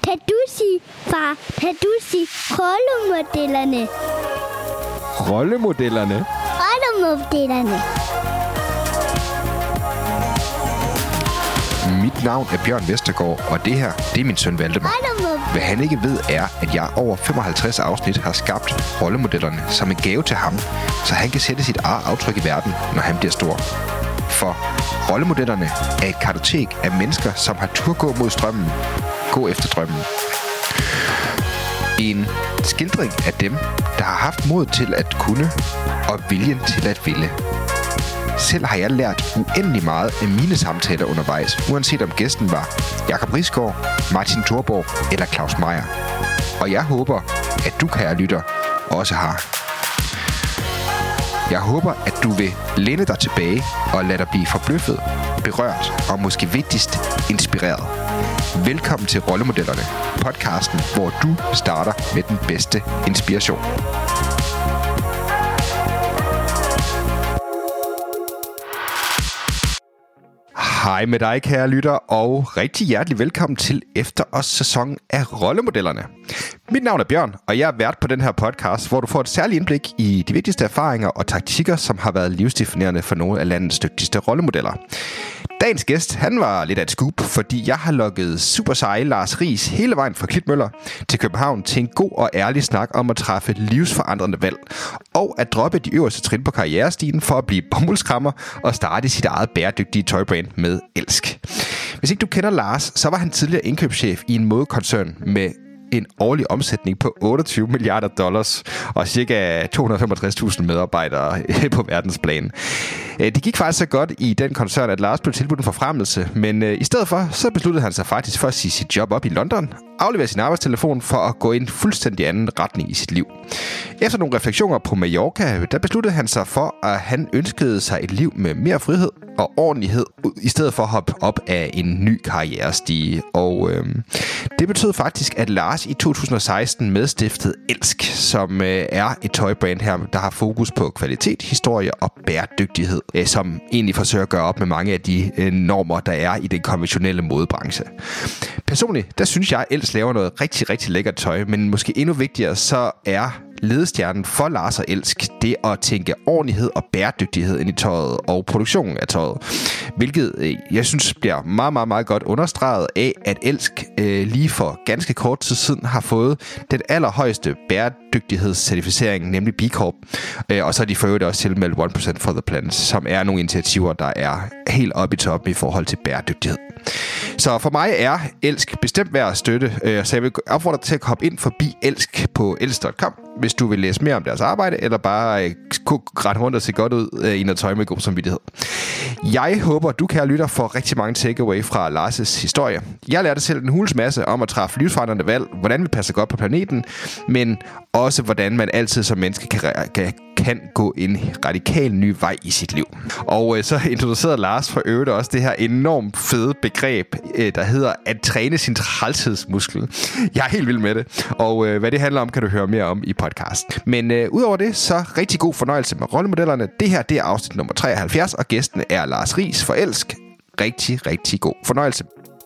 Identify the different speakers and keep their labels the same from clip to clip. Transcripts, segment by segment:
Speaker 1: Kan du sige, far, kan du sige rollemodellerne?
Speaker 2: Rollemodellerne?
Speaker 1: Rollemodellerne.
Speaker 3: Mit navn er Bjørn Vestergaard, og det her, det er min søn Valdemar. Hvad han ikke ved er, at jeg over 55 afsnit har skabt rollemodellerne som en gave til ham, så han kan sætte sit eget aftryk i verden, når han bliver stor. For rollemodellerne er et kartotek af mennesker, som har tur gå mod strømmen, gå efter drømmen. En skildring af dem, der har haft mod til at kunne og viljen til at ville. Selv har jeg lært uendelig meget af mine samtaler undervejs, uanset om gæsten var Jakob Risgaard, Martin Thorborg eller Claus Meyer. Og jeg håber, at du, kære lytter, også har. Jeg håber, at du vil læne dig tilbage og lade dig blive forbløffet, berørt og måske vigtigst inspireret. Velkommen til Rollemodellerne, podcasten, hvor du starter med den bedste inspiration. Hej med dig, kære lytter, og rigtig hjertelig velkommen til efterårssæsonen af Rollemodellerne. Mit navn er Bjørn, og jeg er vært på den her podcast, hvor du får et særligt indblik i de vigtigste erfaringer og taktikker, som har været livsdefinerende for nogle af landets dygtigste rollemodeller. Dagens gæst, han var lidt af et scoop, fordi jeg har lukket super seje Lars Riis hele vejen fra Klitmøller til København til en god og ærlig snak om at træffe livsforandrende valg, og at droppe de øverste trin på karrierestigen for at blive bomuldskrammer og starte sit eget bæredygtige tøjbrand med Elsk. Hvis ikke du kender Lars, så var han tidligere indkøbschef i en modekoncern med en årlig omsætning på $28 milliarder og ca. 265.000 medarbejdere på verdensplan. Det gik faktisk så godt i den koncern, at Lars blev tilbudt en forfremmelse, men i stedet for, så besluttede han sig faktisk for at sige sit job op i London, aflevere sin arbejdstelefon for at gå i en fuldstændig anden retning i sit liv. Efter nogle refleksioner på Mallorca, der besluttede han sig for, at han ønskede sig et liv med mere frihed og ordentlighed, i stedet for at hoppe op af en ny karrierestige. Og det betød faktisk, at Lars i 2016 medstiftede Elsk, som er et tøjbrand her, der har fokus på kvalitet, historie og bæredygtighed, som egentlig forsøger at gøre op med mange af de normer, der er i den konventionelle modebranche. Personligt, der synes jeg, at Elsk laver noget rigtig, rigtig lækkert tøj, men måske endnu vigtigere, så er ledestjernen for Lars og Elsk det at tænke ordentlighed og bæredygtighed ind i tøjet og produktionen af tøjet. Hvilket jeg synes bliver meget, meget, meget godt understreget af, at Elsk lige for ganske kort tid siden har fået den allerhøjeste bæredygtighedscertificering, nemlig B Corp. Og så er de for øvrigt også tilmeldt 1% for the Planet, som er nogle initiativer, der er helt oppe i toppen i forhold til bæredygtighed. Så for mig er Elsk bestemt værd at støtte, så jeg vil opfordre dig til at hoppe ind forbi Elsk på elsk.com, hvis du vil læse mere om deres arbejde, eller bare rette rundt og se godt ud i noget tøj med god samvittighed. Jeg håber, du, kære lytter, får rigtig mange takeaway fra Lars' historie. Jeg lærte selv en hulens masse om at træffe livsforandrende valg, hvordan vi passer godt på planeten, men også hvordan man altid som menneske kan gå en radikal ny vej i sit liv. Og så introducerede Lars for øvrigt også det her enormt fede begreb, der hedder at træne sin trælshedsmuskel. Jeg er helt vild med det, og hvad det handler om, kan du høre mere om i podcast. Men udover det, så rigtig god fornøjelse med rollemodellerne. Det her, det er afsnit nummer 73, og gæsten er Lars Riis for Elsk. Rigtig, rigtig god fornøjelse.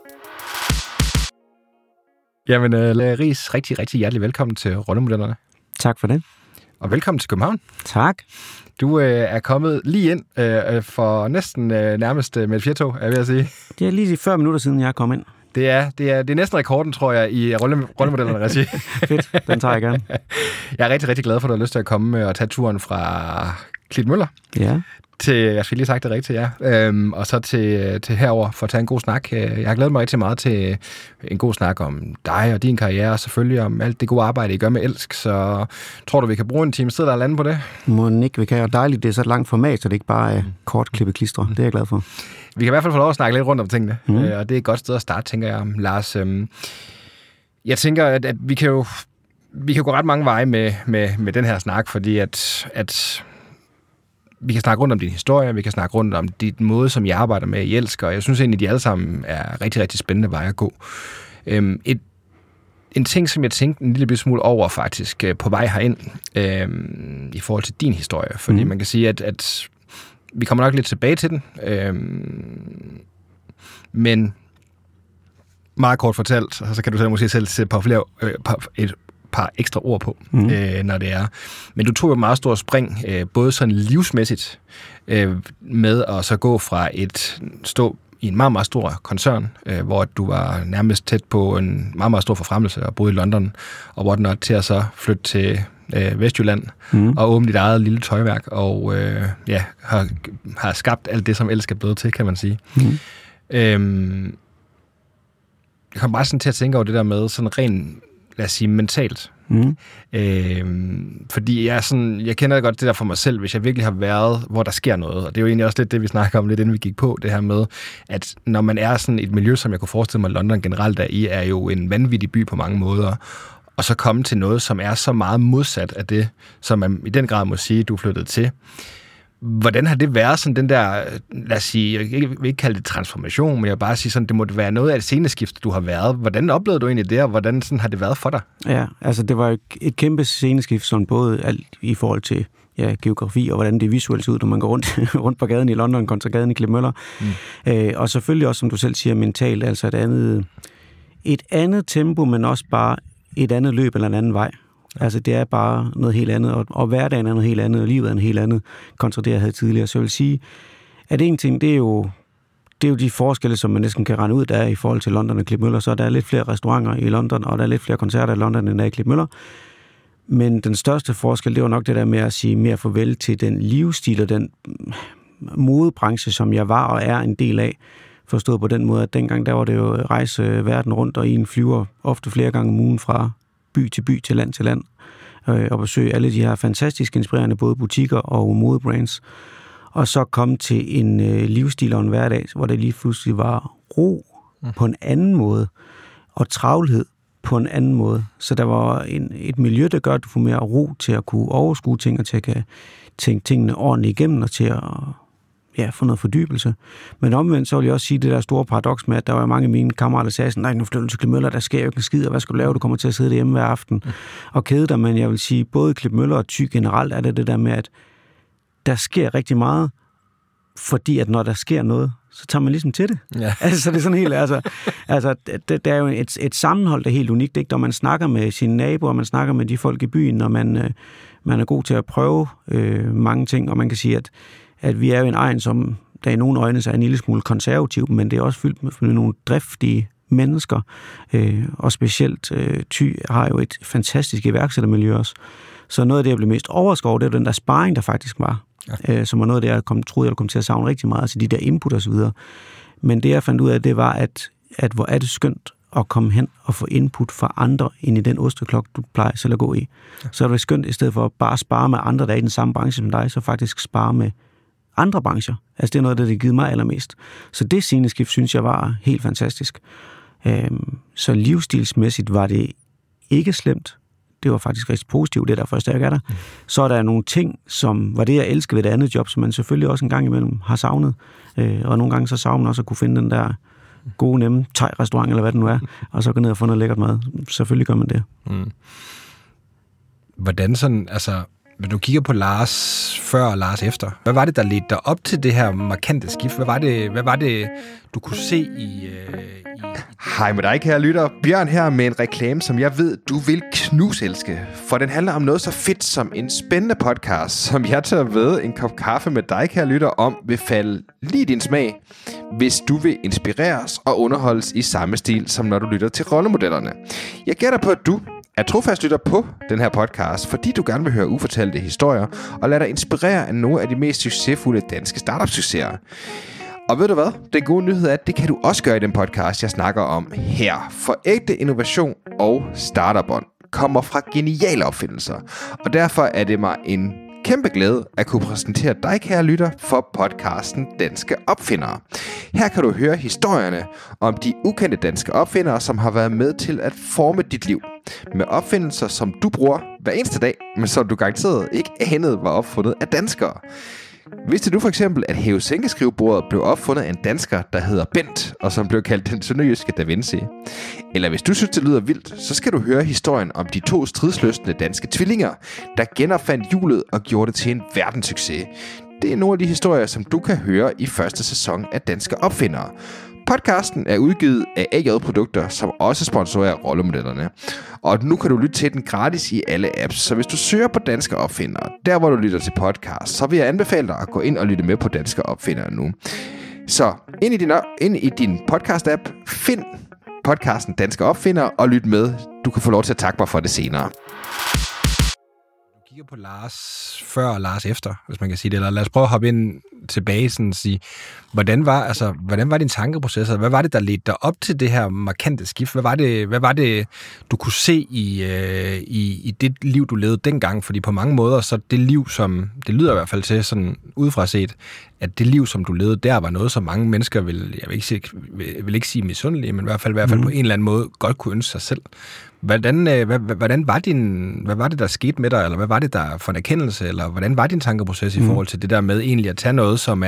Speaker 2: Jamen, Riis, rigtig, rigtig hjertelig velkommen til Rollemodellerne.
Speaker 4: Tak for det.
Speaker 2: Og velkommen til København.
Speaker 4: Tak.
Speaker 2: Du er kommet lige ind for næsten nærmest med et fjertog, er jeg ved at sige. Det
Speaker 4: er lige 40 minutter siden, jeg kom ind.
Speaker 2: Det er næsten rekorden, tror jeg, i rollemodellerne regi.
Speaker 4: Fedt, den tager jeg gerne.
Speaker 2: Jeg er rigtig, rigtig glad for, at du har lyst til at komme og tage turen fra Klitmøller.
Speaker 4: Ja.
Speaker 2: Til, jeg skal lige sagt det rigtigt, ja. Og så til herover for at tage en god snak. Jeg har glædet mig rigtig meget til en god snak om dig og din karriere, og selvfølgelig om alt det gode arbejde, I gør med Elsk. Så tror du, vi kan bruge en time tid, der er landet på det?
Speaker 4: Må ikke, vi kan. Og dejligt, det er så et langt format, så det ikke bare er kort klippe klistre. Det er jeg glad for.
Speaker 2: Vi kan i hvert fald få lov at snakke lidt rundt om tingene, og det er et godt sted at starte, tænker jeg. Lars, jeg tænker, at vi kan jo gå ret mange veje med den her snak, fordi at vi kan snakke rundt om din historie, vi kan snakke rundt om dit måde, som jeg arbejder med i Elsk, og jeg synes egentlig, at de alle sammen er rigtig, rigtig spændende veje at gå. En ting, som jeg tænkte en lille smule over faktisk på vej herind, i forhold til din historie, fordi man kan sige, at vi kommer nok lidt tilbage til den, men meget kort fortalt, så kan du så måske selv sætte et par ekstra ord på, når det er. Men du tog jo et meget stort spring, både sådan livsmæssigt, med at så gå fra stå i en meget, meget stor koncern, hvor du var nærmest tæt på en meget, meget stor forfremmelse og boede i London, og whatnot, til at så flytte til Vestjylland og åbne dit eget lille tøjværk, og har skabt alt det, som ellers er blevet til, kan man sige. Jeg kom bare sådan til at tænke over det der med sådan rent, lad os sige, mentalt. Fordi jeg kender godt det der for mig selv, hvis jeg virkelig har været, hvor der sker noget, og det er jo egentlig også lidt det, vi snakker om lidt, inden vi gik på, det her med, at når man er sådan et miljø, som jeg kunne forestille mig, London generelt er jo en vanvittig by på mange måder, og så komme til noget, som er så meget modsat af det, som man i den grad må sige, du flyttede til. Hvordan har det været sådan den der, lad os sige, jeg vil ikke kalde det transformation, men jeg vil bare sige sådan, det må være noget af det sceneskift, du har været. Hvordan oplevede du egentlig det, og hvordan sådan har det været for dig? Ja,
Speaker 4: altså det var et kæmpe sceneskift, sådan både alt i forhold til geografi, og hvordan det visuelt ser ud, når man går rundt på gaden i London kontra gaden i Klitmøller. Og selvfølgelig også, som du selv siger, mentalt, altså et andet tempo, men også bare et andet løb eller en anden vej. Altså, det er bare noget helt andet, og hverdagen er noget helt andet, og livet er noget helt andet, kontra det, jeg havde tidligere. Så jeg vil sige, at en ting, det er jo de forskelle, som man næsten kan regne ud, der er i forhold til London og Klitmøller. Så der er lidt flere restauranter i London, og der er lidt flere koncerter i London, end der er i Klitmøller. Men den største forskel, det var nok det der med at sige mere farvel til den livsstil og den modebranche, som jeg var og er en del af. Forstået på den måde, at dengang der var det jo rejse verden rundt, og i en flyver ofte flere gange om ugen fra by til by, til land til land, og besøge alle de her fantastisk inspirerende både butikker og modebrands, og så komme til en livsstil og en hverdag, hvor det lige pludselig var ro på en anden måde, og travlhed på en anden måde. Så der var et miljø, der gør, at du får mere ro til at kunne overskue ting, og til at kan tænke tingene ordentligt igennem, og til at få noget fordybelse. Men omvendt, så vil jeg også sige det der store paradoks med, at der var mange af mine kammerater, der sagde sådan, nej, nu flytter du til Klitmøller, der sker jo ikke en skid, og hvad skal du lave? Du kommer til at sidde derhjemme hver aften og kede dig. Men jeg vil sige, både Klitmøller og Thy generelt er det der med, at der sker rigtig meget, fordi at når der sker noget, så tager man ligesom til det. Ja. Altså, det er sådan helt, altså det er jo et sammenhold, der er helt unikt, ikke? Når man snakker med sine naboer, man snakker med de folk i byen, og man er god til at prøve mange ting, og man kan sige, at vi er jo en egen, som der i nogle øjne så er en lille smule konservativ, men det er også fyldt med nogle driftige mennesker, og specielt Thy har jo et fantastisk iværksættermiljø også. Så noget af det, jeg blev mest overskåret, det er den der sparring, der faktisk var, som var noget af det, jeg troede, jeg kom til at savne rigtig meget, altså de der input og så videre. Men det, jeg fandt ud af, det var, at hvor er det skønt at komme hen og få input fra andre ind i den osteklok, du plejer selv at gå i. Så er det skønt, i stedet for at bare spare med andre, der er i den samme branche som dig, så faktisk spare med andre brancher. Altså det er noget, der har givet mig allermest. Så det sceneskift, synes jeg, var helt fantastisk. Så livsstilsmæssigt var det ikke slemt. Det var faktisk rigtig positivt, det der første, jeg er der. Så er der nogle ting, som var det, jeg elskede ved det andet job, som man selvfølgelig også en gang imellem har savnet. Og nogle gange så savner man også at kunne finde den der gode, nemme thai-restaurant, eller hvad det nu er, og så gå ned og få noget lækkert mad. Selvfølgelig gør man det.
Speaker 2: Hvordan sådan, altså, når du kigger på Lars før og Lars efter, hvad var det, der ledte dig op til det her markante skift? Hvad var det du kunne se i...
Speaker 3: Hej med dig, kære lytter. Bjørn her med en reklame, som jeg ved, du vil knuselske. For den handler om noget så fedt som en spændende podcast, som jeg tager ved en kop kaffe med dig, kære lytter, om vil falde lige din smag, hvis du vil inspireres og underholdes i samme stil, som når du lytter til rollemodellerne. Jeg gætter på, at du er trofast lytter på den her podcast, fordi du gerne vil høre ufortalte historier og lade dig inspirere af nogle af de mest succesfulde danske startup-succeser. Og ved du hvad? Den gode nyhed er, at det kan du også gøre i den podcast, jeg snakker om her. For ægte innovation og startup-ånd kommer fra geniale opfindelser. Og derfor er det mig en kæmpe glæde at kunne præsentere dig, kære lytter, for podcasten Danske Opfindere. Her kan du høre historierne om de ukendte danske opfindere, som har været med til at forme dit liv. Med opfindelser, som du bruger hver eneste dag, men som du garanteret ikke anede var opfundet af danskere. Vidste du for eksempel, at hæve-sænke-skrivebordet blev opfundet af en dansker, der hedder Bent, og som blev kaldt den sønderjyske Da Vinci? Eller hvis du synes, det lyder vildt, så skal du høre historien om de to stridslystne danske tvillinger, der genopfandt hjulet og gjorde det til en verdenssucces. Det er nogle af de historier, som du kan høre i første sæson af Danske Opfindere. Podcasten er udgivet af AJ Produkter, som også sponsorerer rollemodellerne. Og nu kan du lytte til den gratis i alle apps, så hvis du søger på Danske Opfindere, der hvor du lytter til podcast, så vil jeg anbefale dig at gå ind og lytte med på Danske Opfindere nu. Så ind i din podcast-app, find podcasten Danske Opfindere og lyt med. Du kan få lov til at takke mig for det senere.
Speaker 2: Du kigger på Lars før og Lars efter, hvis man kan sige det. Eller lad os prøve at hoppe ind tilbage sådan og sige, hvordan var din tankeproces? Hvad var det, der ledte dig op til det her markante skift? Hvad var det du kunne se i det liv, du levede dengang? Fordi på mange måder, så det liv, som det lyder i hvert fald til, sådan udefra set, at det liv, som du levede der, var noget, som mange mennesker jeg vil ikke sige misundelige, men i hvert fald på en eller anden måde godt kunne ønske sig selv. Hvad var det, der skete med dig, eller hvad var det, der for en erkendelse, eller hvordan var din tankeproces i forhold til det der med egentlig at tage noget, som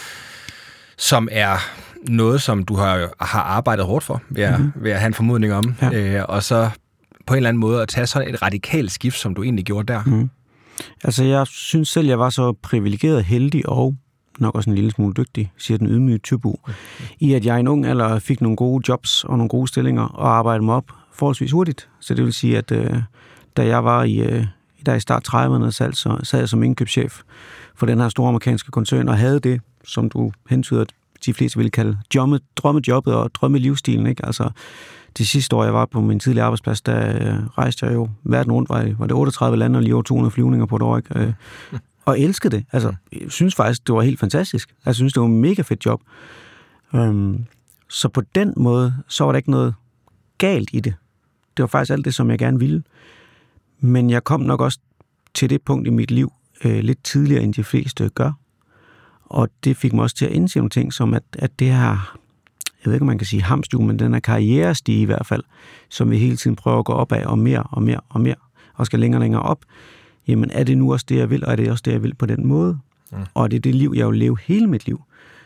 Speaker 2: er noget, som du har arbejdet hårdt for, ved at have en formodning om, og så på en eller anden måde at tage sådan et radikalt skift, som du egentlig gjorde der?
Speaker 4: Altså, jeg synes selv, jeg var så privilegeret, heldig og nok også en lille smule dygtig, siger den ydmyge Thybo, i at jeg i en ung alder fik nogle gode jobs og nogle gode stillinger og arbejdede mig op forholdsvis hurtigt. Så det vil sige, at da jeg var i start 30'erne, så sad jeg som indkøbschef for den her store amerikanske koncern og havde det, som du hentyder, de fleste ville kalde drømmejobbet og drømmelivsstilen. Ikke? Altså, det sidste år, jeg var på min tidlige arbejdsplads, der rejste jeg jo verden rundt, var det 38 lande og lige over 200 flyvninger på et år. Ikke? Og elskede det. Altså, jeg synes faktisk, det var helt fantastisk. Jeg synes, det var en mega fedt job. Så på den måde, så var der ikke noget galt i det. Det var faktisk alt det, som jeg gerne ville. Men jeg kom nok også til det punkt i mit liv lidt tidligere, end de fleste gør. Og det fik mig også til at indse nogle ting, som at det her, jeg ved ikke, om man kan sige hamsterhjul, men den her karrierestige i hvert fald, som vi hele tiden prøver at gå op af, og mere og mere og mere, og skal længere og længere op. Jamen, er det nu også det, jeg vil, og er det også det, jeg vil på den måde? Og det er det liv, jeg vil leve hele mit liv.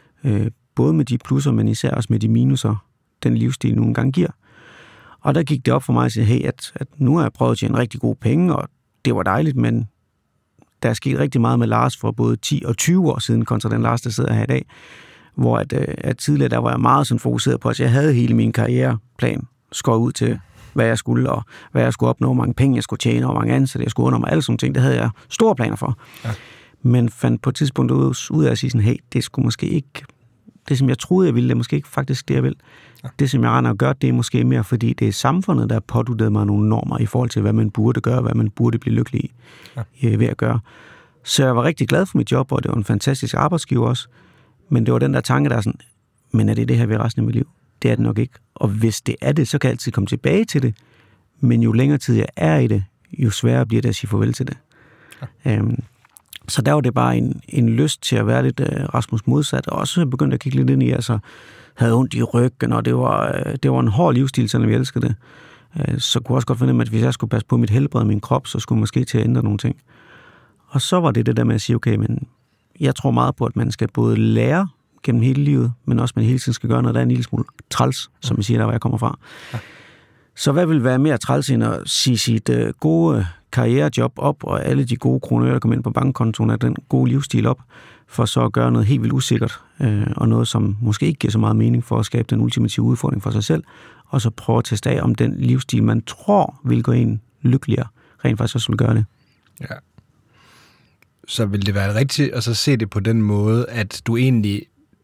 Speaker 4: Både med de plusser, men især også med de minuser, den livsstil nogle gange giver. Og der gik det op for mig at sige, hey, at nu har jeg prøvet at tjene rigtig gode penge, og det var dejligt, men der er sket rigtig meget med Lars for både 10 og 20 år siden, kontra den Lars, der sidder her i dag, hvor at tidligere, der var jeg meget sådan fokuseret på, at jeg havde hele min karriereplan skåret ud til, hvad jeg skulle, og hvad jeg skulle opnå, hvor mange penge jeg skulle tjene, og hvor mange ansatte jeg skulle under mig, alle sådan ting, det havde jeg store planer for. Ja. Men fandt på et tidspunkt ud af at sige sådan, hey, det skulle måske ikke, det som jeg troede, jeg ville, det er måske ikke faktisk det, jeg vil. Ja. Det, som jeg render og gør, det er måske mere, fordi det er samfundet, der har påduttet mig nogle normer i forhold til, hvad man burde gøre, hvad man burde blive lykkelig ved at gøre. Så jeg var rigtig glad for mit job, og det var en fantastisk arbejdsgiver også. Men det var den der tanke, der er sådan, men er det her ved resten af mit liv? Det er det nok ikke. Og hvis det er det, så kan jeg altid komme tilbage til det. Men jo længere tid jeg er i det, jo sværere bliver det at sige farvel til det. Ja. Så der var det bare en lyst til at være lidt Rasmus modsat, og også begyndte at kigge lidt ind i, altså havde ondt i ryggen, og det var en hård livsstil, selvom jeg elskede det. Så kunne jeg også godt finde, at hvis jeg skulle passe på mit helbred og min krop, så skulle jeg måske til at ændre nogle ting. Og så var det der med at sige, okay, men jeg tror meget på, at man skal både lære gennem hele livet, men også man hele tiden skal gøre noget, der er en lille smule træls, som jeg siger, der hvor jeg kommer fra. Ja. Så hvad vil være mere træls end at sige sit gode karrierejob op, og alle de gode kroner, der kommer ind på bankkontoen, af den gode livsstil op, for så at gøre noget helt vildt usikkert, og noget, som måske ikke giver så meget mening for at skabe den ultimative udfordring for sig selv, og så prøve at teste af, om den livsstil, man tror vil gå ind lykkeligere, rent faktisk også vil gøre det.
Speaker 2: Ja. Så vil det være rigtigt at så se det på den måde, at du egentlig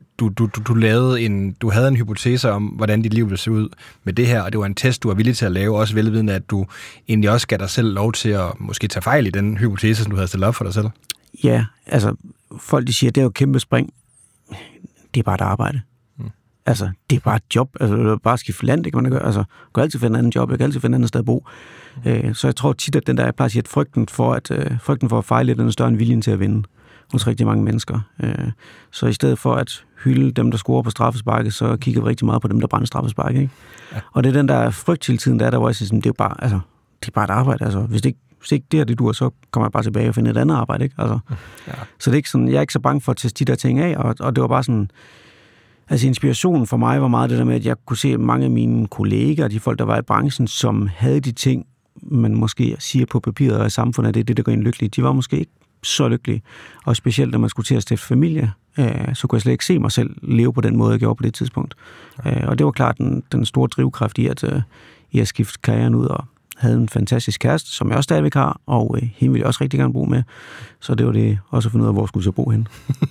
Speaker 2: du havde en hypotese om, hvordan dit liv ville se ud med det her, og det var en test, du var villig til at lave, også velvidende, at du egentlig også gav dig selv lov til at måske tage fejl i den hypotese, som du havde stillet op for dig selv.
Speaker 4: Ja, altså folk de siger, det er jo et kæmpe spring. Det er bare et arbejde. Altså, det er bare et job. Altså, det er bare at skifte land, det kan man gøre. Altså, du kan altid finde en anden job, jeg kan altid finde en anden sted at bo. Så jeg tror tit, at den der, jeg plejer at sige, at frygten for at fejle, den er større end viljen til at vinde hos rigtig mange mennesker. Så i stedet for at hylde dem, der scorer på straffesparket, så kigger vi rigtig meget på dem, der brænder straffesparket. Ikke? Ja. Og det er den der frygt til tiden, der hvor jeg siger, det er bare et arbejde. Altså, hvis ikke det her det dur, så kommer jeg bare tilbage og finder et andet arbejde. Ikke? Altså, ja. Så det er ikke sådan, jeg er ikke så bange for at teste de der ting af, og det var bare sådan, altså inspirationen for mig var meget det der med, at jeg kunne se mange af mine kolleger, de folk, der var i branchen, som havde de ting, man måske siger på papiret og i samfundet, at det er det, der gør en lykkelig. De var måske ikke så lykkelig. Og specielt, når man skulle til at stifte familie, så kunne jeg slet ikke se mig selv leve på den måde, jeg gjorde på det tidspunkt. Og det var klart den store drivkraft i at skifte karrieren ud, og havde en fantastisk kæreste, som jeg også stadigvæk har, og hende ville jeg også rigtig gerne bo med. Så det var det også at finde ud af, hvor skulle jeg bo hen.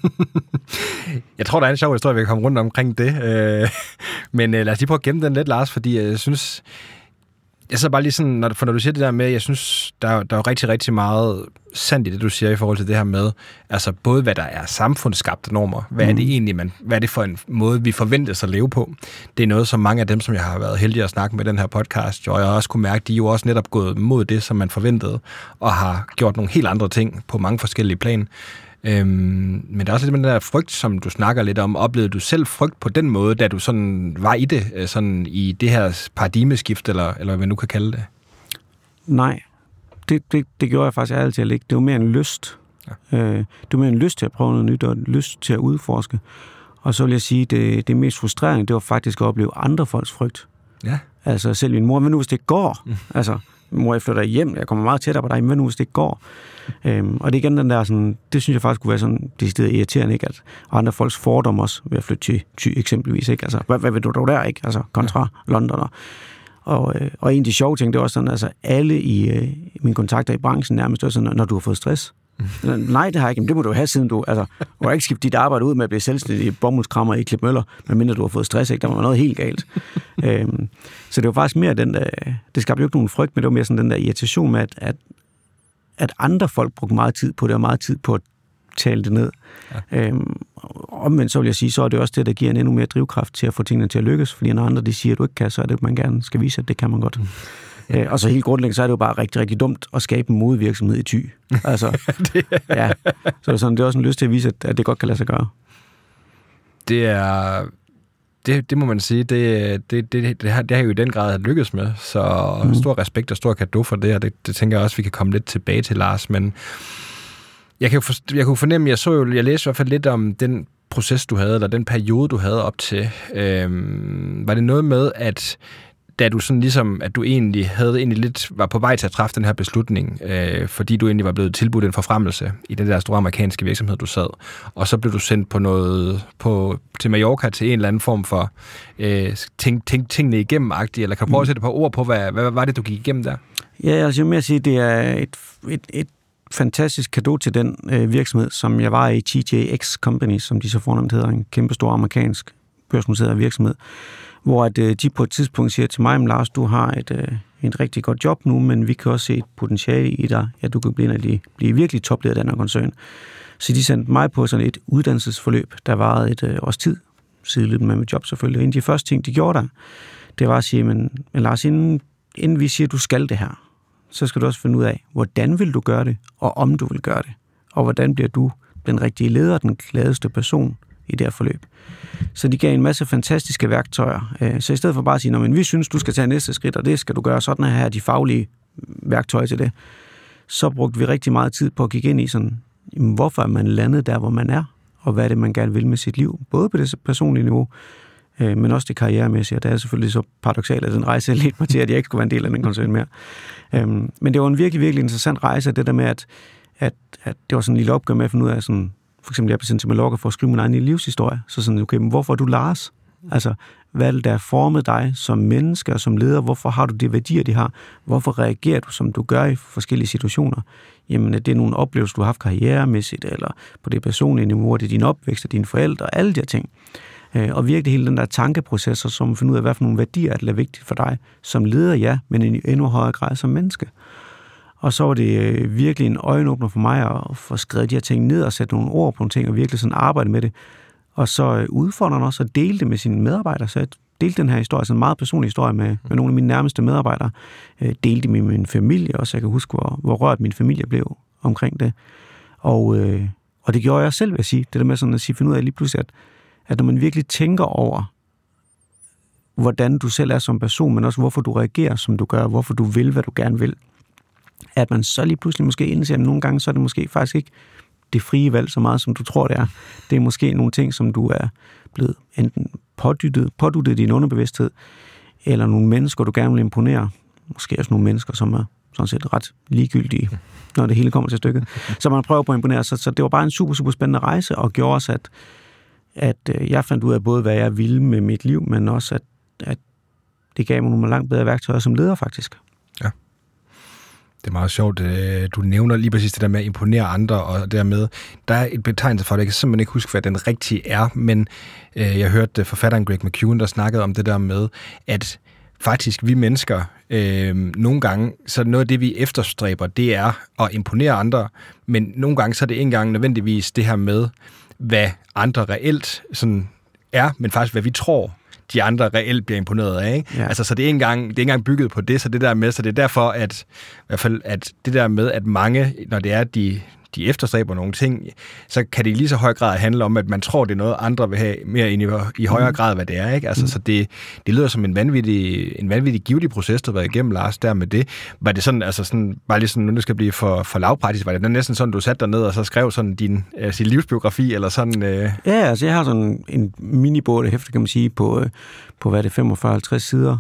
Speaker 2: Jeg tror, der er en sjov historie, vi kan komme rundt omkring det. Men lad os lige prøve at gemme den lidt, Lars, fordi jeg synes... Jeg så bare lige sådan, når du siger det der med, jeg synes, der er rigtig, rigtig meget sandt i det, du siger i forhold til det her med, altså både hvad der er samfundsskabte normer, hvad er det egentlig, hvad er det for en måde, vi forventes at leve på. Det er noget, som mange af dem, som jeg har været heldig at snakke med den her podcast, og jeg også kunne mærke, de er jo også netop gået mod det, som man forventede, og har gjort nogle helt andre ting på mange forskellige plan. Men der er også lidt med den der frygt, som du snakker lidt om. Oplevede du selv frygt på den måde, da du sådan var i det, sådan i det her paradigmeskift, eller hvad man nu kan kalde det?
Speaker 4: Nej, det gjorde jeg faktisk ærligt til ikke. Det var mere en lyst. Ja. Det var mere en lyst til at prøve noget nyt, og en lyst til at udforske. Og så vil jeg sige, det mest frustrerende, det var faktisk at opleve andre folks frygt.
Speaker 2: Ja.
Speaker 4: Altså selv min mor, hvad nu hvis det ikke går? Altså, mor, jeg flytter hjem, jeg kommer meget tættere på dig, men hvad nu hvis det ikke går? Og det er igen den der sådan, det synes jeg faktisk kunne være sådan decideret irriterende, ikke? At andre folks fordomme også ved at flytte til Thy eksempelvis, ikke? Altså, hvad vil du der, ikke? Altså, kontra London. Og en af de sjove ting, det var også sådan, altså alle i mine kontakter i branchen nærmest var sådan, når du har fået stress. Nej, det har jeg ikke, men det må du have, siden du har ikke skiftet dit arbejde ud med at blive selvstændig bomuldskrammer i Klitmøller, medmindre du har fået stress, ikke? Der var noget helt galt. Så det var faktisk mere den der, det skabte jo ikke nogen frygt, men det var mere sådan den der irritation med, at andre folk brugte meget tid på det, og meget tid på at tale det ned. Ja. Omvendt så vil jeg sige, så er det også det, der giver en endnu mere drivkraft til at få tingene til at lykkes, fordi når andre de siger, at du ikke kan, så er det, man gerne skal vise, at det kan man godt. Og så helt grundlæggende, så er det jo bare rigtig, rigtig dumt at skabe en modevirksomhed i Thy. Altså, ja. Så det er også en lyst til at vise, at det godt kan lade sig gøre.
Speaker 2: Det må man sige, det har jo i den grad lykkes med, så stor respekt og stor cadeau for det, og det tænker jeg også, vi kan komme lidt tilbage til, Lars, men jeg kunne fornemme, jeg læste i hvert fald lidt om den proces, du havde, eller den periode, du havde op til. Var det noget med, at da du sådan ligesom, at du egentlig var på vej til at træffe den her beslutning, fordi du egentlig var blevet tilbudt en forfremmelse i den der store amerikanske virksomhed, du sad, og så blev du sendt til Mallorca til en eller anden form for tingene igennem-agtigt, eller kan du prøve at sætte et par ord på, hvad var det, du gik igennem der?
Speaker 4: Ja, altså jeg vil mere sige, det er et fantastisk cadeau til den virksomhed, som jeg var i, TJX Company, som de så fornemt hedder, en kæmpestor amerikansk børsnoteret virksomhed, hvor at de på et tidspunkt siger til mig, Lars, du har et rigtig godt job nu, men vi kan også se et potentiale i dig, at du kan blive virkelig topleder af den her koncern. Så de sendte mig på sådan et uddannelsesforløb, der varede et års tid, sideløbende med mit job selvfølgelig. Og en af de første ting, de gjorde der, det var at sige, men Lars, inden vi siger, at du skal det her, så skal du også finde ud af, hvordan vil du gøre det, og om du vil gøre det. Og hvordan bliver du den rigtige leder, den gladeste person i det her forløb. Så de gav en masse fantastiske værktøjer. Så i stedet for bare at sige, men vi synes, du skal tage næste skridt, og det skal du gøre, sådan her de faglige værktøjer til det, så brugte vi rigtig meget tid på at kigge ind i sådan, hvorfor er man landet der, hvor man er, og hvad er det, man gerne vil med sit liv. Både på det personlige niveau, men også det karrieremæssige, og det er selvfølgelig så paradoksalt, at den rejse ledte mig til, at jeg ikke skulle være en del af den koncern mere. Men det var en virkelig, virkelig interessant rejse, det der med, at det var sådan en lille opgave med at finde ud af, sådan, for eksempel, jeg blev sendt til Mallorca for at skrive min egen livshistorie, så sådan, okay, men hvorfor er du Lars? Altså, hvad er det, der har formet dig som menneske og som leder? Hvorfor har du de værdier, de har? Hvorfor reagerer du, som du gør i forskellige situationer? Jamen, det er nogle oplevelser, du har haft karrieremæssigt, eller på det personlige niveau, det er din opvækst og dine forældre, og alle de her ting. Og virkelig hele den der tankeproces, som finder ud af, hvad for nogle værdier er vigtigt for dig som leder, ja, men i endnu højere grad som menneske. Og så var det virkelig en øjenåbner for mig at få skrevet de her ting ned og sætte nogle ord på nogle ting og virkelig sådan arbejde med det. Og så udfordrede han også at dele det med sine medarbejdere. Så jeg delte den her historie, sådan en meget personlig historie med nogle af mine nærmeste medarbejdere. Delte det med min familie også. Jeg kan huske, hvor rørt min familie blev omkring det. Og det gjorde jeg selv, vil jeg sige. Det der med sådan at finde ud af lige pludselig, at når man virkelig tænker over, hvordan du selv er som person, men også hvorfor du reagerer, som du gør, hvorfor du vil, hvad du gerne vil, at man så lige pludselig måske indser, at nogle gange så er det måske faktisk ikke det frie valg så meget, som du tror, det er. Det er måske nogle ting, som du er blevet enten påduttet i din underbevidsthed, eller nogle mennesker, du gerne vil imponere. Måske også nogle mennesker, som er sådan set ret ligegyldige, når det hele kommer til stykket. Så man prøver på at imponere. Så det var bare en super, super spændende rejse, og gjorde også, at jeg fandt ud af både, hvad jeg ville med mit liv, men også, at det gav mig nogle langt bedre værktøjer som leder, faktisk.
Speaker 2: Ja. Det er meget sjovt. Du nævner lige præcis det der med at imponere andre, og dermed, der er et betegnelse for det. Jeg kan simpelthen ikke huske, hvad den rigtige er, men jeg hørte forfatteren Greg McKeown, der snakkede om det der med, at faktisk vi mennesker, nogle gange, så noget af det, vi efterstræber, det er at imponere andre, men nogle gange, så er det ikke engang nødvendigvis det her med, hvad andre reelt sådan er, men faktisk, hvad vi tror, de andre reelt bliver imponeret af, ikke? Ja. Altså, så det er ikke engang bygget på det, så det der med, så det er derfor, at i hvert fald, at det der med, at mange, når det er, de efterstræber nogle ting, så kan det i lige så høj grad handle om, at man tror, det er noget, andre vil have mere i højere grad, hvad det er, ikke? Altså, så det lyder som en vanvittig givtig proces, der har været igennem, Lars, der med det. Var det sådan, altså sådan, bare lige sådan, nu det skal blive for lavpraktisk, var det næsten sådan, du satte dig ned og så skrev sådan sin livsbiografi, eller sådan?
Speaker 4: Ja, altså, jeg har sådan en minibåd hæfte, kan man sige, på hvad er det, 45-50 sider,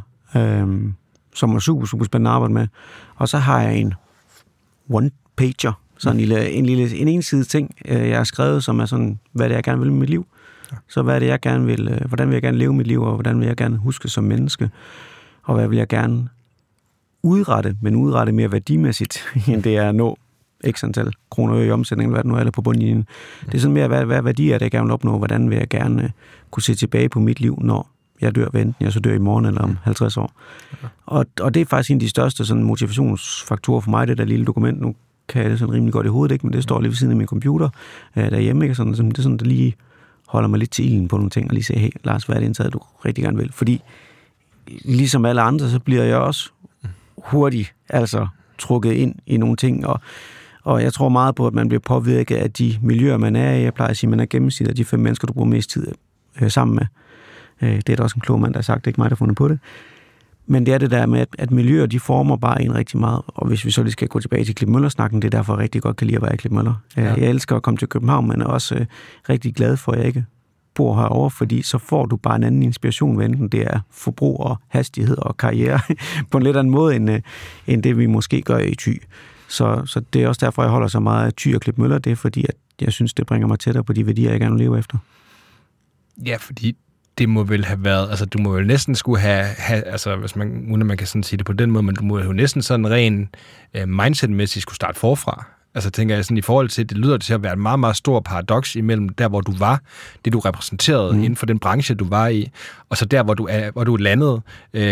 Speaker 4: som er super, super spændende at arbejde med. Og så har jeg en one-pager, sådan en ensidig ting, jeg har skrevet, som er sådan, hvad det er, jeg gerne vil med mit liv. Ja. Så hvad er det, jeg gerne vil, hvordan vil jeg gerne leve mit liv, og hvordan vil jeg gerne huske som menneske, og hvad vil jeg gerne udrette, men udrette mere værdimæssigt, end det er at nå x antal kroner i omsætning, eller hvad det nu er på bundlinjen. Det er sådan mere, hvad værdi er det, jeg gerne vil opnå, hvordan vil jeg gerne kunne se tilbage på mit liv, når jeg dør, enten jeg så dør i morgen eller om 50 år. Ja. Og det er faktisk en af de største sådan, motivationsfaktorer for mig, det der lille dokument. Nu kan jeg det sådan rimelig godt i hovedet, ikke? Men det står lige ved siden af min computer derhjemme, ikke? Sådan, det er sådan, der lige holder mig lidt til ilden på nogle ting, og lige siger, hey Lars, hvad er det indtaget, du rigtig gerne vil? Fordi ligesom alle andre, så bliver jeg også hurtigt trukket ind i nogle ting, og jeg tror meget på, at man bliver påvirket af de miljøer, man er i. Jeg plejer at sige, at man er gennemsnit af de 5 mennesker, du bruger mest tid sammen med. Det er da også en klog mand, der har sagt, det er ikke mig, der har fundet på det. Men det er det der med, at miljøer, de former bare en rigtig meget. Og hvis vi så lige skal gå tilbage til Klitmøller-snakken, det er derfor, jeg rigtig godt kan lide at være i Klitmøller. Ja. Jeg elsker at komme til København, men er også rigtig glad for, at jeg ikke bor herovre, fordi så får du bare en anden inspiration, hvad enten det er forbrug og hastighed og karriere, på en lidt anden måde, end det vi måske gør i Thy. Så det er også derfor, jeg holder så meget af Thy og Klitmøller. Det er fordi, at jeg synes, det bringer mig tættere på de værdier, jeg gerne vil leve efter. Ja,
Speaker 2: fordi det må vel have været, altså du må vel næsten skulle have altså hvis man, uden at man kan sådan sige det på den måde, men du må jo næsten sådan ren mindset-mæssigt skulle starte forfra. Altså tænker jeg sådan i forhold til, det lyder til at være et meget, meget stor paradoks imellem der, hvor du var, det du repræsenterede inden for den branche, du var i, og så der, hvor du landede.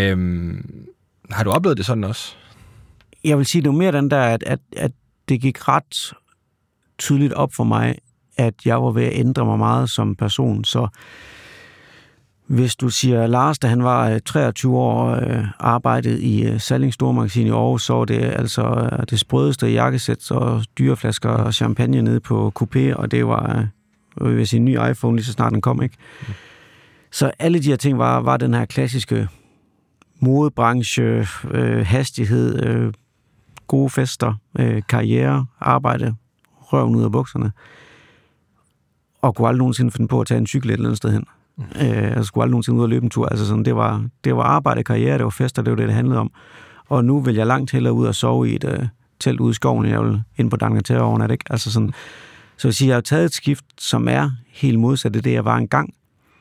Speaker 2: Har du oplevet det sådan også?
Speaker 4: Jeg vil sige, det var mere den der, at det gik ret tydeligt op for mig, at jeg var ved at ændre mig meget som person, så hvis du siger, Lars, da han var 23 år, arbejdede i Salling Stormagasin i Aarhus, så var det altså det sprødeste jakkesæt og dyreflasker og champagne nede på Coupé, og det var, jeg vil sige, en ny iPhone, lige så snart den kom, ikke? Så alle de her ting var den her klassiske modebranche, hastighed, gode fester, karriere, arbejde, røven ud af bukserne, og kunne aldrig nogensinde finde på at tage en cykel et eller andet sted hen. Jeg skulle aldrig nogensinde ud og løbe en tur. Altså sådan, det var arbejde, karriere, det var fester, det var det handlede om. Og nu vil jeg langt hellere ud og sove i et telt ude i skoven, jeg vil ind på D'Angleterre, ikke? Altså sådan, så jeg vil sige, jeg har taget et skift, som er helt modsat af det, jeg var engang.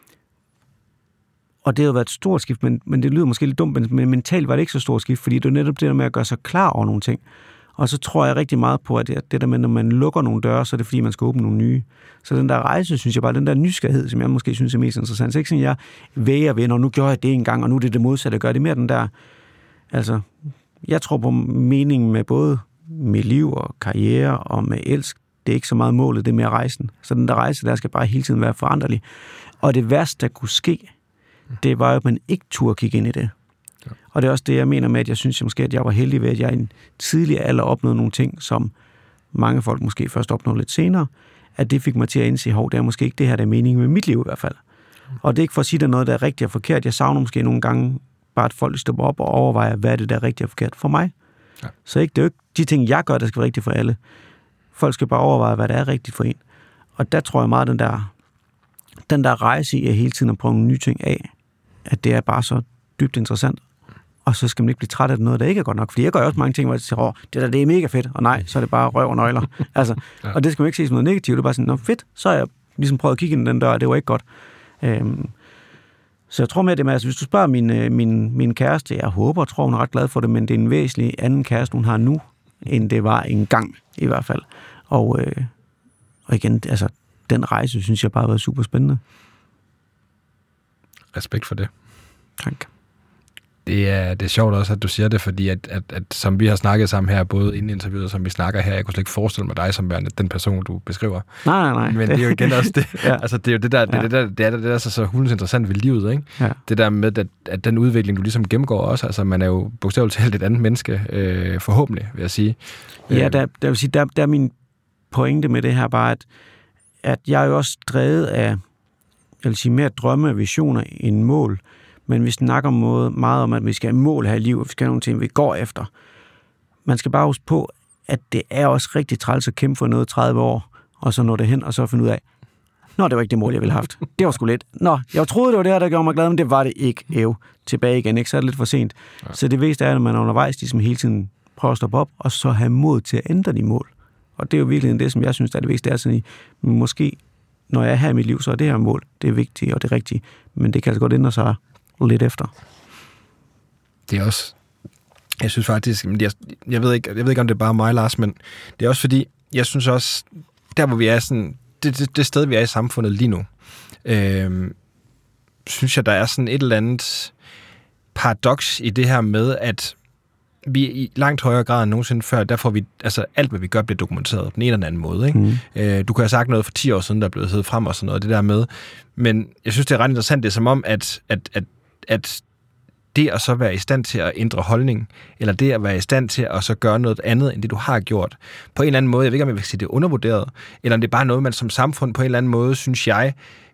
Speaker 4: Og det har været et stort skift, men det lyder måske lidt dumt, men mentalt var det ikke så stort skift, fordi det er netop det der med at gøre sig klar over nogle ting. Og så tror jeg rigtig meget på, at det der med, når man lukker nogle døre, så er det fordi, man skal åbne nogle nye. Så den der rejse, synes jeg bare, den der nysgerrighed, som jeg måske synes er mest interessant. Så ikke sådan, jeg væger ved, og nu gjorde jeg det en gang, og nu er det modsatte, jeg gør det mere den der. Altså, jeg tror på meningen med både mit liv og karriere og med elsk. Det er ikke så meget målet, det er mere rejsen. Så den der rejse, der skal bare hele tiden være foranderlig. Og det værste, der kunne ske, det var jo, at man ikke turde kigge ind i det. Og det er også det, jeg mener med, at jeg synes måske, at jeg var heldig ved, at jeg i en tidlig alder opnåede nogle ting, som mange folk måske først opnåede lidt senere, at det fik mig til at indse, at det er måske ikke det her, der er meningen med mit liv i hvert fald. Og det er ikke for at sige, at der er noget, der er rigtigt og forkert. Jeg savner måske nogle gange bare, at folk stopper op og overvejer, hvad er det, der er rigtigt og forkert for mig. Ja. Så det er jo ikke de ting, jeg gør, der skal være rigtigt for alle. Folk skal bare overveje, hvad der er rigtigt for en. Og der tror jeg meget, den der rejse i at hele tiden at prøve nogle nye ting af, at det er bare så dybt interessant. og så skal man ikke blive træt af noget, der ikke er godt nok. Fordi jeg gør også mange ting, hvor jeg siger, det er mega fedt, og nej, så er det bare røv og nøgler. Altså, ja. Og det skal man ikke se som noget negativt, det er bare sådan, fedt, så har jeg ligesom prøvet at kigge ind den dør, og det var ikke godt. Så jeg tror med det med, altså hvis du spørger min kæreste, jeg håber og tror, hun er ret glad for det, men det er en væsentlig anden kæreste, hun har nu, end det var engang i hvert fald. Og igen, altså den rejse, synes jeg bare har været super spændende.
Speaker 2: Respekt for det.
Speaker 4: Tak.
Speaker 2: Det er sjovt også, at du siger det, fordi at som vi har snakket sammen her, både inden interviewet og som vi snakker her, jeg kunne slet ikke forestille mig dig som værende den person, du beskriver.
Speaker 4: Nej.
Speaker 2: Men det er jo igen også det.
Speaker 4: Ja.
Speaker 2: Altså, det er jo det der, det er så hulens interessant ved livet, ikke? Ja. Det der med, at den udvikling, du ligesom gennemgår også, altså man er jo bogstaveligt talt et andet menneske, forhåbentlig, vil jeg sige.
Speaker 4: Ja, der vil sige, der er min pointe med det her bare, at jeg er jo også drevet af, jeg vil sige, mere drømme og visioner end mål. Men vi snakker meget om, at vi skal have mål her i livet, vi skal have nogle ting, vi går efter. Man skal bare huske på, at det er også rigtig træls at kæmpe for noget 30 år, og så nå det hen, og så finde ud af, det var ikke det mål, jeg ville have haft. Det var sgu lidt. Jeg troede, det var det her, der gjorde mig glad, men det var det ikke. Tilbage igen, ikke? Så er det lidt for sent. Ja. Så det vigtigste er, at man er undervejs, ligesom hele tiden prøver at stoppe op, og så have mod til at ændre de mål. Og det er jo virkelig det, som jeg synes, er det vigtigste. Er sådan, måske, når jeg er her i mit liv, så er det her mål. Det er vigtigt, og det er rigtigt. Men det kan altså godt ændre sig lidt efter. Det
Speaker 2: er også, jeg synes faktisk, jeg ved ikke, om det er bare mig, Lars, men det er også fordi, jeg synes også, der hvor vi er sådan, det sted, vi er i samfundet lige nu, synes jeg, der er sådan et eller andet paradoks i det her med, at vi i langt højere grad end nogensinde før, der får vi, altså alt, hvad vi gør, bliver dokumenteret på den ene eller anden måde, ikke? Du kan have sagt noget for 10 år siden, der er blevet heddet frem og sådan noget, det der med, men jeg synes, det er ret interessant, det er som om, at det at så være i stand til at ændre holdning, eller det at være i stand til at så gøre noget andet, end det du har gjort, på en eller anden måde, jeg ved ikke, om jeg vil sige, det er undervurderet, eller om det er bare noget, man som samfund på en eller anden måde, synes jeg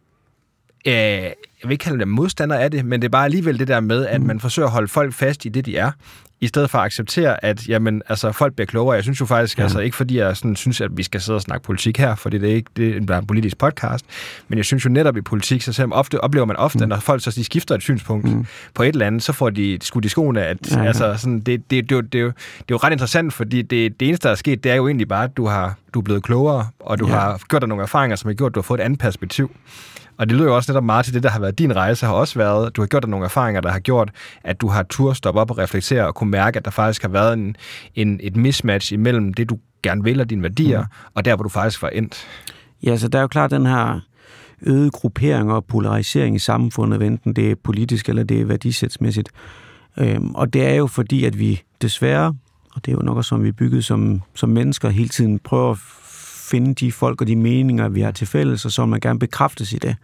Speaker 2: vil ikke kalde dem modstander af det, men det er bare alligevel det der med, at man forsøger at holde folk fast i det, de er, i stedet for at acceptere, at jamen, altså, folk bliver klogere. Jeg synes jo faktisk, altså ikke fordi jeg sådan, synes, at vi skal sidde og snakke politik her, fordi det er ikke det er en politisk podcast, men jeg synes jo netop i politik, så selvom oplever man ofte, når folk så de skifter et synspunkt på et eller andet, så får de skudt i skoene, at altså, sådan, det er jo ret interessant, fordi det eneste, der er sket, det er jo egentlig bare, at du er blevet klogere, og du har gjort dig nogle erfaringer, som har gjort, at du har fået et andet perspektiv. Og det lyder jo også netop meget til det, der har været din rejse, har også været, at du har gjort dig nogle erfaringer, der har gjort, at du har turde stoppe op og reflektere og kunne mærke, at der faktisk har været et mismatch imellem det, du gerne vil og dine værdier, og der, hvor du faktisk var endt. Ja, så der er jo klart den her øgede gruppering og polarisering i samfundet, enten det er politisk eller det er værdisætsmæssigt. Og det er jo fordi, at vi desværre, og det er jo nok også, som vi er bygget som mennesker, hele tiden prøver at finde de folk og de meninger, vi har til fælles, og så man gerne bekræftes i det.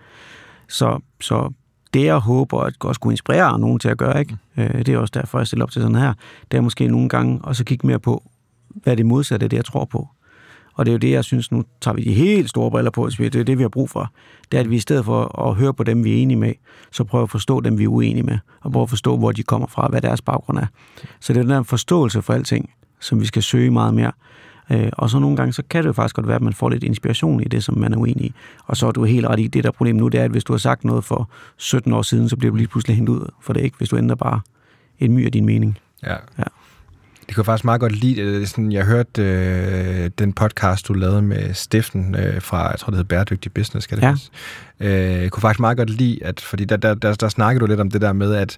Speaker 2: Så det, jeg håber, at også kunne inspirere nogen til at gøre, ikke? Det er også derfor, jeg stiller op til sådan her, det er måske nogle gange også at kigge mere på, hvad det modsatte er det, jeg tror på. Og det er jo det, jeg synes, nu tager vi de helt store briller på, det er det, vi har brug for. Det er, at vi i stedet for at høre på dem, vi er enige med, så prøver at forstå dem, vi er uenige med, og prøve at forstå, hvor de kommer fra, hvad deres baggrund er. Så det er den der forståelse for alting, som vi skal søge meget mere. Og så nogle gange, så kan det jo faktisk godt være, at man får lidt inspiration i det, som man er uenig i. Og så er du helt ret i, det der problem nu, det er, at hvis du har sagt noget for 17 år siden, så bliver du lige pludselig hentet ud for det, ikke? Hvis du ændrer bare en my af din mening. Ja. Det kunne faktisk meget godt lide, sådan, jeg hørte den podcast, du lavede med Steffen fra, jeg tror det hedder Bæredygtig Business, skal det jeg kunne faktisk meget godt lide, fordi der snakkede du lidt om det der med,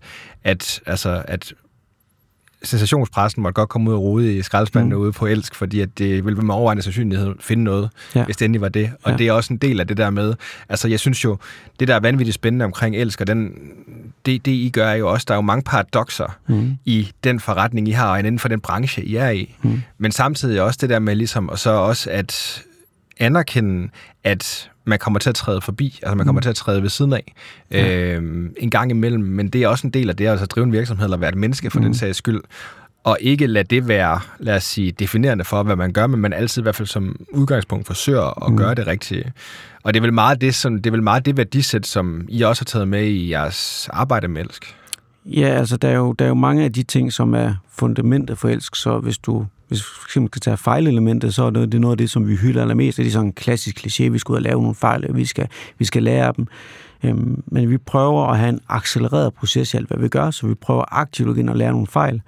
Speaker 2: at sensationspressen måtte godt komme ud og rode i skraldespanden ude på Elsk, fordi at det ville med overvejende sandsynlighed finde noget, hvis det endelig var det. Og det er også en del af det der med, altså jeg synes jo, det der er vanvittigt spændende omkring Elsk, og det I gør er jo også, der er jo mange paradokser i den forretning, I har, og inden for den branche, I er i. Men samtidig også det der med ligesom, og så også at anerkende, at man kommer til at træde forbi, altså man kommer til at træde ved siden af en gang imellem, men det er også en del af det, altså at drive en virksomhed eller være et menneske for den sags skyld, og ikke lade det være, lad os sige, definerende for, hvad man gør, men man altid i hvert fald som udgangspunkt forsøger at gøre det rigtige. Og det er vel meget det værdisæt, som I også har taget med i jeres arbejde med Elsk. Ja, altså der er jo mange af de ting, som er fundamentet for Elsk, så hvis du skal tage fejlelementet, så er det noget af det, som vi hylder allermest. Det er sådan en klassisk kliché, vi skal ud og lave nogle fejl, vi skal lære af dem.
Speaker 4: Men vi prøver at have en accelereret proces i alt, hvad vi gør, så vi prøver aktivt at gå ind og lære nogle fejl,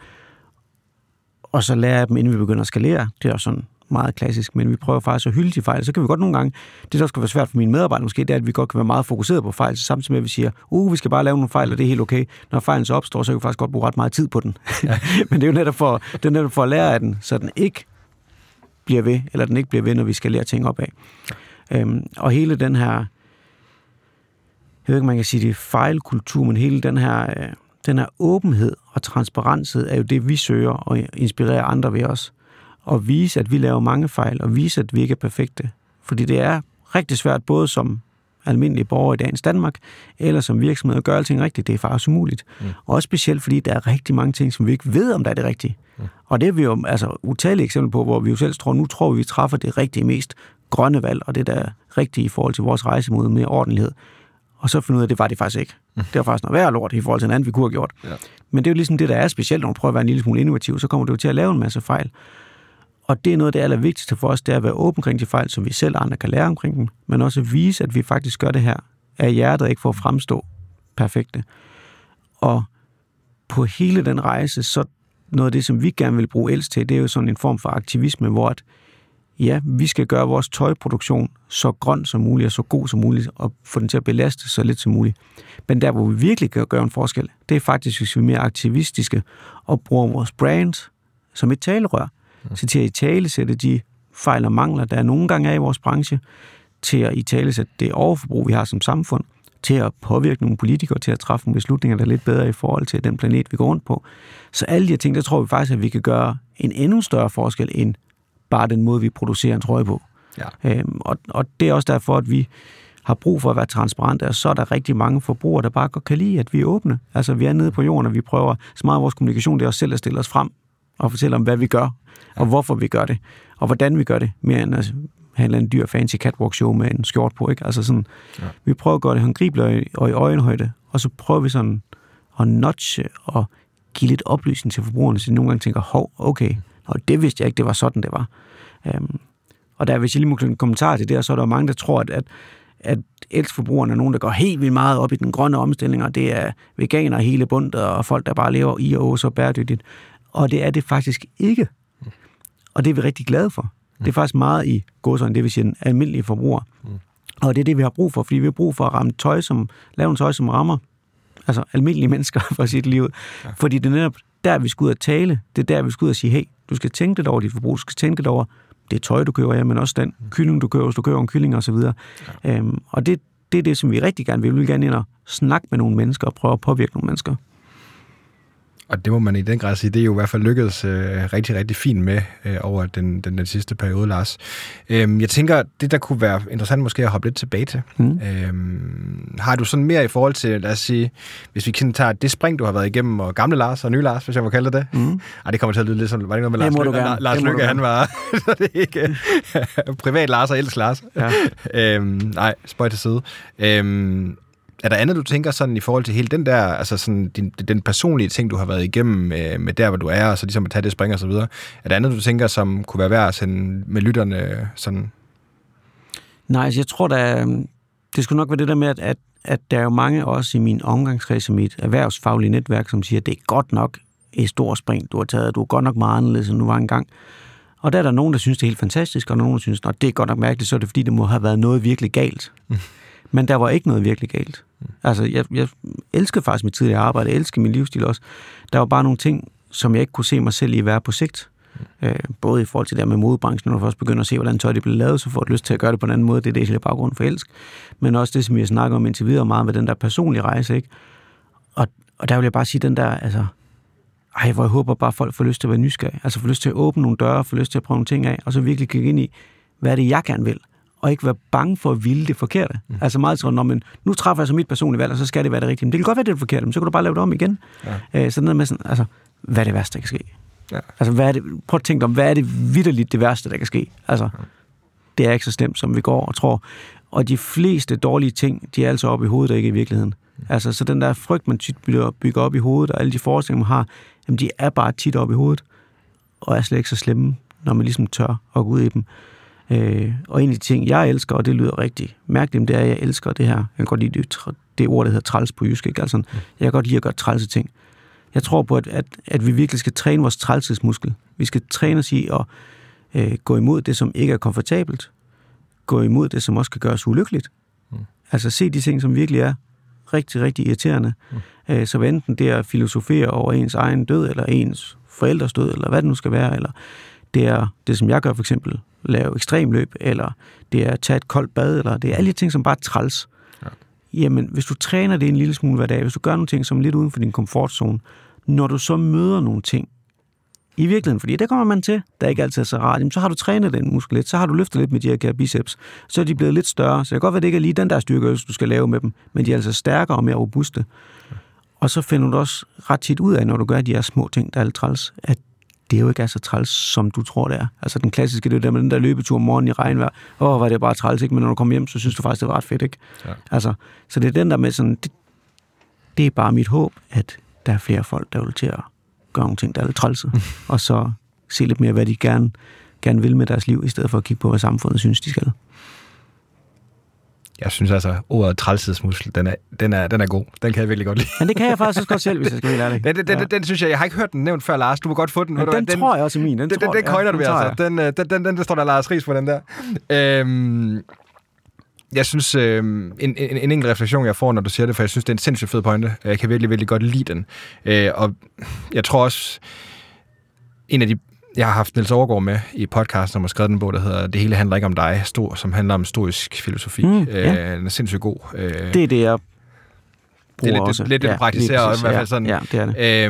Speaker 4: og så lærer jeg dem, inden vi begynder at skalere. Det er også sådan meget klassisk, men vi prøver faktisk at hylde de fejl. Så kan vi godt nogle gange, det der skal være svært for mine medarbejdere måske, det er, at vi godt kan være meget fokuseret på fejl, så samtidig med, at vi siger, vi skal bare lave nogle fejl, og det er helt okay. Når fejlen så opstår, så kan vi faktisk godt bruge ret meget tid på den. Ja. Men det er jo netop for at lære af den, så den ikke bliver ved, eller den ikke bliver ved, når vi skal lære ting op af. Og hele den her, jeg ved ikke, man kan sige, det er fejlkultur, men hele den her åbenhed og transparenshed er jo det, vi søger at inspirere andre ved os. Og vise, at vi laver mange fejl, og vise, at vi ikke er perfekte. Fordi det er rigtig svært, både som almindelige borgere i dagens Danmark, eller som virksomhed at gøre alting rigtigt. Det er faktisk umuligt. Og også specielt, fordi der er rigtig mange ting, som vi ikke ved, om der er det rigtige. Og det er vi jo utallige eksempler på, hvor vi jo selv tror, vi træffer det rigtige, mest grønne valg, og det der er rigtigt i forhold til vores rejse mod mere ordentlighed. Og så finde ud af, at det var det faktisk ikke. Det var faktisk noget værre lort i forhold til en anden, vi kunne have gjort. Ja. Men det er jo ligesom det, der er specielt, når man prøver at være en lille smule innovativ, så kommer du til at lave en masse fejl. Og det er noget af det allervigtigste for os, det er at være åben omkring de fejl, så vi selv og andre kan lære omkring dem, men også vise, at vi faktisk gør det her af hjertet, ikke for at fremstå perfekte. Og på hele den rejse, så noget af det, som vi gerne vil bruge els til, det er jo sådan en form for aktivisme, hvor at, ja, vi skal gøre vores tøjproduktion så grøn som muligt og så god som muligt, og få den til at belaste så lidt som muligt. Men der, hvor vi virkelig kan gøre en forskel, det er faktisk, hvis vi er mere aktivistiske og bruger vores brand som et talerør, så til at italesætte de fejl og mangler, der nogle gange er i vores branche, til at italesætte det overforbrug, vi har som samfund, til at påvirke nogle politikere, til at træffe nogle beslutninger, der er lidt bedre i forhold til den planet, vi går rundt på. Så alle de her ting, der tror vi faktisk, at vi kan gøre en endnu større forskel, end bare den måde, vi producerer en trøje på. Ja. Og det er også derfor, at vi har brug for at være transparente, og så er der rigtig mange forbrugere, der bare godt kan lide, at vi er åbne. Altså, vi er nede på jorden, og vi prøver så meget af vores kommunikation, det er også selv at stille os frem og fortælle om, hvad vi gør, og hvorfor vi gør det, og hvordan vi gør det, mere end at have en dyr fancy catwalk-show med en skjort på, ikke? Altså sådan, vi prøver at gøre det håndgribeligt og i øjenhøjde, og så prøver vi sådan at notche og give lidt oplysning til forbrugerne, så de nogle gange tænker, okay, og det vidste jeg ikke, det var sådan, det var. Og der, hvis jeg lige må knytte en kommentar til det, så er der mange, der tror, at elsforbrugerne er nogen, der går helt vildt meget op i den grønne omstilling, og det er veganer hele bundet, og folk, der bare lever i og så bæredygtigt. Og det er det faktisk ikke. Og det er vi rigtig glade for. Det er faktisk meget i godsøjne, det vil sige den almindelige forbruger. Og det er det, vi har brug for, fordi vi har brug for at lave en tøj, som rammer altså almindelige mennesker for sit liv. Ja. Fordi det er netop der, vi skal ud og tale. Det er der, vi skal ud og sige, hey, du skal tænke lidt over dit forbrug, du skal tænke lidt over det tøj, du køber af, men også den kylling, du køber, hvis du køber en kylling og så videre. Ja. Og det er det, som vi rigtig gerne vil. Vi vil gerne ind og snakke med nogle mennesker og prøve at påvirke nogle mennesker.
Speaker 2: Og det må man i den grad sige, det er jo i hvert fald lykkedes rigtig, rigtig fint med over den sidste periode, Lars. Jeg tænker, det der kunne være interessant måske at hoppe lidt tilbage til. Har du sådan mere i forhold til, lad os sige, hvis vi kan tage det spring, du har været igennem, og gamle Lars og nye Lars, hvis jeg må kalde det? Det kommer til at lyde lidt sådan, var det ikke noget med Lars Løkke, han var, så det er ikke privat Lars og elsk Lars. Ja. Nej, spøj til side. Er der andet, du tænker sådan i forhold til hele den der, altså sådan den personlige ting, du har været igennem med der, hvor du er, og så ligesom at tage det spring og så videre? Er der andet, du tænker, som kunne være værd at sende med lytterne sådan? Nej,
Speaker 4: altså jeg tror, det skulle nok være det der med, at der er jo mange også i min omgangskreds og mit erhvervsfaglige netværk, som siger, at det er godt nok et stort spring, du har taget. Du er godt nok meget anderledes, end du var engang. Og der er der nogen, der synes, det er helt fantastisk, og nogen, der synes, at det er godt nok mærkeligt, så er det fordi, det må have været noget virkelig galt. Men der var ikke noget virkelig galt. Altså, jeg elskede faktisk mit tidligere arbejde, jeg elskede min livsstil også. Der var bare nogle ting, som jeg ikke kunne se mig selv i at være på sigt. Både i forhold til det med modebranchen, når du først begynder at se, hvordan tøj det bliver lavet, så får du lyst til at gøre det på en anden måde. Det er det hele baggrund for elsk. Men også det, som jeg snakker om indtil videre meget med den der personlige rejse, ikke? Og der vil jeg bare sige den der, altså, hvor jeg håber bare, at folk får lyst til at være nysgerrige. Altså får lyst til at åbne nogle døre, får lyst til at prøve nogle ting af, og så virkelig kigge ind i, hvad er det, jeg gerne vil? Og ikke være bange for at ville det forkerte. Altså meget sådan, nu træffer jeg så mit personlige valg, og så skal det være det rigtige. Men det kan godt være, det er det forkerte, men så kan du bare lave det om igen. Ja. Sådan noget med sådan, altså, hvad er det værste, der kan ske? Ja. Altså, prøv at tænke dig om, hvad er det vitterligt det værste, der kan ske? Altså, det er ikke så slemt, som vi går og tror. Og de fleste dårlige ting, de er altså oppe i hovedet, og ikke i virkeligheden. Altså, så den der frygt, man tit bygger op i hovedet, og alle de forestillinger, man har, jamen, de er bare tit oppe i hovedet, og er slet ikke så slemme, når man ligesom tør at gå ud i dem. Og en af de ting, jeg elsker, og det lyder rigtig mærkeligt, det er, at jeg elsker det her. Jeg kan godt lide det ord, der hedder træls på jysk, ikke? Altså, jeg kan godt lide at gøre trælse ting. Jeg tror på, at vi virkelig skal træne vores trælshedsmuskel. Vi skal træne os i at gå imod det, som ikke er komfortabelt. Gå imod det, som også kan gøre os ulykkeligt. Altså se de ting, som virkelig er rigtig, rigtig irriterende. Så enten det er at filosofere over ens egen død, eller ens forældres død, eller hvad det nu skal være, eller det er det, som jeg gør for eksempel, lave ekstremløb, eller det er at tage et koldt bad, eller det er alle de ting, som bare træls. Ja. Jamen, hvis du træner det en lille smule hver dag, hvis du gør nogle ting, som er lidt uden for din komfortzone, når du så møder nogle ting, i virkeligheden, fordi det kommer man til, der ikke altid er så rart, jamen, så har du trænet den muskel lidt, så har du løftet lidt med de her biceps, så er de blevet lidt større, så det kan godt være, det ikke er lige den der styrkeøvelse, du skal lave med dem, men de er altså stærkere og mere robuste. Og så finder du også ret tit ud af, når du gør de her små ting, der er lidt træls, at det jo ikke er så træls, som du tror, det er. Altså den klassiske, det er der med den der løbetur om morgenen i regnvejr. Var det bare træls, ikke? Men når du kommer hjem, så synes du faktisk, det var ret fedt, ikke? Ja. Altså, så det er den der med sådan, det er bare mit håb, at der er flere folk, der vil til at gøre nogle ting, der er lidt trælse, og så se lidt mere, hvad de gerne vil med deres liv, i stedet for at kigge på, hvad samfundet synes, de skal.
Speaker 2: Jeg synes altså, ordet trælshedsmuskel, den er god. Den kan jeg virkelig godt lide.
Speaker 4: Men det kan jeg faktisk også godt selv, hvis jeg skal være ærlig.
Speaker 2: Den synes jeg har ikke hørt den nævnt før, Lars. Du må godt få den.
Speaker 4: Den tror jeg også er min. Den
Speaker 2: køjner du ved, altså. Den står der Lars Riis på, den der. Jeg synes, en enkelt refleksion, jeg får, når du siger det, for jeg synes, det er en sindssygt fed pointe. Jeg kan virkelig, virkelig godt lide den. Og jeg tror også, en af de... Jeg har haft Niels Overgaard med i podcasten, og har skrevet den bog, der hedder Det hele handler ikke om dig, som handler om stoisk filosofi. Den er sindssygt god.
Speaker 4: Det er det, jeg
Speaker 2: bruger også. Det er lidt det, du praktiserer også, i hvert fald sådan.
Speaker 4: Ja, det er det.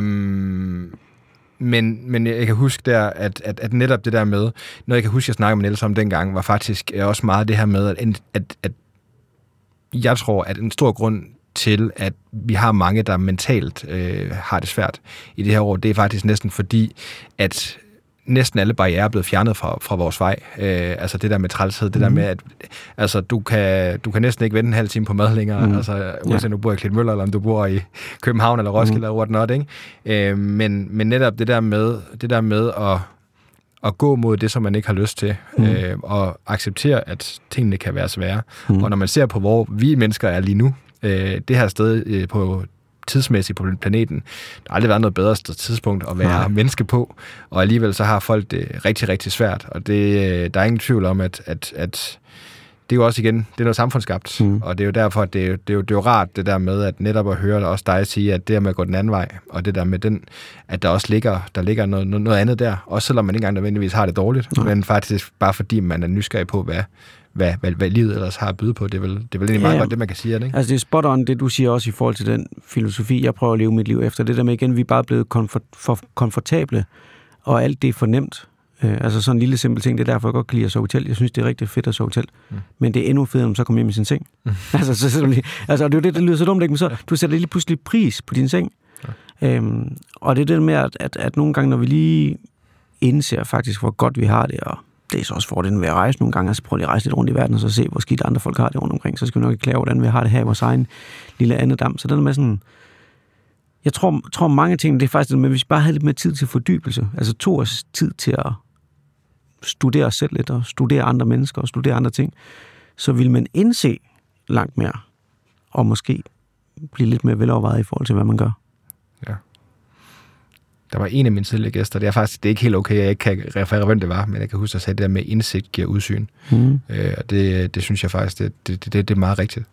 Speaker 2: Men jeg kan huske der, at netop det der med, noget jeg kan huske, jeg snakkede med Niels om dengang, var faktisk også meget det her med, at jeg tror, at en stor grund til, at vi har mange, der mentalt har det svært i det her år, det er faktisk næsten fordi, at næsten alle barrierer er blevet fjernet fra vores vej. Altså det der med trælshed, det der med, at altså, du kan næsten ikke vente en halv time på mad længere, altså uanset om du bor i Klitmøller, eller om du bor i København, eller Roskilde, eller whatnot, ikke? Men netop det der med at gå mod det, som man ikke har lyst til, og acceptere, at tingene kan være svære. Og når man ser på, hvor vi mennesker er lige nu, det her sted på tidsmæssigt på planeten. Der har aldrig været noget bedre tidspunkt at være menneske på, og alligevel så har folk det rigtig, rigtig svært. Og der er ingen tvivl om, at det er jo også igen, det er noget samfundsskabt, og det er jo derfor, at det er jo rart, det der med, at netop at høre også dig sige, at det med at gå den anden vej, og det der med den, at der også ligger noget andet der, også selvom man ikke engang nødvendigvis har det dårligt, men faktisk bare fordi man er nysgerrig på, hvad livet ellers har at byde på. Det er vel egentlig meget godt, det man kan sige, ikke? Altså
Speaker 4: det er spot on, det du siger også i forhold til den filosofi, jeg prøver at leve mit liv efter. Det der med igen, vi er bare blevet for komfortable, og alt det er for nemt. Altså sådan en lille simpel ting, det er derfor, jeg godt kan lide at sove hotel. Jeg synes, det er rigtig fedt at sove hotel. Men det er endnu federe, når man så kommer hjem i sin seng. Altså, så sætter du lige, altså, det er jo det, der lyder så dumt, ikke? Men så du sætter lige pludselig pris på din seng. Og det er det med, at nogle gange, når vi lige indser faktisk, hvor godt vi har det, og det er så også fordelen ved at rejse nogle gange, altså prøve lige at rejse lidt rundt i verden, og så se, hvor skidt andre folk har det rundt omkring, så skal vi nok ikke klare, hvordan vi har det her i vores egen lille andedam. Så den er med sådan, jeg tror mange ting, det er faktisk det med, hvis vi bare havde lidt mere tid til fordybelse, altså 2 års tid til at studere os selv lidt, og studere andre mennesker, og studere andre ting, så vil man indse langt mere, og måske blive lidt mere velovervejet i forhold til, hvad man gør.
Speaker 2: Ja. Der var en af mine tidligere gæster, det er ikke helt okay, jeg ikke kan referere, hvem det var, men jeg kan huske at sige, det der med indsigt giver udsyn. Og det synes jeg faktisk, det er meget rigtigt.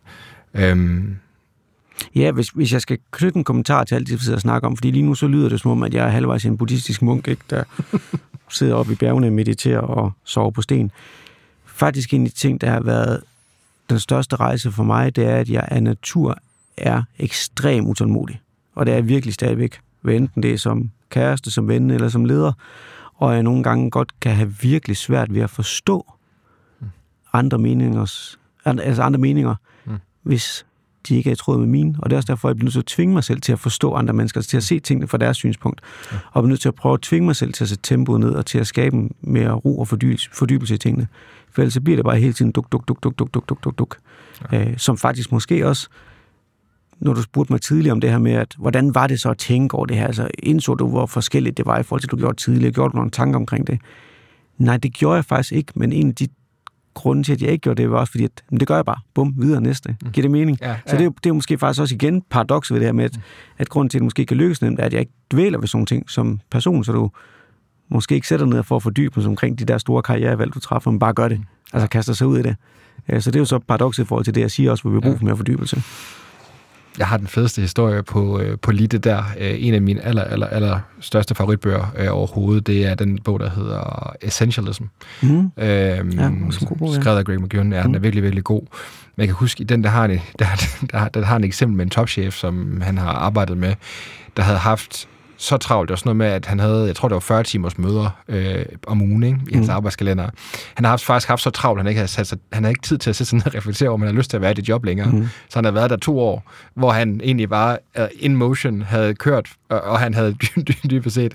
Speaker 4: Ja, hvis jeg skal knytte en kommentar til alt det, vi sidder og snakker om, fordi lige nu så lyder det som om, at jeg er halvvejs en buddhistisk munk, ikke, der sidder oppe i bjergene og mediterer og sover på sten. Faktisk en af de ting, der har været den største rejse for mig, det er, at jeg af natur er ekstremt utålmodig. Og det er jeg virkelig stadigvæk. Hvad enten det er som kæreste, som ven eller som leder. Og jeg nogle gange godt kan have virkelig svært ved at forstå andre meninger, hvis de ikke er i tråd med mine. Og det er også derfor, jeg bliver nødt til at tvinge mig selv til at forstå andre mennesker, til at se tingene fra deres synspunkt. Og jeg bliver nødt til at prøve at tvinge mig selv til at sætte tempoet ned, og til at skabe mere ro og fordybelse i tingene. For ellers så bliver det bare hele tiden duk. Som faktisk måske også, når du spurgte mig tidligere om det her med, at hvordan var det så at tænke over det her? Altså indså du, hvor forskelligt det var i forhold til, du gjorde tidligere? Gjorde du nogle tanker omkring det? Nej, det gjorde jeg faktisk ikke, men en af de grunden til, at jeg ikke gjorde det, var også fordi, at det gør jeg bare. Bum, videre næste. Giver det mening?
Speaker 2: Ja.
Speaker 4: Så det er måske faktisk også igen paradokset ved det her med, at grunden til, at det måske kan lykkes nemt, er, at jeg ikke dvæler ved sådan nogle ting som person, så du måske ikke sætter ned for at fordybe omkring de der store karrierevalg, du træffer, men bare gør det. Altså kaster sig ud i det. Så det er jo så paradokset i forhold til det, jeg siger også, hvor vi bruger for mere fordybelse.
Speaker 2: Jeg har den fedeste historie på lige det der. En af mine aller største favoritbøger overhovedet, det er den bog, der hedder Essentialism.
Speaker 4: God bog,
Speaker 2: skrevet af Greg McKeown. Ja, den er virkelig, virkelig god. Men jeg kan huske, i den, der har en eksempel med en topchef, som han har arbejdet med, der havde haft så travlt. Det var sådan noget med, at han havde, jeg tror, det var 40 timers møder om ugen, ikke, i hans arbejdskalender. Han har faktisk haft så travlt, han havde ikke tid til at sætte sig ned og reflektere over, om han havde lyst til at være i det job længere. Så han havde været der 2 år, hvor han egentlig bare in motion havde kørt, og han havde dybest set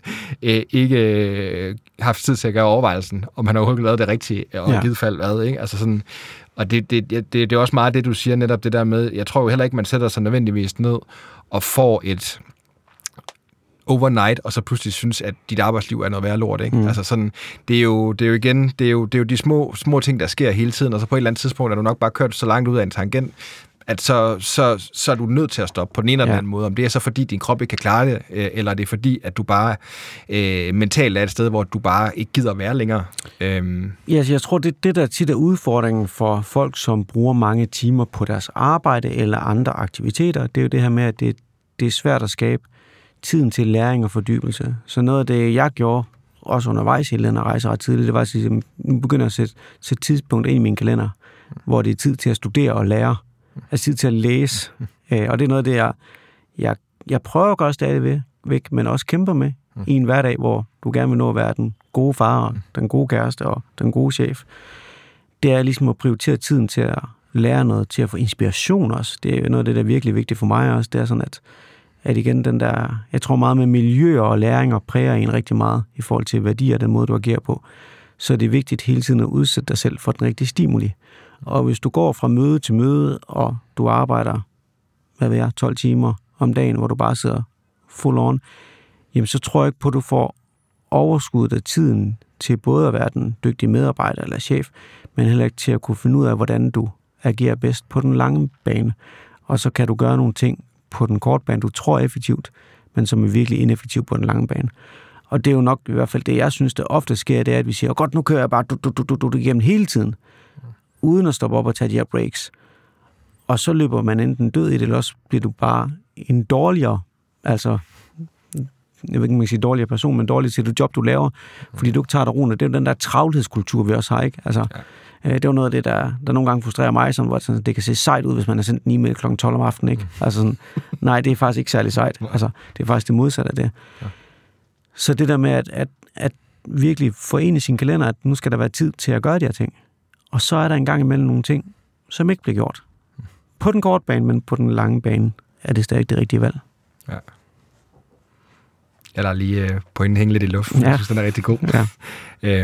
Speaker 2: ikke haft tid til at gøre overvejelsen, om han overhovedet lavet det rigtige, og i givet fald hvad, ikke? Altså sådan, og det er også meget det, du siger netop det der med, jeg tror jo heller ikke, man sætter sig nødvendigvis ned og får et overnight, og så pludselig synes, at dit arbejdsliv er noget værre lort, ikke? Altså sådan, det er jo de små ting, der sker hele tiden, og så på et eller andet tidspunkt er du nok bare kørt så langt ud af en tangent, at så er du nødt til at stoppe på den ene eller den anden måde. Om det er så fordi, din krop ikke kan klare det, eller det er fordi, at du bare mentalt er et sted, hvor du bare ikke gider at være længere.
Speaker 4: Ja, jeg tror, det der tit er udfordringen for folk, som bruger mange timer på deres arbejde eller andre aktiviteter, det er jo det her med, at det er svært at skabe tiden til læring og fordybelse. Så noget af det, jeg gjorde, også undervejs i den her rejse ret tidligt, det var at sige, at nu begynder jeg at sætte tidspunkt ind i min kalender, hvor det er tid til at studere og lære, altså tid til at læse. Og det er noget af det, jeg prøver at gøre stadigvæk, men også kæmper med i en hverdag, hvor du gerne vil nå at være den gode far, den gode kæreste og den gode chef. Det er ligesom at prioritere tiden til at lære noget, til at få inspiration også. Det er noget af det, der er virkelig vigtigt for mig også. Det er sådan, at igen den der, jeg tror meget med miljøer og læringer præger en rigtig meget i forhold til værdier, den måde, du agerer på. Så det er vigtigt hele tiden at udsætte dig selv for den rigtige stimuli. Og hvis du går fra møde til møde, og du arbejder, 12 timer om dagen, hvor du bare sidder full on, jamen så tror jeg ikke på, at du får overskuddet af tiden til både at være den dygtige medarbejder eller chef, men heller ikke til at kunne finde ud af, hvordan du agerer bedst på den lange bane. Og så kan du gøre nogle ting på den korte bane, du tror er effektivt, men som er virkelig ineffektivt på den lange bane. Og det er jo nok i hvert fald det, jeg synes, det ofte sker, det er, at vi siger, godt, nu kører jeg bare du igennem hele tiden, uden at stoppe op og tage de her breaks. Og så løber man enten død i det, eller også bliver du bare en dårligere, altså, jeg ved ikke, man kan sige dårligere person, men dårlig til det job, du laver, fordi du ikke tager dig roen. Det er jo den der travlhedskultur, vi også har, ikke? Altså, det er jo noget af det, der nogle gange frustrerer mig, som hvor det kan se sejt ud, hvis man har sendt en e-mail kl. 12 om aftenen, ikke? Altså sådan, nej, det er faktisk ikke særlig sejt. Altså, det er faktisk det modsatte af det. Ja. Så det der med at virkelig forene sin kalender, at nu skal der være tid til at gøre de her ting. Og så er der engang imellem nogle ting, som ikke bliver gjort. På den korte bane, men på den lange bane er det stadig det rigtige valg.
Speaker 2: Ja. Jeg lader lige pointen hænge lidt i luften. Ja. Jeg synes, den er rigtig god. Ja.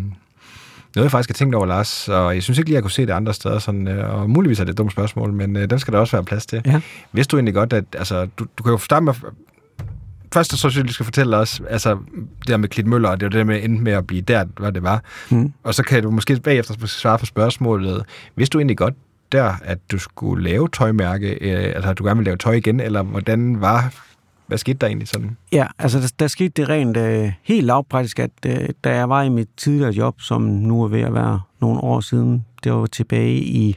Speaker 2: Noget, jeg faktisk har tænkt over, Lars, og jeg synes ikke lige, jeg kunne se det andre steder, sådan, og muligvis er det et dumt spørgsmål, men dem skal der også være plads til. Ja. Vidste du egentlig godt, at altså, du kan jo starte med... Først så synes jeg, du skal fortælle os, altså det der med Klitmøller, og det var det der med endte med at blive der, hvad det var. Og så kan du måske bagefter svare på spørgsmålet. Vidste du egentlig godt der, at du skulle lave tøjmærke, altså at du gerne ville lave tøj igen, eller hvad skete der egentlig sådan? Ja,
Speaker 4: altså der skete det rent helt lavpraktisk, at da jeg var i mit tidligere job, som nu er ved at være nogle år siden, det var tilbage i...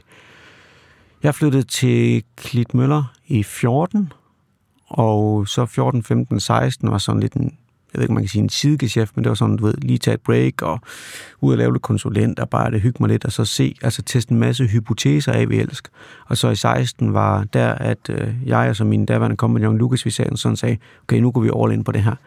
Speaker 4: Jeg flyttede til Klitmøller i 14, og så 14, 15, 16 var sådan lidt en, jeg ved ikke, man kan sige en sidegeschæft, men det var sådan, du ved, lige tage et break og ud og lave lidt konsulent og bare hygge mig lidt, og så teste en masse hypoteser af, vi elsk. Og så i 16 var der, at jeg og så min daværende kompagnon Lukas, vi sagde, okay, nu går vi all in på det her.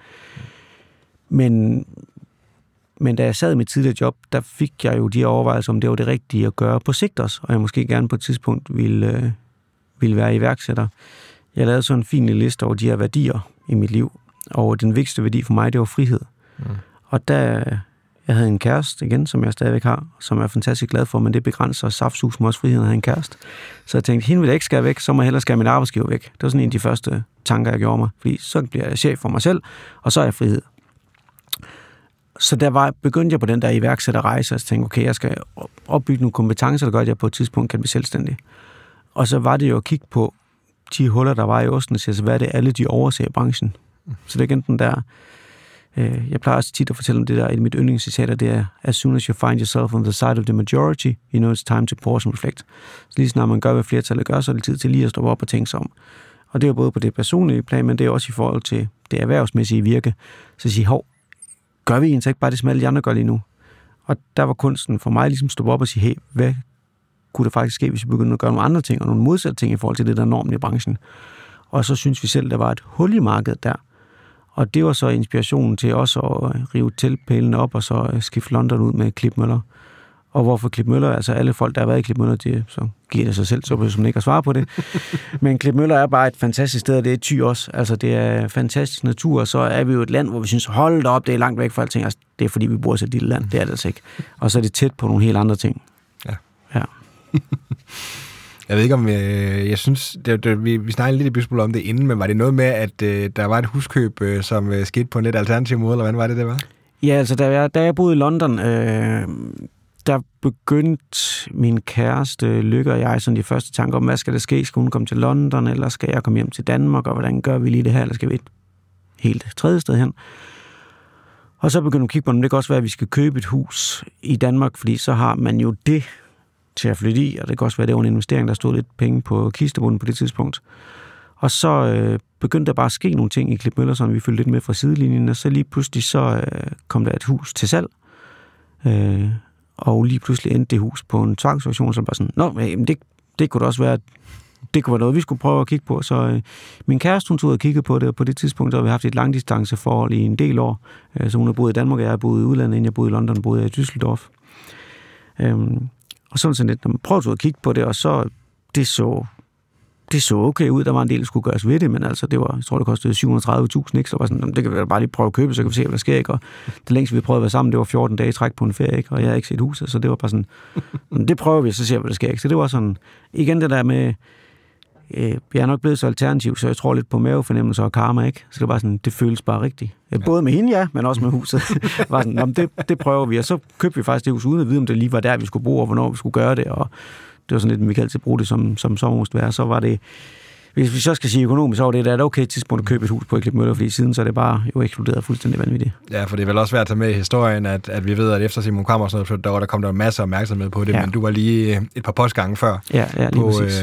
Speaker 4: Men da jeg sad i mit tidligere job, der fik jeg jo de overvejelser, om det var det rigtige at gøre på sigt også, og jeg måske gerne på et tidspunkt ville være iværksætter. Jeg lavede sådan en fin liste over de her værdier i mit liv, og den vigtigste værdi for mig, det var frihed. Og da jeg havde en kæreste igen, som jeg stadigvæk har, som jeg er fantastisk glad for, men det begrænser saftsus mig også friheden at have en kæreste. Så jeg tænkte, hende vil jeg ikke skære væk, så må jeg hellere skære min arbejdsgiver væk. Det var sådan en af de første tanker, jeg gjorde mig, fordi så bliver jeg chef for mig selv, og så er jeg frihed. Så begyndte jeg på den der iværksætterrejse, og tænkte, okay, jeg skal opbygge nogle kompetencer, der gør, at jeg på et tidspunkt kan blive selvstændig. Og så var det jo at kigge på de huller, der var i osten, og sige, så hvad er det, alle de overser i branchen. Så det er igen den der, jeg plejer også tit at fortælle om det der, i mit yndlingscitater, det er, as soon as you find yourself on the side of the majority, you know it's time to pause and reflect. Så lige snart man gør, hvad flertallet gør, så er det tid til lige at stoppe op og tænke sig om. Og det er både på det personlige plan, men det er også i forhold til det erhvervsmæssige virke. Så sige, gør vi egentlig ikke bare det, som alle de andre gør lige nu? Og der var kunsten for mig ligesom at stoppe op og sige, hey, hvad kunne der faktisk ske, hvis vi begyndte at gøre nogle andre ting, og nogle modsatte ting i forhold til det, der er normen i branchen. Og så synes vi selv, der var et hul i markedet der. Og det var så inspirationen til også at rive teltpælene op, og så skifte London ud med klipmøller. Og hvorfor klipmøller? Altså alle folk, der har været i klipmøller, så giver det sig selv, så behøver man ikke at svare på det. Men klipmøller er bare et fantastisk sted, og det er Thy også. Altså det er fantastisk natur, og så er vi jo et land, hvor vi synes, hold da op, det er langt væk fra alting. Altså, det er fordi, vi bor i et lille land, det er det altså ikke. Og så er det tæt på nogle helt andre ting. Ja.
Speaker 2: Jeg ved ikke om, jeg synes, vi snakkede lidt i Bysbol om det inden, men var det noget med, at der var et huskøb, som skete på en lidt alternativ måde, eller hvordan var det var?
Speaker 4: Ja, altså da jeg boede i London, der begyndte min kæreste, Lykke og jeg, sådan de første tanker om, hvad skal der ske? Skal hun komme til London, eller skal jeg komme hjem til Danmark, og hvordan gør vi lige det her, eller skal vi et helt tredje sted hen? Og så begyndte hun at kigge på, om det kan også være, at vi skal købe et hus i Danmark, fordi så har man jo det til at flytte i, og det kan også være, at det var en investering, der stod lidt penge på kistebunden på det tidspunkt. Og så begyndte der bare at ske nogle ting i Klipmøller, som vi følte lidt med fra sidelinjen, og så lige pludselig så kom der et hus til salg, og lige pludselig endte det hus på en tvangsauktion, som bare sådan, det kunne da også være, det kunne være noget, vi skulle prøve at kigge på. Så min kæreste, hun tog og kiggede på det, og på det tidspunkt, der har vi haft et langdistanceforhold i en del år. Så hun har boet i Danmark, og jeg har boet i udlandet, inden jeg boede i London, boede jeg i Düsseldorf. Og så sådan lidt, når man prøvede at kigge på det, og så det så okay ud. Der var en del, der skulle gøres ved det, men altså, det var, jeg tror, det kostede 730.000, ikke? Så var sådan, det kan vi bare lige prøve at købe, så kan vi se, hvad der sker, ikke? Og det længste, vi prøvede at være sammen, det var 14 dage træk på en ferie, ikke? Og jeg har ikke set huset, så det var bare sådan, det prøver vi, så ser vi, hvad der sker, ikke? Så det var sådan, igen det der med, jeg er nok blevet så alternativ, så jeg tror lidt på mavefornemmelse og karma, ikke? Så det var sådan, det føles bare rigtigt. Både med hende, ja, men også med huset. Var sådan, det prøver vi, og så købte vi faktisk det hus uden at vide, om det lige var der, vi skulle bo, og hvornår vi skulle gøre det, og det var sådan lidt, vi kan altid bruge det som sommerhus være. Så var det, hvis vi så skal sige økonomisk, så var det et okay tidspunkt at købe et hus på i Klipmøller, fordi siden så er det bare jo eksploderet fuldstændig vanvittigt.
Speaker 2: Ja, for det er vel også værd at tage med i historien, at vi ved, at efter Simon Krammer og sådan noget, der kom der masser af opmærksomhed på det, men du var lige et par postgange før.
Speaker 4: Ja, lige
Speaker 2: på,
Speaker 4: præcis.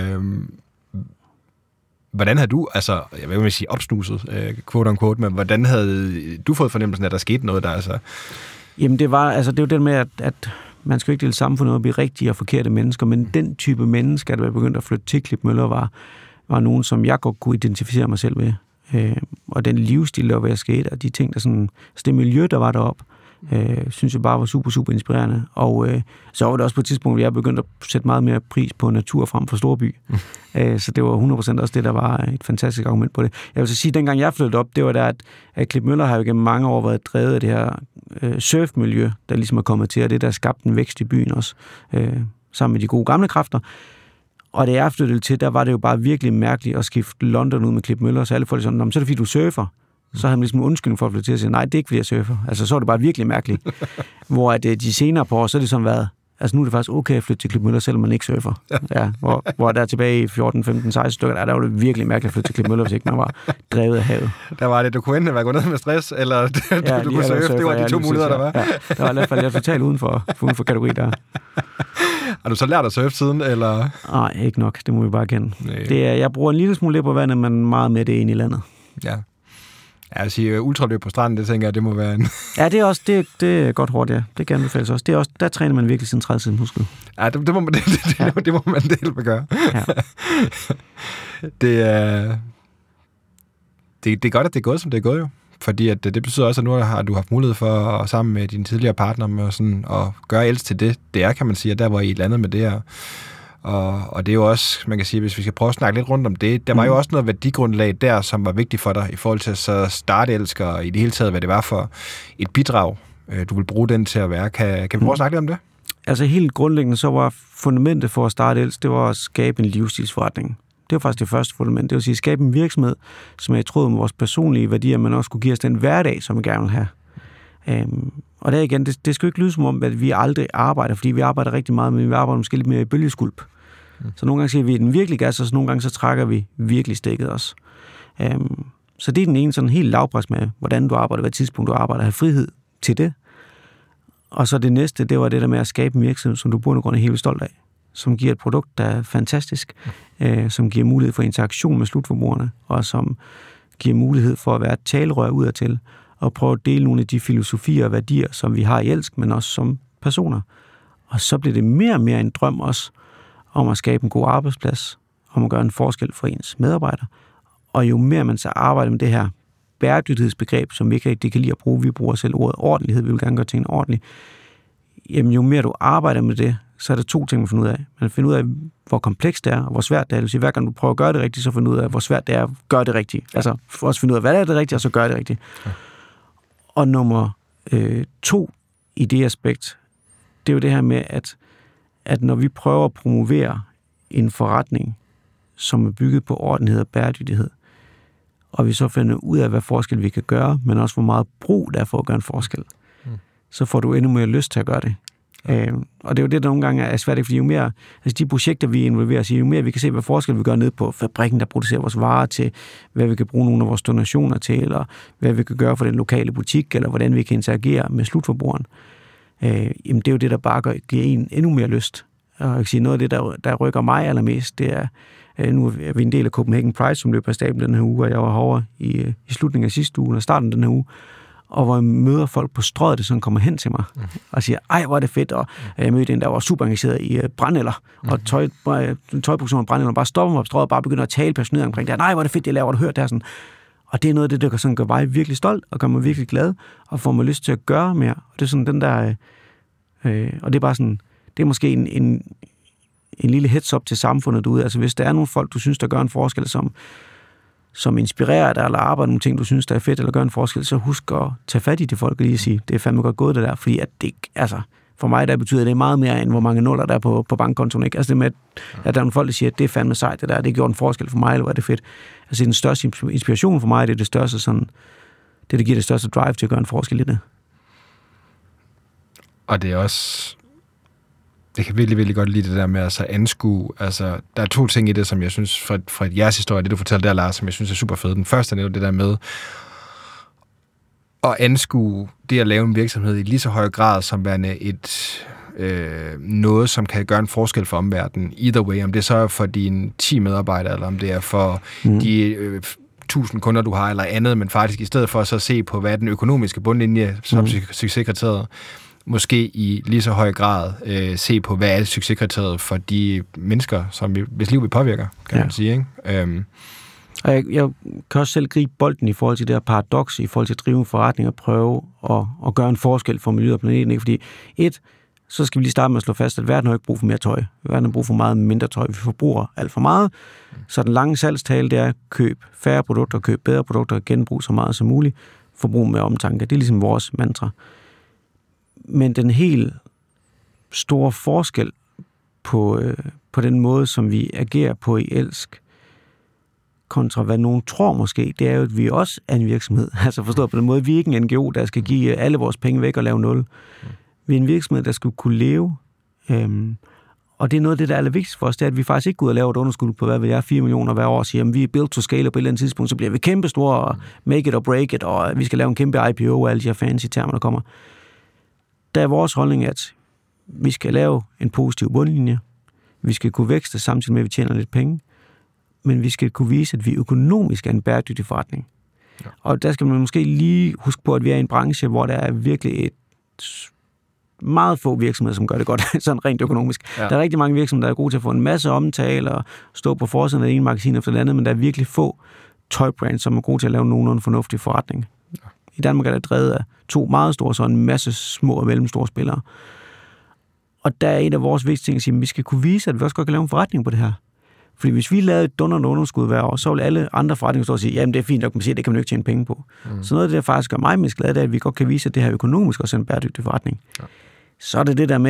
Speaker 2: Hvordan havde du, altså, jeg vil sige opsnuset, quote on quote, men hvordan havde du fået fornemmelsen, at der skete noget der, altså?
Speaker 4: Jamen det var jo det med, at man skal jo ikke dele samfundet op i rigtige og forkerte mennesker, men den type mennesker, der var begyndt at flytte til Klipmøller, var nogen, som jeg godt kunne identificere mig selv ved. Og den livsstil, der var ved at ske, og de ting, der sådan, så det miljø, der var deroppe, synes jeg bare var super, super inspirerende. Og så var det også på et tidspunkt, hvor jeg begyndte at sætte meget mere pris på natur frem for storby. Så det var 100% også det, der var et fantastisk argument på det. Jeg vil så sige, at dengang jeg flyttede op, det var der, at Klipmøller har jo gennem mange år været drevet af det her surfmiljø, der ligesom er kommet til, og det der skabt en vækst i byen også, sammen med de gode gamle kræfter. Og da jeg flyttede til, der var det jo bare virkelig mærkeligt at skifte London ud med Klipmøller, så alle folk sådan, så er det fordi, du surfer. Så havde man ligesom en undskyldning for at flytte til at sige, nej, det er ikke fordi, jeg surfer. Altså, så var det bare virkelig mærkeligt. Hvor at de senere på år, så er det sådan været, altså nu er det faktisk okay at flytte til Klipmøller, selvom man ikke surfer. Ja, hvor der tilbage i 14, 15, 16 stykker, der var det virkelig mærkeligt at flytte til Klipmøller, hvis ikke man var drevet af havet.
Speaker 2: Der var det, du kunne enten være gået ned med stress, eller du kunne surfe. Det var de to muligheder, der var. Ja,
Speaker 4: der var i hvert fald, jeg er totalt uden for kategori der.
Speaker 2: Har du så lært at surfe siden, eller?
Speaker 4: Nej, ikke nok. Det må vi bare kende. Jeg bruger en lille smule lidt på vandet, men meget med det ind i landet.
Speaker 2: Ja. Jeg vil sige, ultraløb på stranden, det tænker jeg, det må være en...
Speaker 4: Ja, det er også det er godt hårdt, ja. Det kan anbefales også. Det er også, der træner man virkelig sin trædsiden muskel.
Speaker 2: Ja, det må man det må man dele med gøre. Ja. Det er godt, at det er gået, som det er gået jo. Fordi at det betyder også, at nu har du haft mulighed for sammen med dine tidligere partner med sådan, at gøre ældst til det er, kan man sige, at der var I landet med det her. Og det er jo også, man kan sige, hvis vi skal prøve at snakke lidt rundt om det, der var jo også noget værdigrundlag der, som var vigtigt for dig, i forhold til så starte elsker, og i det hele taget, hvad det var for et bidrag, du vil bruge den til at være. Kan vi prøve at snakke lidt om det?
Speaker 4: Altså helt grundlæggende, så var fundamentet for at starte elsk, det var at skabe en livsstilsforretning. Det var faktisk det første fundament. Det vil sige at skabe en virksomhed, som er i tråd med vores personlige værdier, men også kunne give os den hverdag, som vi gerne vil have. Og der igen, det skal jo ikke lyde som om, at vi aldrig arbejder, fordi vi arbejder rigtig meget, men vi arbejder måske lidt mere i bølgeskulp. Så nogle gange siger vi, at den virkelig gas, og så nogle gange så trækker vi virkelig stikket også. Så det er den ene sådan helt lavpres med, hvordan du arbejder, hvad tidspunkt du arbejder, have frihed til det. Og så det næste, det var det der med at skabe en virksomhed, som du burde grund af helt stolt af, som giver et produkt, der er fantastisk, som giver mulighed for interaktion med slutforbrugerne, og som giver mulighed for at være et talerør udadtil, og prøve at dele nogle af de filosofier og værdier, som vi har i Elsk, men også som personer. Og så bliver det mere og mere en drøm også, om at skabe en god arbejdsplads, om at gøre en forskel for ens medarbejdere. Og jo mere man så arbejder med det her bæredygtighedsbegreb, som vi ikke rigtig kan lide at bruge, vi bruger selv ordet ordentlighed, vi vil gerne gøre tingene ordentligt, jamen jo mere du arbejder med det, så er der 2 ting, man finder ud af. Man finder ud af, hvor komplekst det er, og hvor svært det er. Det vil sige, hver gang du prøver at gøre det rigtigt, så finder du ud af, hvor svært det er at gøre det rigtigt. Altså for også finde ud af, hvad er det rigtige, og så gøre det rigtigt. Ja. Og nummer 2 i det aspekt, det er jo det her med, at når vi prøver at promovere en forretning, som er bygget på ordentlighed og bæredygtighed, og vi så finder ud af, hvad forskel vi kan gøre, men også hvor meget brug der er for at gøre en forskel, så får du endnu mere lyst til at gøre det. Og det er jo det, der nogle gange er svært, fordi jo mere, altså de projekter, vi involverer os i, jo mere vi kan se, hvad forskel vi gør ned på fabrikken, der producerer vores varer til, hvad vi kan bruge nogle af vores donationer til, eller hvad vi kan gøre for den lokale butik, eller hvordan vi kan interagere med slutforbrugeren. Jamen det er jo det, der bare giver en endnu mere lyst. Og jeg kan sige, noget af det, der rykker mig allermest, det er, nu er vi en del af Copenhagen Pride, som løber af stablen den her uge, og jeg var herovre i slutningen af sidste uge, og starten den her uge, og hvor jeg møder folk på strøget, der sådan kommer hen til mig og siger, ej, hvor er det fedt, og jeg mødte en, der var super engageret i brændenælder, og tøjproduktion af brændenælder, bare stopper mig på strøget og bare begynder at tale passioneret omkring det. Nej, hvor er det fedt, jeg laver, du hørt det her sådan. Og det er noget af det, der sådan gør mig virkelig stolt, og gør mig virkelig glad, og får mig lyst til at gøre mere. Og det er sådan den der, og det er bare sådan, det er måske en lille heads-up til samfundet derude. Altså hvis der er nogle folk, du synes, der gør en forskel, som inspirerer dig, eller arbejder nogle ting, du synes, der er fedt, eller gør en forskel, så husk at tage fat i de folk, og lige at sige, det er fandme godt gået det der, fordi at det, altså, for mig, der betyder det meget mere, end hvor mange nuller der er på bankkontoen, ikke? Altså det med, at der er nogle folk, der siger, at det er fandme sejt, det der, det gjorde en forskel for mig, eller hvor er det fedt. Altså den største inspiration for mig, det er det største sådan, det der giver det største drive til at gøre en forskel i det.
Speaker 2: Og det er også, det kan virkelig, virkelig godt lide det der med at anskue, altså der er 2 ting i det, som jeg synes, fra jeres historie, det du fortalte der, Lars, som jeg synes er super fedt. Den første er jo det der med at anskue det at lave en virksomhed i lige så høj grad som værende noget, som kan gøre en forskel for omverdenen. Either way, om det så er for dine 10 medarbejdere, eller om det er for de 1000 kunder, du har, eller andet, men faktisk i stedet for så at se på, hvad er den økonomiske bundlinje som succeskriteriet, måske i lige så høj grad se på, hvad er succeskriteriet for de mennesker, hvis liv vi påvirker, kan man sige, ikke?
Speaker 4: Og jeg kan også selv gribe bolden i forhold til det her paradoks, i forhold til at drive en forretning og prøve at gøre en forskel for miljøet og planeten. Ikke? Fordi så skal vi lige starte med at slå fast, at verden har ikke brug for mere tøj. Verden har brug for meget mindre tøj. Vi forbruger alt for meget. Så den lange salgstale, det er køb færre produkter, køb bedre produkter, genbrug så meget som muligt, forbrug med omtanke. Det er ligesom vores mantra. Men den helt store forskel på den måde, som vi agerer på i Elsk, kontra hvad nogen tror måske, det er jo, at vi også er en virksomhed. Altså forstået på den måde, vi er ikke en NGO, der skal give alle vores penge væk og lave 0. Vi er en virksomhed, der skal kunne leve. Og det er noget af det, der er allervigtigst for os, det er, at vi faktisk ikke går ud og laver et underskud på, hvad vi er, 4 millioner hver år, og siger, at vi er built to scale, og på et eller andet tidspunkt, så bliver vi kæmpe store, og make it or break it, og vi skal lave en kæmpe IPO, og alle de her fancy termer, der kommer. Der er vores holdning, at vi skal lave en positiv bundlinje. Vi skal kunne vækste samtidig med, at vi tjener lidt penge. Men vi skal kunne vise, at vi økonomisk er en bæredygtig forretning. Ja. Og der skal man måske lige huske på, at vi er i en branche, hvor der er virkelig et meget få virksomheder, som gør det godt, sådan rent økonomisk. Ja. Der er rigtig mange virksomheder, der er gode til at få en masse omtale og stå på forsiden af det ene magasin efter det andet, men der er virkelig få tøjbrands, som er gode til at lave nogenlunde fornuftig forretning. Ja. I Danmark er der drevet af 2 meget store, så en masse små og mellemstore spillere. Og der er et af vores vigtige ting at sige, at vi skal kunne vise, at vi også godt kan lave en forretning på det her. Fordi hvis vi lavede et dunderende underskud hver år, så ville alle andre forretninger stå og sige, jamen det er fint nok, man siger, det kan man jo ikke tjene penge på. Så noget af det, der faktisk gør mig mest glad, det er, at vi godt kan vise, at det her økonomisk også er en bæredygtig forretning. Ja. Så er det der med,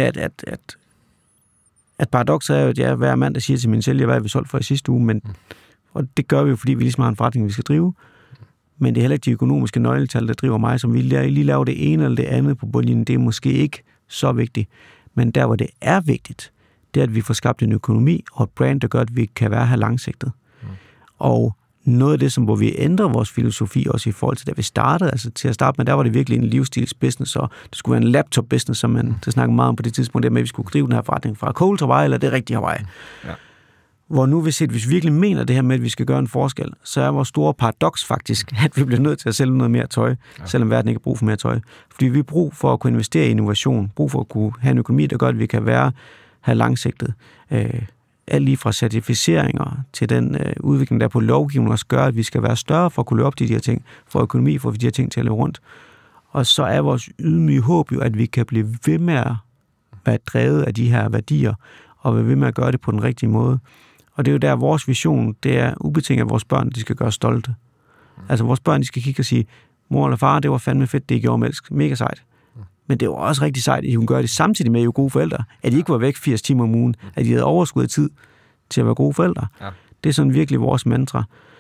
Speaker 4: at paradokset er jo, at jeg er hver mand, der siger til min sælger, hvad vi solgt for i sidste uge, men og det gør vi jo, fordi vi ligesom har en forretning, vi skal drive. men det er heller ikke de økonomiske nøgletal, der driver mig, som vi lige laver det ene eller det andet på bundlinjen. Det er måske ikke så vigtigt. Men der, hvor det er vigtigt, det er, at vi får skabt en økonomi og et brand, der gør, at vi kan være her langsigtet. Og noget af det, hvor vi ændrer vores filosofi også i forhold til, da vi startede, altså til at starte med, der var det virkelig en livsstilsbusiness, og det skulle være en laptop-business, som man snakkede meget om på det tidspunkt, der med, at vi skulle drive den her forretning fra cold til Hawaii, eller det rigtige Hawaii. Ja. Hvor nu hvis vi virkelig mener det her med, at vi skal gøre en forskel, så er vores store paradoks faktisk, at vi bliver nødt til at sælge noget mere tøj, selvom verden ikke har brug for mere tøj. Fordi vi har brug for at kunne investere i innovation, brug for at kunne have en økonomi, der gør, at vi kan være her langsigtet. Alt lige fra certificeringer til den udvikling, der på lovgivning også gør, at vi skal være større for at kunne løbe op til de her ting, for økonomi, for at få de her ting til at løbe rundt. Og så er vores ydmyge håb jo, at vi kan blive ved med at være drevet af de her værdier, og være ved med at gøre det på den rigtige måde. Og det er jo der, vores vision, det er ubetinget, at vores børn, de skal gøre stolte. Altså vores børn, de skal kigge og sige, mor eller far, det var fandme fedt, det I gjorde med elsk. Mega sejt. Men det var også rigtig sejt, at I kunne gøre det samtidig med, at I var gode forældre. At I ikke var væk 80 timer om ugen. At I havde overskud af tid til at være gode forældre. Ja. Det er sådan virkelig vores mantra.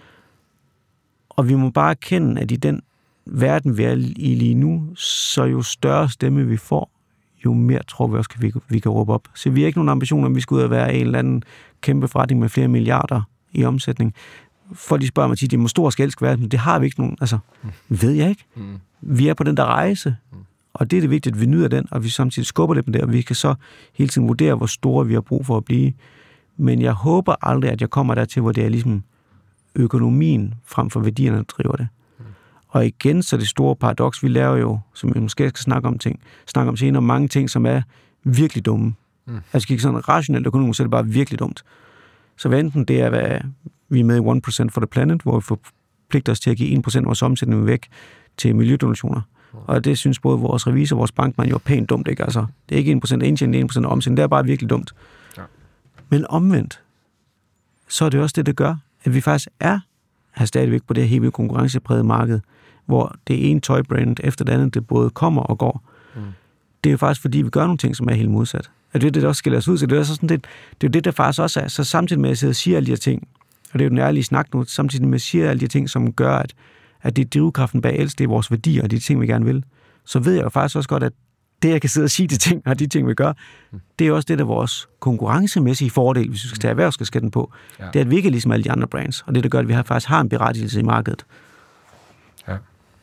Speaker 4: Og vi må bare erkende, at i den verden, vi er i lige nu, så jo større stemme vi får, jo mere tror vi også, vi kan råbe op. Så vi har ikke nogen ambitioner, om vi skal ud og være en eller anden kæmpe forretning med flere milliarder i omsætning. Folk de spørger mig tit, det må stor skæld skal være, men det har vi ikke nogen. Altså, ved jeg ikke. Vi er på den der rejse. Og det er det vigtigt, at vi nyder den, og vi samtidig skubber lidt med det, og vi kan så hele tiden vurdere, hvor store vi har brug for at blive. Men jeg håber aldrig, at jeg kommer dertil, hvor det er ligesom økonomien frem for værdierne, der driver det. Og igen, så det store paradoks, vi laver jo, som vi måske skal snakke om senere, mange ting, som er virkelig dumme. Altså ikke sådan rationelt økonomisk, så er det bare virkelig dumt. Så hvad enten det er, hvad vi er med i 1% for the Planet, hvor vi forpligter os til at give 1% af vores omsætning væk til miljødonationer. Og det synes både vores revisor og vores bankmand jo er pænt dumt, ikke? Altså, det er ikke 1% indtjening, 1% omsætning, det er bare virkelig dumt. Ja. Men omvendt, så er det også det, der gør, at vi faktisk er her stadigvæk på det her helt vildt konkurrenceprægede marked, hvor det ene tøjbrand efter det andet, det både kommer og går. Det er jo faktisk, fordi vi gør nogle ting, som er helt modsat. At det er det, der også skiller os ud. Så det er sådan det er jo det, der faktisk også er. Så samtidig med, at jeg sidder og siger alle de her ting, og det er jo den ærlige snak nu, samtidig med, at jeg siger alle de her ting, som gør, at det er drivkraften bag ældst, det er vores værdier og de ting, vi gerne vil, så ved jeg jo faktisk også godt, at det, jeg kan sidde og sige de ting, og de ting, vi gør, det er også det, der er vores konkurrencemæssige fordel, hvis vi skal tage erhvervsskatten på. Ja. Det er, at vi ikke er ligesom alle de andre brands, og det, der gør, at vi faktisk har en berettigelse i markedet.
Speaker 2: Ja.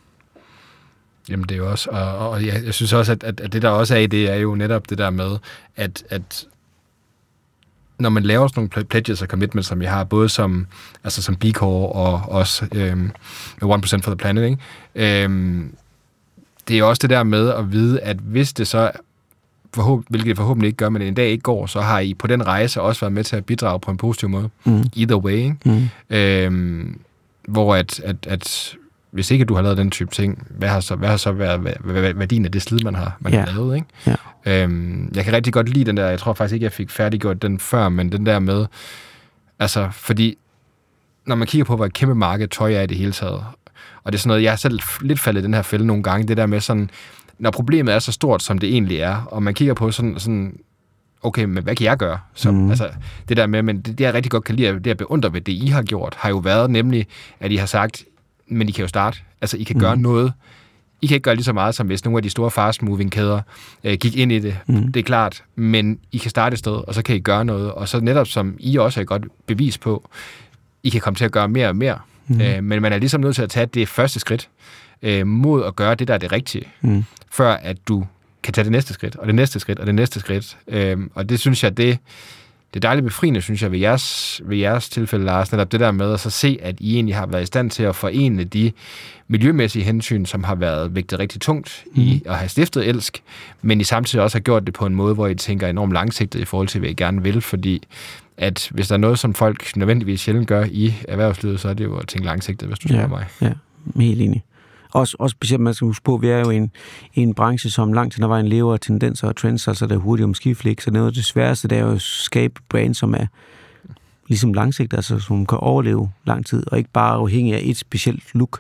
Speaker 2: Jamen, det er jo også, og jeg synes også, at det, der også er i det, er jo netop det der med, at når man laver sådan nogle pledges og commitments, som vi har, både som B Corp og også 1% for the Planet, ikke? Det er jo også det der med at vide, at hvis det så, hvilket det forhåbentlig ikke gør, men en dag ikke går, så har I på den rejse også været med til at bidrage på en positiv måde. Either way, ikke? Hvor at hvis ikke du har lavet den type ting, hvad har så været værdien af det slid, man har lavet, ikke? Ja. Jeg kan rigtig godt lide den der, jeg tror faktisk ikke, jeg fik færdiggjort den før, men den der med, altså, fordi når man kigger på, hvor et kæmpe marked tøj er i det hele taget, og det er sådan noget, jeg har selv lidt faldet i den her fælde nogle gange, det der med sådan, når problemet er så stort, som det egentlig er, og man kigger på sådan okay, men hvad kan jeg gøre? Altså, det der med, men det jeg rigtig godt kan lide, det at beundre ved det, I har gjort, har jo været nemlig, at I har sagt, men I kan jo starte. Altså, I kan gøre noget. I kan ikke gøre lige så meget, som hvis nogle af de store fast-moving-kæder gik ind i det. Det er klart. Men I kan starte et sted, og så kan I gøre noget. Og så netop, som I også er et godt bevis på, I kan komme til at gøre mere og mere. Men man er ligesom nødt til at tage det første skridt mod at gøre det, der er det rigtige. Før at du kan tage det næste skridt, og det næste skridt, og det næste skridt. Og det synes jeg, det er dejligt befriende, synes jeg, ved jeres tilfælde, Lars, netop det der med at så se, at I egentlig har været i stand til at forene de miljømæssige hensyn, som har været vægtet rigtig tungt i at have stiftet Elsk, men I samtidig også har gjort det på en måde, hvor I tænker enormt langsigtet i forhold til, hvad I gerne vil, fordi at hvis der er noget, som folk nødvendigvis sjældent gør i erhvervslivet, så er det jo at tænke langsigtet, hvis du spørger mig.
Speaker 4: Ja, helt enig. Også specielt, man skal huske på, at vi er jo i en branche, som langt hen ad vejen lever af tendenser og trends, altså der er hurtigt om skiflik, så noget af det sværeste, det er jo at skabe brand, som er ligesom langsigtet, altså som kan overleve lang tid, og ikke bare afhængig af et specielt look.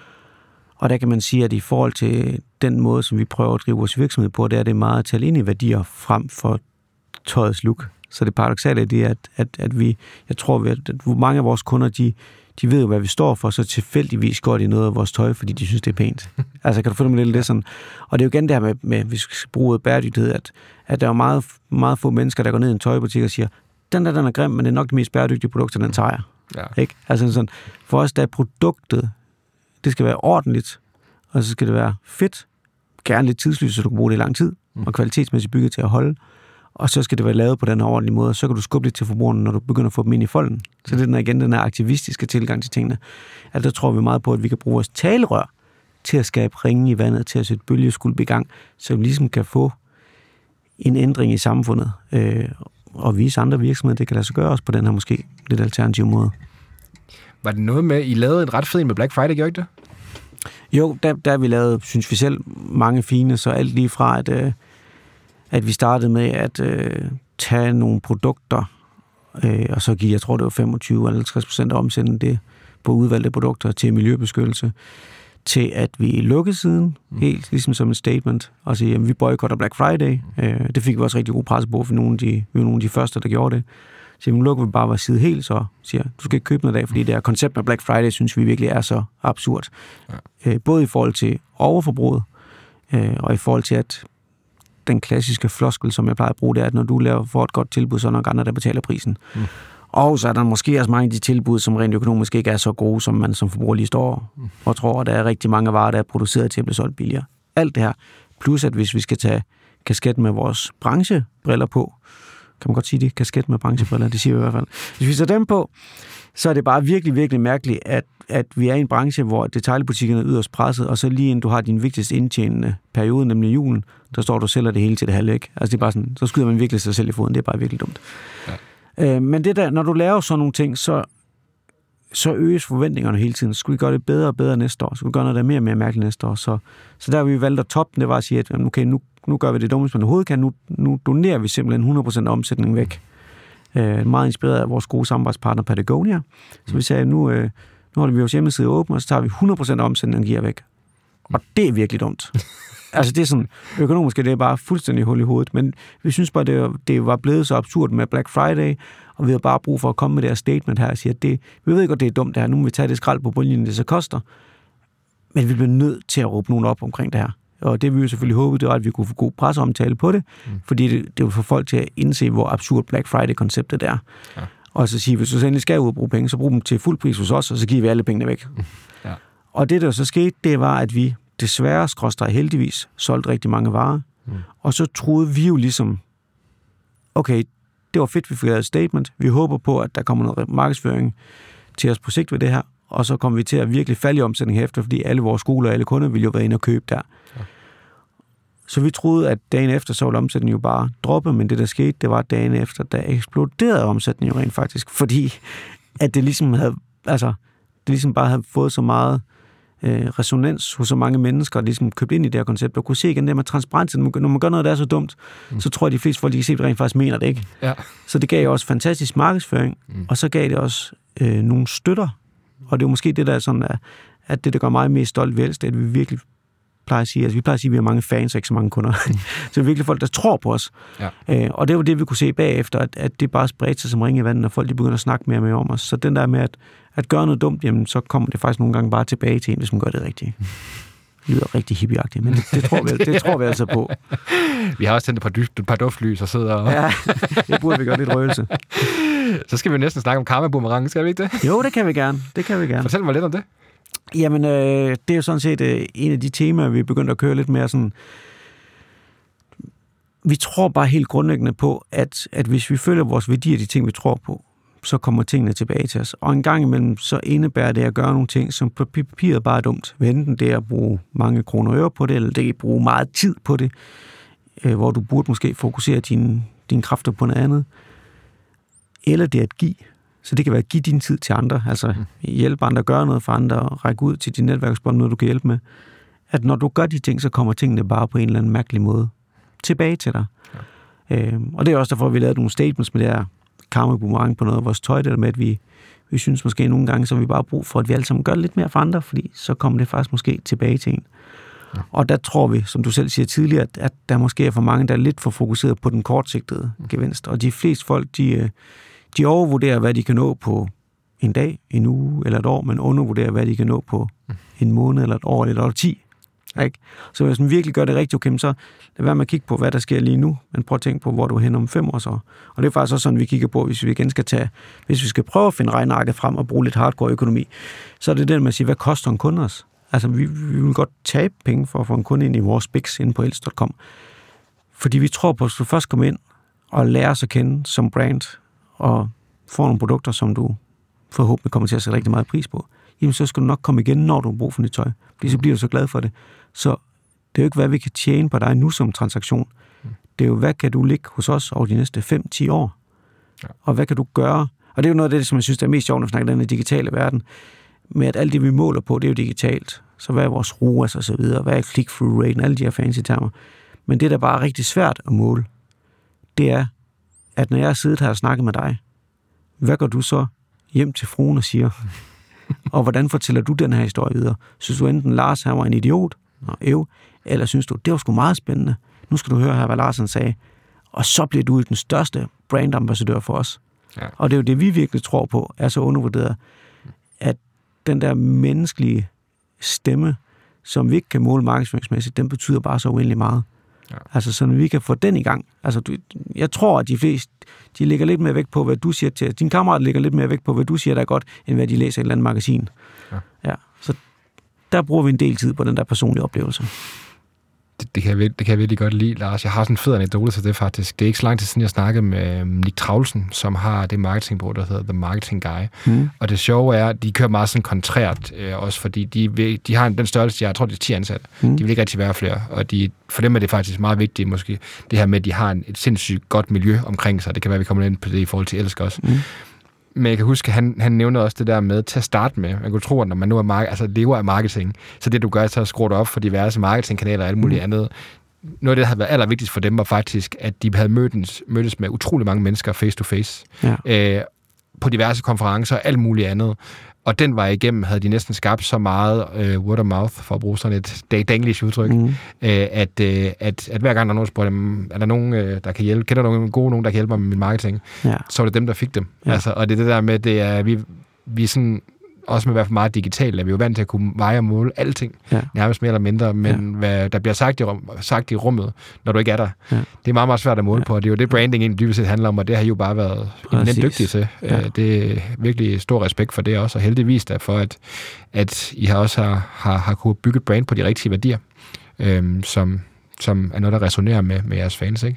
Speaker 4: Og der kan man sige, at i forhold til den måde, som vi prøver at drive vores virksomhed på, det er det meget at tale ind i værdier frem for tøjets look. Så det paradoksale er det, at vi, jeg tror, at mange af vores kunder, de ved jo, hvad vi står for, så tilfældigvis går de noget af vores tøj, fordi de synes, det er pænt. Altså, kan du følge med det sådan? Og det er jo igen det her med hvis vi skal bruge bæredygtighed, at der er meget, meget få mennesker, der går ned i en tøjbutik og siger, den er grim, men det er nok det mest bæredygtige produkt, den tager jeg. Ja. Ikke? Altså sådan, for os, der er produktet, det skal være ordentligt, og så skal det være fedt, gerne lidt tidsløst, så du kan bruge det i lang tid, og kvalitetsmæssigt bygget til at holde, og så skal det være lavet på den her ordentlige måde, og så kan du skubbe lidt til forbrugerne, når du begynder at få dem ind i folden. Så det er den her aktivistiske tilgang til tingene. Der tror vi meget på, at vi kan bruge vores talerør til at skabe ringe i vandet, til at sætte bølgeskulp i gang, så vi ligesom kan få en ændring i samfundet, og vise andre virksomheder, det kan lade sig gøre også på den her måske lidt alternative måde.
Speaker 2: Var det noget med, I lavede en ret fed med Black Friday, gjorde I det?
Speaker 4: Jo, der vi lavede, synes vi selv, mange fine, så alt lige fra, at vi startede med at tage nogle produkter, og så give, jeg tror det var 25 eller 50% af omsætningen det på udvalgte produkter til miljøbeskyttelse, til at vi lukkede siden, helt ligesom som et statement, og sige, at vi boykotter Black Friday. Det fik vi også rigtig god presse på, for vi var nogle af de første, der gjorde det. Så nu lukker vi bare vores side helt, så siger du skal ikke købe noget af, fordi det her koncept med Black Friday, synes vi virkelig er så absurd. Ja. Både i forhold til overforbruget, og i forhold til, at den klassiske floskel, som jeg plejer at bruge, det er, at når du får et godt tilbud, så er der nok andre, der betaler prisen. Og så er der måske også mange af de tilbud, som rent økonomisk ikke er så gode, som man som forbruger lige står og tror, at der er rigtig mange varer, der er produceret til at blive solgt billigere. Alt det her. Plus, at hvis vi skal tage kasket med vores branchebriller på, kan man godt sige det, kasket med branchebriller, det siger vi i hvert fald. Hvis vi tager dem på, så er det bare virkelig, virkelig mærkeligt, at vi er i en branche, hvor detailbutikkerne er yderst presset, og så lige inden du har din vigtigste indtjenende periode, nemlig julen, der står du og sælger det hele til det halve, ikke? Altså det er bare sådan, så skyder man virkelig sig selv i foden, det er bare virkelig dumt. Ja. Men det der, når du laver sådan nogle ting, så øges forventningerne hele tiden. Så skulle vi gøre det bedre og bedre næste år. Så skulle vi gøre noget, der er mere og mere mærkeligt næste år. Så der vi valgte at toppe, det var at sige, at okay, nu gør vi det dummest, man overhovedet kan. Nu donerer vi simpelthen 100% omsætning væk. Meget inspireret af vores gode samarbejdspartner Patagonia. Så vi sagde, nu holder vi vores hjemmeside åben, og så tager vi 100% af omsætningen og giver væk. Og det er virkelig dumt. Altså det er sådan, økonomisk det er bare fuldstændig hul i hovedet, men vi synes bare, det var blevet så absurd med Black Friday, og vi har bare brug for at komme med det her statement her og sige, at vi ved godt, det er dumt det her, nu må vi tage det skrald på bundlinjen, det så koster, men vi bliver nødt til at råbe nogen op omkring det her. Og det vi jo selvfølgelig håbe, det var, at vi kunne få god presseomtale på det, fordi det vil få folk til at indse, hvor absurd Black Friday-konceptet er. Ja. Og så sige, hvis du endelig skal ud og bruge penge, så brug dem til fuld pris hos os, og så giver vi alle pengene væk. Ja. Og det, der så skete, det var, at vi desværre, heldigvis, solgte rigtig mange varer. Og så troede vi jo ligesom, okay, det var fedt, vi fik et statement. Vi håber på, at der kommer noget markedsføring til os på sigt ved det her. Og så kommer vi til at virkelig falde i omsætning efter, fordi alle vores skoler og alle kunder ville jo være inde og købe der. Ja. Så vi troede, at dagen efter, så ville omsætningen jo bare droppe, men det, der skete, det var dagen efter, der eksploderede omsætningen jo rent faktisk, fordi at det ligesom bare havde fået så meget resonans hos så mange mennesker, der ligesom købt ind i det her koncept, og kunne se igen det med transparens. Når man gør noget, der er så dumt, så tror jeg, de fleste folk, de kan se, at rent faktisk mener det, ikke? Ja. Så det gav også fantastisk markedsføring, og så gav det også nogle støtter. Og det er måske det, der er sådan, at det, der gør mig mest stolt ved ældst, at vi virkelig plejer at sige, at vi har mange fans og ikke så mange kunder. Så det er virkelig folk, der tror på os. Ja. Og det var det, vi kunne se bagefter, at det bare spredte sig som ringe i vandet, når folk de begynder at snakke mere og mere om os. Så den der med at gøre noget dumt, jamen, så kommer det faktisk nogle gange bare tilbage til en, hvis man gør det rigtigt. Det lyder rigtig hippieagtigt, men det tror vi altså på.
Speaker 2: Vi har også tændt et par duftlys og sidder og...
Speaker 4: Ja, det burde vi gøre lidt røgelse.
Speaker 2: Så skal vi næsten snakke om Karma Boomerang, skal vi ikke det?
Speaker 4: Jo, det kan vi gerne.
Speaker 2: Fortæl mig lidt om det.
Speaker 4: Jamen, det er jo sådan set en af de temaer, vi er begyndt at køre lidt mere sådan... Vi tror bare helt grundlæggende på, at hvis vi følger vores værdier, de ting, vi tror på, så kommer tingene tilbage til os. Og en gang imellem, så indebærer det at gøre nogle ting, som på papiret bare er dumt. Enten det er at bruge mange kroner og øre på det, eller det er at bruge meget tid på det, hvor du burde måske fokusere dine kræfter på noget andet. Eller det er at give. Så det kan være at give din tid til andre, altså hjælpe andre, gøre noget for andre, og række ud til dit netværksbånd, noget du kan hjælpe med. At når du gør de ting, så kommer tingene bare på en eller anden mærkelig måde tilbage til dig. Ja. Og det er også derfor, vi lavede nogle statements med det her Karma Boomerang på noget af vores tøj, der med, at vi synes måske nogle gange, så vi bare brug for, at vi alle sammen gør lidt mere for andre, fordi så kommer det faktisk måske tilbage til en. Ja. Og der tror vi, som du selv siger tidligere, at der måske er for mange, der er lidt for fokuseret på den kortsigtede gevinst. Og de fleste folk, de overvurderer, hvad de kan nå på en dag, en uge eller et år, men undervurderer, hvad de kan nå på en måned eller et år eller et år 10. Ikke? Så hvis man virkelig gør det rigtigt, okay, så lad være med at kigge på, hvad der sker lige nu, men prøv at tænke på, hvor du er hen om 5 år så. Og det er faktisk også sådan, vi kigger på, hvis vi skal prøve at finde regnearket frem og bruge lidt hardcore økonomi, så er det det med at sige, hvad koster en kunde os? Altså, vi vil godt tabe penge for at få en kunde ind i vores Bix inde på els.com. Fordi vi tror på, at du først kommer ind og lærer os at kende som brand, og får nogle produkter, som du forhåbentlig kommer til at sætte rigtig meget pris på, jamen så skal du nok komme igen, når du har brug for nyt tøj. Fordi så bliver du så glad for det. Så det er jo ikke, hvad vi kan tjene på dig nu som transaktion. Det er jo, hvad kan du ligge hos os over de næste 5-10 år? Ja. Og hvad kan du gøre? Og det er jo noget af det, som jeg synes, der er mest sjovt, når vi snakker om den digitale verden, med at alt det, vi måler på, det er jo digitalt. Så hvad er vores ROAS og så videre? Hvad er click-through rate? Alle de her fancy termer. Men det, der bare er rigtig svært at måle, det er, at når jeg har siddet her og snakket med dig, hvad går du så hjem til fruen og siger? Og hvordan fortæller du den her historie videre? Synes du enten, Lars her var en idiot, eller synes du, det var sgu meget spændende? Nu skal du høre her, hvad Larsen sagde. Og så bliver du den største brandambassadør for os. Ja. Og det er jo det, vi virkelig tror på, er så undervurderet, at den der menneskelige stemme, som vi ikke kan måle markedsføringsmæssigt, den betyder bare så uendelig meget. Ja. Altså, så når vi kan få den i gang. Altså, jeg tror, at de fleste, de lægger lidt mere vægt på, hvad du siger til. Dine kammerater lægger lidt mere vægt på, hvad du siger, der er godt, end hvad de læser i et eller andet magasin. Ja. Så der bruger vi en del tid på den der personlige oplevelse.
Speaker 2: Det kan jeg virkelig godt lide, Lars. Jeg har sådan en fed anekdote til det, faktisk. Det er ikke så lang tid siden, jeg snakkede med Nick Traulsen, som har det marketingbureau, der hedder The Marketing Guy. Og det sjove er, at de kører meget sådan kontrært, også fordi de har den størrelse, jeg tror, det er 10 ansatte. De vil ikke rigtig være flere, og for dem er det faktisk meget vigtigt, måske det her med, at de har et sindssygt godt miljø omkring sig. Det kan være, vi kommer ind på det i forhold til Elsk også. Men jeg kan huske, han nævner også det der med til at starte med. Man kunne tro, at når man nu lever af marketing, så det du gør, så skruer du op for diverse marketingkanaler og alt muligt andet. Noget af det, der havde været allervigtigst for dem, var faktisk, at de havde mødtes med utrolig mange mennesker face to face. På diverse konferencer og alt muligt andet. Og den vej igennem havde de næsten skabt så meget word of mouth, for at bruge sådan et danglish udtryk, at hver gang der er nogen, spurgte dem, er der nogen, der kan hjælpe, kender nogen gode, nogen, der kan hjælpe mig med min marketing, så var det dem, der fik dem. Ja. Altså, og det er det der med, det er, vi sådan, også med at være for meget digitalt, er vi jo vant til at kunne veje og måle alting, nærmest mere eller mindre, men hvad der bliver sagt i rummet, når du ikke er der, det er meget, meget svært at måle på, og det er jo det, branding egentlig dybest set handler om, og det har I jo bare været eminent dygtige til. Det er virkelig stor respekt for det også, og heldigvis derfor, at I har også har kunnet bygge et brand på de rigtige værdier, som er noget, der resonerer med jeres fans, ikke?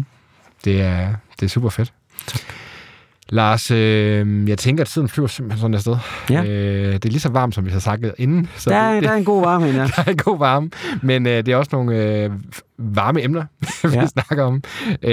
Speaker 2: Det er super fedt. Tak. Lars, jeg tænker, at tiden flyver simpelthen sådan et sted. Ja. Det er lige så varmt, som vi har sagt inden. Så der
Speaker 4: er en god varme, ja.
Speaker 2: Der er en god varme, men det er også nogle varme emner, vi snakker om.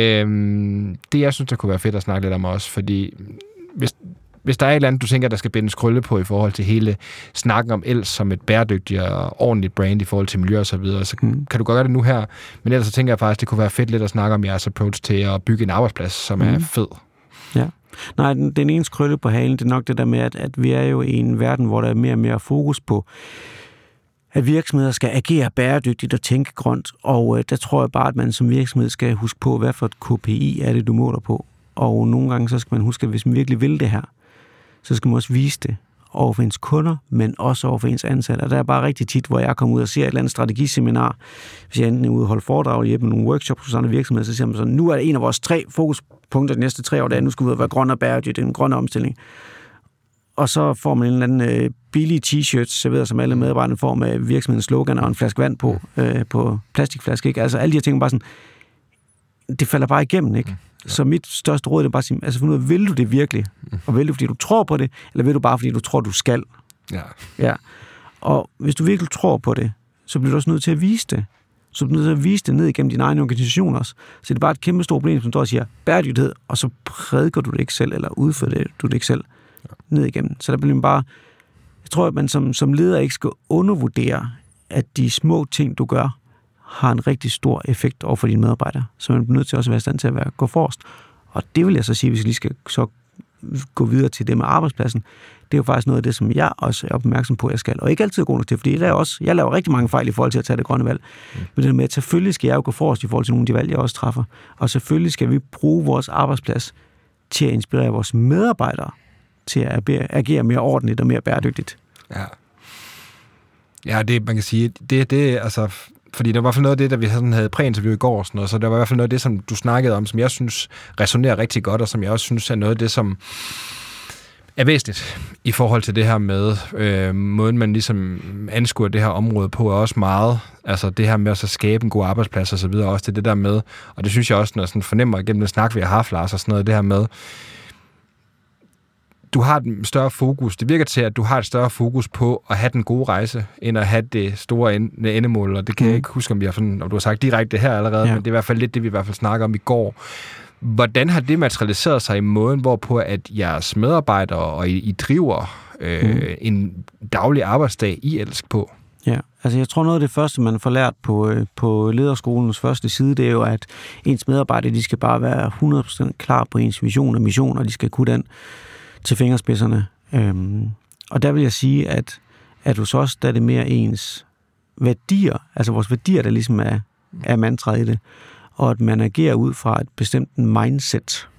Speaker 2: Det, jeg synes, der kunne være fedt at snakke lidt om også, fordi hvis der er et eller andet, du tænker, der skal bindes krølle på i forhold til hele snakken om Els som et bæredygtigt og ordentligt brand i forhold til miljø og så videre, så kan du godt gøre det nu her. Men ellers så tænker jeg faktisk, det kunne være fedt lidt at snakke om jeres approach til at bygge en arbejdsplads, som er fed. Ja.
Speaker 4: Nej, den ene krølle på halen, det er nok det der med, at vi er jo i en verden, hvor der er mere og mere fokus på, at virksomheder skal agere bæredygtigt og tænke grønt. Og der tror jeg bare, at man som virksomhed skal huske på, hvad for et KPI er det, du måler på. Og nogle gange så skal man huske, at hvis man virkelig vil det her, så skal man også vise det over for ens kunder, men også over for ens ansatte. Og der er bare rigtig tit, hvor jeg kommer ud og ser et eller andet strategiseminar, hvis jeg enten er ude og holde foredrag eller med nogle workshops hos andre virksomheder, så siger man sådan, nu er det en af vores 3 fokuspunkter de næste 3 år, der nu skal vi ud og være grøn og bæredygtig, en grøn omstilling. Og så får man en eller anden billig t-shirt, serveret som alle medarbejderne får med virksomhedens slogan og en flaske vand på plastikflaske. Ikke? Altså alle de her ting bare sådan, det falder bare igennem, ikke? Så mit største råd er bare at sige, altså finde ud af, vil du det virkelig? Og vil du, fordi du tror på det, eller vil du bare, fordi du tror, du skal? Ja. Og hvis du virkelig tror på det, så bliver du også nødt til at vise det. Så bliver du nødt til at vise det ned igennem din egen organisation også. Så det er bare et kæmpe stort problem, som du også siger, bæredygtighed, og så prædiker du det ikke selv, eller udfører du det ikke selv ned igennem. Så der bliver man bare, jeg tror, at man som leder ikke skal undervurdere, at de små ting, du gør, har en rigtig stor effekt over for dine medarbejdere. Så man bliver nødt til også at være i stand til at gå forrest. Og det vil jeg så sige, hvis vi lige skal så gå videre til det med arbejdspladsen. Det er jo faktisk noget af det, som jeg også er opmærksom på, at jeg skal. Og ikke altid god nok til, fordi jeg laver rigtig mange fejl i forhold til at tage det grønne valg. Men det med, at selvfølgelig skal jeg jo gå forrest i forhold til nogle af de valg, jeg også træffer. Og selvfølgelig skal vi bruge vores arbejdsplads til at inspirere vores medarbejdere til at agere mere ordentligt og mere bæredygtigt.
Speaker 2: Ja. Ja, det man kan sige, det altså, fordi der var i hvert fald noget af det, der vi havde præinterview i går, sådan noget, så der var i hvert fald noget af det, som du snakkede om, som jeg synes resonerer rigtig godt, og som jeg også synes er noget af det, som er væsentligt i forhold til det her med måden, man ligesom anskuer det her område på, er også meget, altså det her med at så skabe en god arbejdsplads og så videre, også til det der med, og det synes jeg også, når jeg sådan fornemmer gennem den snak, vi har haft, Lars, og sådan noget, det her med, du har et større fokus. Det virker til, at du har et større fokus på at have den gode rejse, end at have det store endemål, og det kan jeg ikke huske, om du har sagt direkte her allerede, men det er i hvert fald lidt det, vi i hvert fald snakker om i går. Hvordan har det materialiseret sig i måden, hvorpå at jeres medarbejdere og I driver en daglig arbejdsdag i Elsk på?
Speaker 4: Ja, altså jeg tror noget af det første, man får lært på lederskolens første side, det er jo, at ens medarbejdere, de skal bare være 100% klar på ens vision og mission, og de skal kunne den til fingerspidserne. Og der vil jeg sige, at hos os, der er det mere ens værdier, altså vores værdier, der ligesom er mantraet i det, og at man agerer ud fra et bestemt mindset.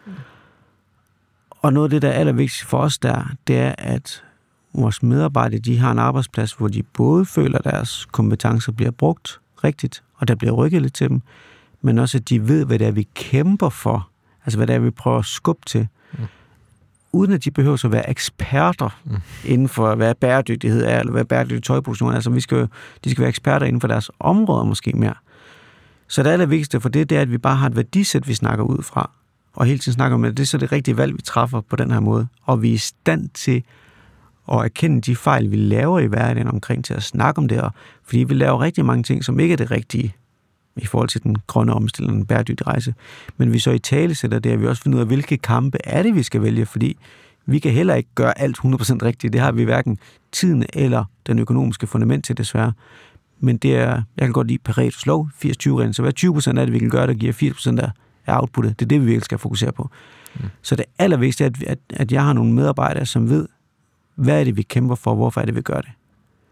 Speaker 4: Og noget af det, der er allervigtigst for os der, det er, at vores medarbejdere, de har en arbejdsplads, hvor de både føler, at deres kompetencer bliver brugt rigtigt, og der bliver rykket lidt til dem, men også, at de ved, hvad det er, vi kæmper for, altså hvad det er, vi prøver at skubbe til, uden at de behøver at være eksperter inden for, hvad bæredygtighed er, eller hvad bæredygtig tøjproduktion er. Altså, de skal være eksperter inden for deres områder måske mere. Så det allervigtigste for det er, at vi bare har et værdisæt, vi snakker ud fra, og hele tiden snakker om, at det er så det rigtige valg, vi træffer på den her måde, og vi er i stand til at erkende de fejl, vi laver i hverdagen omkring til at snakke om det, og fordi vi laver rigtig mange ting, som ikke er det rigtige i forhold til den grønne omstilling, den bæredygtige rejse. Men vi så i tale sætter det, at vi også finder ud af, hvilke kampe er det, vi skal vælge, fordi vi kan heller ikke gøre alt 100% rigtigt. Det har vi hverken tiden eller den økonomiske fundament til, desværre. Men det er, jeg kan godt lide Pareto's lov, 80-20-reglen, så hver 20% af det, vi kan gøre, der giver 80% af outputtet. Det er det, vi virkelig skal fokusere på. Så det allervigtigste er, at jeg har nogle medarbejdere, som ved, hvad er det, vi kæmper for, hvorfor er det, vi gør det.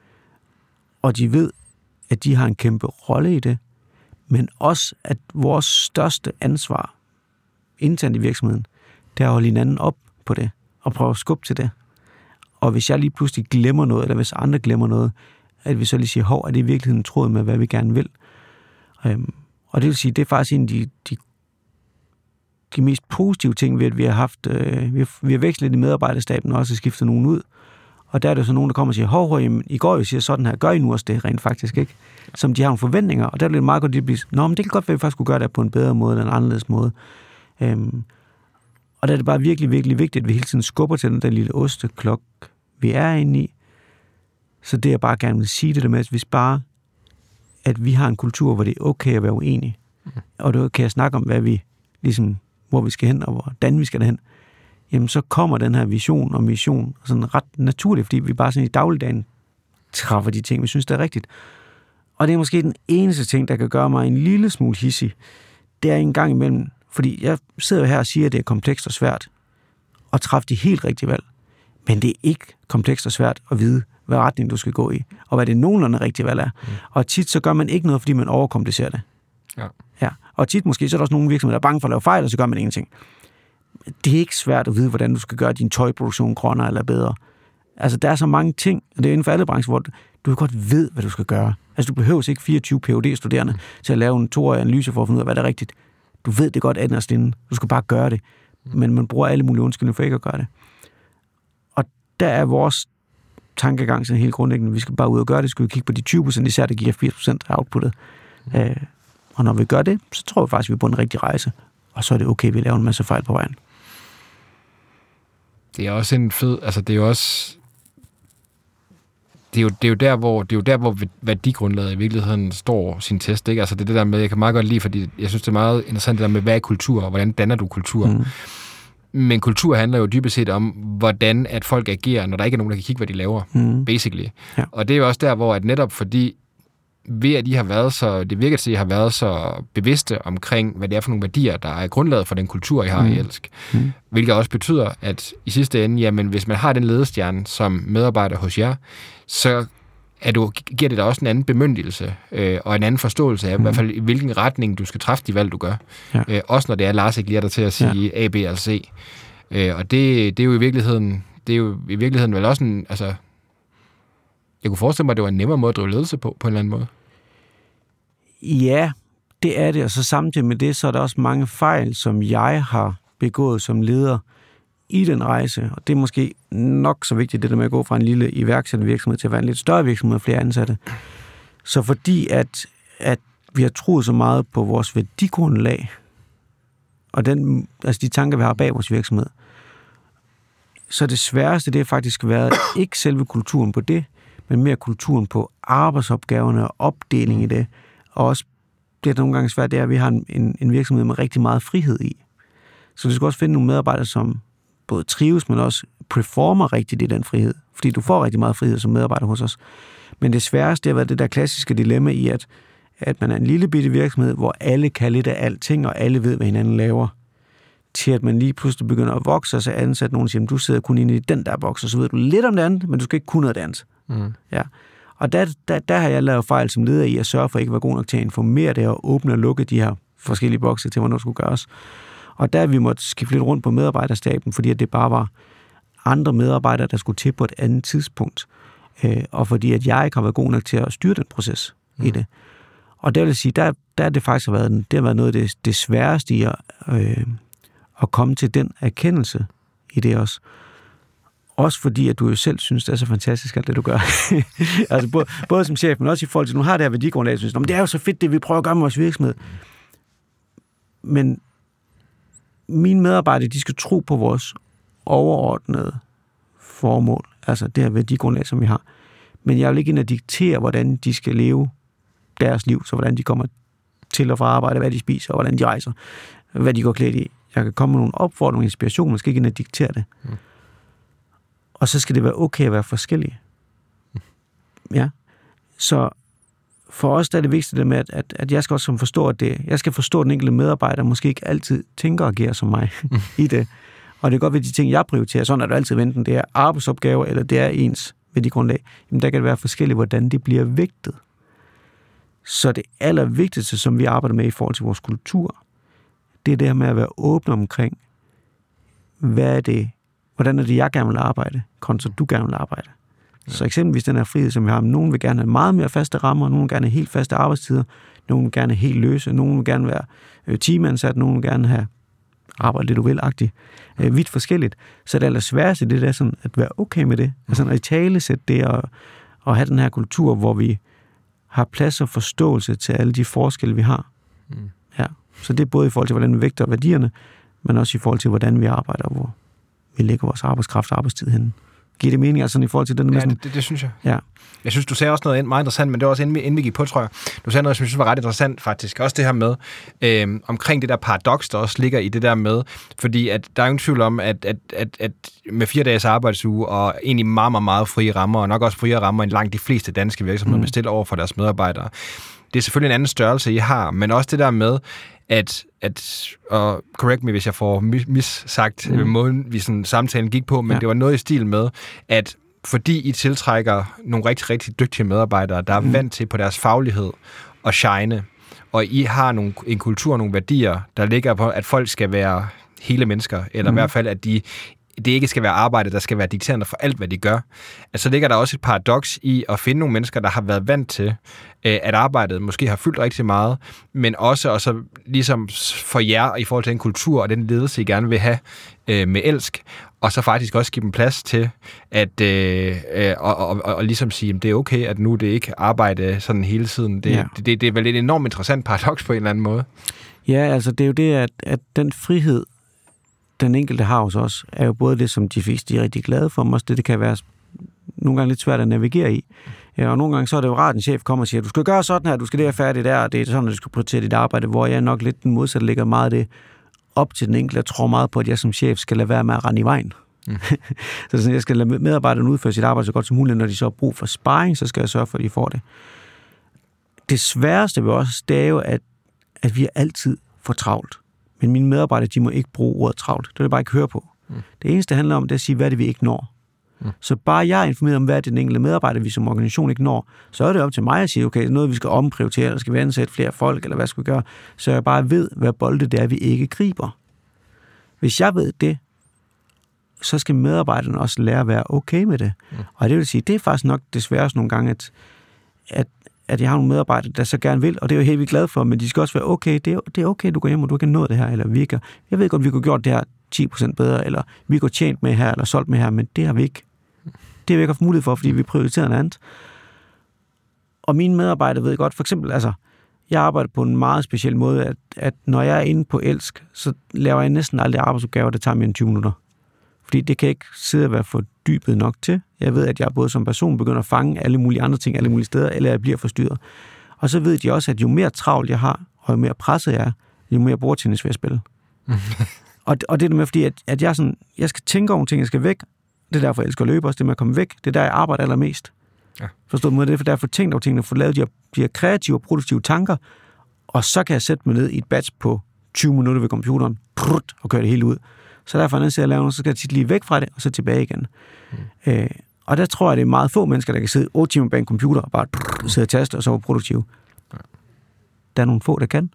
Speaker 4: Og de ved, at de har en kæmpe rolle i det, men også, at vores største ansvar internt i virksomheden, det er at holde hinanden op på det, og prøve at skubbe til det. Og hvis jeg lige pludselig glemmer noget, eller hvis andre glemmer noget, at vi så lige siger, hov, er det i virkeligheden tråd med, hvad vi gerne vil? Og det vil sige, det er faktisk en af de mest positive ting ved, at vi har haft, vi har vekslet lidt i medarbejderstaben, og også skiftet nogen ud. Og der er der så nogen, der kommer og siger, hov, I går jo siger sådan her, gør I nu også det rent faktisk, ikke? Som de har nogle forventninger, og der er det meget godt, at de bliver, men det kan godt være, at vi faktisk kunne gøre det på en bedre måde, eller en anderledes måde. Og der er det bare virkelig, virkelig vigtigt, at vi hele tiden skubber til den der lille osteklok, vi er inde i. Så det, jeg bare gerne vil sige det der med, at vi har en kultur, hvor det er okay at være uenige. Og det er okay at snakke om, hvad vi, ligesom, hvor vi skal hen, og hvordan vi skal derhen. Jamen, så kommer den her vision og mission sådan ret naturligt, fordi vi bare sådan i dagligdagen træffer de ting, vi synes, det er rigtigt. Og det er måske den eneste ting, der kan gøre mig en lille smule hissig. Det er en gang imellem, fordi jeg sidder her og siger, at det er komplekst og svært at træffe de helt rigtige valg. Men det er ikke komplekst og svært at vide, hvad retning du skal gå i, og hvad det nogenlunde rigtige valg er. Og tit så gør man ikke noget, fordi man overkomplicerer det. Ja. Og tit måske så er der også nogle virksomheder, der er bange for at lave fejl, og så gør man ingenting. Det er ikke svært at vide, hvordan du skal gøre din tøjproduktion grønnere eller bedre. Altså, der er så mange ting, og det er inden for alle brancher, hvor du godt ved, hvad du skal gøre. Altså, du behøver ikke 24 Ph.D.-studerende til at lave en 2-årig analyse for at finde ud af, hvad der er rigtigt. Du ved det godt inderst inde. Du skal bare gøre det. Men man bruger alle mulige undskyldninger for ikke at gøre det. Og der er vores tankegang sådan helt grundlæggende. Vi skal bare ud og gøre det. Skal vi kigge på de 20%, især det giver 80% af outputtet. Og når vi gør det, så tror vi faktisk, vi er på en rigtig rejse. Og så er det okay, vi laver en masse fejl på vejen.
Speaker 2: Det er også en fed, altså det er jo også, det er jo der, hvor værdigrundlaget i virkeligheden står sin test, ikke? Altså det er det der med, jeg kan meget godt lide, fordi jeg synes, det er meget interessant det der med, hvad er kultur, og hvordan danner du kultur? Men kultur handler jo dybest set om, hvordan at folk agerer, når der ikke er nogen, der kan kigge, hvad de laver, basically. Ja. Og det er jo også der, hvor at netop fordi, ved at I har været så, det virker til, at I har været så bevidste omkring, hvad det er for nogle værdier, der er grundlaget for den kultur, I har i Elsk. Hvilket også betyder, at i sidste ende, jamen hvis man har den ledestjerne som medarbejder hos jer, så giver det da også en anden bemyndigelse og en anden forståelse af, i hvert fald i hvilken retning du skal træffe de valg, du gør. Ja. Også når det er, Lars ikke lige er der til at sige A, B eller C. Og det er jo i virkeligheden vel også en, altså, jeg kunne forestille mig, at det var en nemmere måde at drive ledelse på en eller anden måde.
Speaker 4: Ja, det er det, og så samtidig med det, så er der også mange fejl, som jeg har begået som leder i den rejse, og det er måske nok så vigtigt, det der med at gå fra en lille iværksættervirksomhed til at være en lidt større virksomhed og flere ansatte. Så fordi at vi har troet så meget på vores værdigrundlag, og altså de tanker, vi har bag vores virksomhed, så det sværeste, det har faktisk været ikke selve kulturen på det, men mere kulturen på arbejdsopgaverne og opdeling i det, og også det, der nogle gange er svært, det er, at vi har en virksomhed med rigtig meget frihed i. Så du skal også finde nogle medarbejdere, som både trives, men også performer rigtigt i den frihed. Fordi du får rigtig meget frihed som medarbejder hos os. Men det sværeste har været det der klassiske dilemma i, at man er en lille bitte virksomhed, hvor alle kan lidt af alting, og alle ved, hvad hinanden laver. Til at man lige pludselig begynder at vokse, og så ansætter nogen og siger, du sidder kun inde i den der boks, og så ved du lidt om det andet, men du skal ikke kunne noget andet. Ja. Og der har jeg lavet fejl som leder i at sørge for at ikke være god nok til at informere det og åbne og lukke de her forskellige bokse til, hvornår det skulle gøres. Og der vi måtte skifte lidt rundt på medarbejderstaben, fordi at det bare var andre medarbejdere, der skulle til på et andet tidspunkt. Og fordi at jeg ikke har været god nok til at styre den proces i det. Og der vil jeg sige, der har det faktisk været noget af det sværeste i at komme til den erkendelse i det også. Også fordi, at du jo selv synes, det er så fantastisk, alt det du gør. Altså både som chef, men også i forhold til, at du har det her værdigrundlag, synes, det er jo så fedt, det vi prøver at gøre med vores virksomhed. Men mine medarbejdere, de skal tro på vores overordnede formål, altså det her værdigrundlag, som vi har. Men jeg vil ikke ind at diktere, hvordan de skal leve deres liv, så hvordan de kommer til og fra arbejde, hvad de spiser, og hvordan de rejser, hvad de går klædt i. Jeg kan komme med nogle opfordringer og inspiration, man skal ikke ind at diktere det. Og så skal det være okay at være forskellige. Ja. Så for os der er det vigtigste det med, at jeg skal også forstå, at jeg skal forstå, at den enkelte medarbejder måske ikke altid tænker og agerer som mig i det. Og det er godt ved de ting, jeg prioriterer. Sådan er det altid enten det er arbejdsopgaver, eller det er ens værdigrundlag. Jamen der kan det være forskelligt, hvordan det bliver vægtet. Så det allervigtigste, som vi arbejder med i forhold til vores kultur, det er det her med at være åbne omkring, hvordan er det, jeg gerne vil arbejde, kontra du gerne vil arbejde. Ja. Så eksempelvis den her frihed, som vi har, nogen vil gerne have meget mere faste rammer, nogen vil gerne have helt faste arbejdstider, nogen vil gerne have helt løse, nogen vil gerne være teamansat, nogen vil gerne have arbejde det du vil-agtigt. Vidt forskelligt. Så det allersværeste, det er sådan at være okay med det. Altså at italesætte det og have den her kultur, hvor vi har plads og forståelse til alle de forskelle, vi har. Ja. Så det er både i forhold til, hvordan vi vægter værdierne, men også i forhold til, hvordan vi arbejder, hvor vi lægger vores arbejdskraft og arbejdstid henne. Giver det mening altså i forhold til den?
Speaker 2: Ja, det synes jeg.
Speaker 4: Ja.
Speaker 2: Jeg synes, du sagde også noget meget interessant, men det var også inden vi gik på, tror jeg. Du sagde noget, som jeg synes var ret interessant faktisk. Også det her med, omkring det der paradoks, der også ligger i det der med, fordi at der er ingen tvivl om, at med 4 dages arbejdsuge og egentlig meget, meget, meget frie rammer, og nok også friere rammer end langt de fleste danske virksomheder bestiller over for deres medarbejdere. Det er selvfølgelig en anden størrelse, I har, men også det der med, og correct me, hvis jeg får missagt måden, vi sådan samtalen gik på, men det var noget i stil med, at fordi I tiltrækker nogle rigtig, rigtig dygtige medarbejdere, der er vant til på deres faglighed og shine, og I har en kultur og nogle værdier, der ligger på, at folk skal være hele mennesker, eller i hvert fald, at det ikke skal være arbejde, der skal være dikterende for alt, hvad de gør. Altså, så ligger der også et paradoks i at finde nogle mennesker, der har været vant til, at arbejdet måske har fyldt rigtig meget, men også ligesom for jer i forhold til den kultur og den ledelse, I gerne vil have med elsk, og så faktisk også give dem plads til at og ligesom sige, at det er okay, at nu det ikke arbejde sådan hele tiden. Det er vel et enormt interessant paradoks på en eller anden måde.
Speaker 4: Ja, altså det er jo det, at den frihed, den enkelte har hos os, er jo både det, som de fleste er rigtig glade for, men også det kan være nogle gange lidt svært at navigere i. Ja, og nogle gange så er det jo rart, at en chef kommer og siger, du skal gøre sådan her, du skal det her færdigt der, og det er sådan, at du skal prioritere dit arbejde, hvor jeg nok lidt den modsatte ligger meget det op til den enkelte, og tror meget på, at jeg som chef skal lade være med at rende i vejen. Så sådan, jeg skal lade medarbejderne udføre sit arbejde så godt som muligt, når de så har brug for sparring, så skal jeg sørge for, at de får det. Det sværeste ved os, det er jo, at vi er altid for travlt. Men mine medarbejdere, de må ikke bruge ordet travlt. Det vil jeg bare ikke høre på. Det eneste, det handler om, det er at sige, hvad det vi ikke når. Så bare jeg er informeret om, hvad det den enkelte medarbejder, vi som organisation ikke når, så er det op til mig at sige, okay, det er noget, vi skal omprioritere, eller skal vi ansætte flere folk, eller hvad skal vi gøre? Så jeg bare ved, hvad bolde det er, vi ikke griber. Hvis jeg ved det, så skal medarbejderne også lære at være okay med det. Og det vil sige, det er faktisk nok desværre også nogle gange, at jeg har nogle medarbejdere, der så gerne vil, og det er jo helt vildt glad for, men de skal også være okay. Det er okay, du går hjem, og du kan nå det her, eller jeg ved godt, vi kunne gjort det her 10% bedre, eller vi kunne tjent med her, eller solgt med her, men det har vi ikke. Det har vi ikke haft mulighed for, fordi vi prioriterer noget andet. Og mine medarbejdere ved godt, for eksempel, altså, jeg arbejder på en meget speciel måde, at når jeg er inde på Elsk, så laver jeg næsten aldrig arbejdsopgaver, der tager mere end 20 minutter. Fordi det kan ikke sidde og være fordybet nok til. Jeg ved, at jeg både som person begynder at fange alle mulige andre ting, alle mulige steder, eller jeg bliver forstyrret. Og så ved de også, at jo mere travlt jeg har, og jo mere presset jeg er, jo mere bordtennis vil jeg spille. Og det er med, fordi at jeg skal tænke over ting, jeg skal væk. Det er derfor, jeg elsker at løbe også, det med at komme væk. Det er der, jeg arbejder allermest. Ja. Forstået måde, det er derfor, jeg tænkt over tingene, få lavet de her kreative og produktive tanker, og så kan jeg sætte mig ned i et batch på 20 minutter ved computeren, og køre det hele ud. Så derfor, når jeg laver noget, så skal jeg tit lige væk fra det, og så tilbage igen. Og der tror jeg, det er meget få mennesker, der kan sidde 8 timer bag en computer, og bare sidde og taste, og så være produktive. Ja. Der er nogle få, der kan.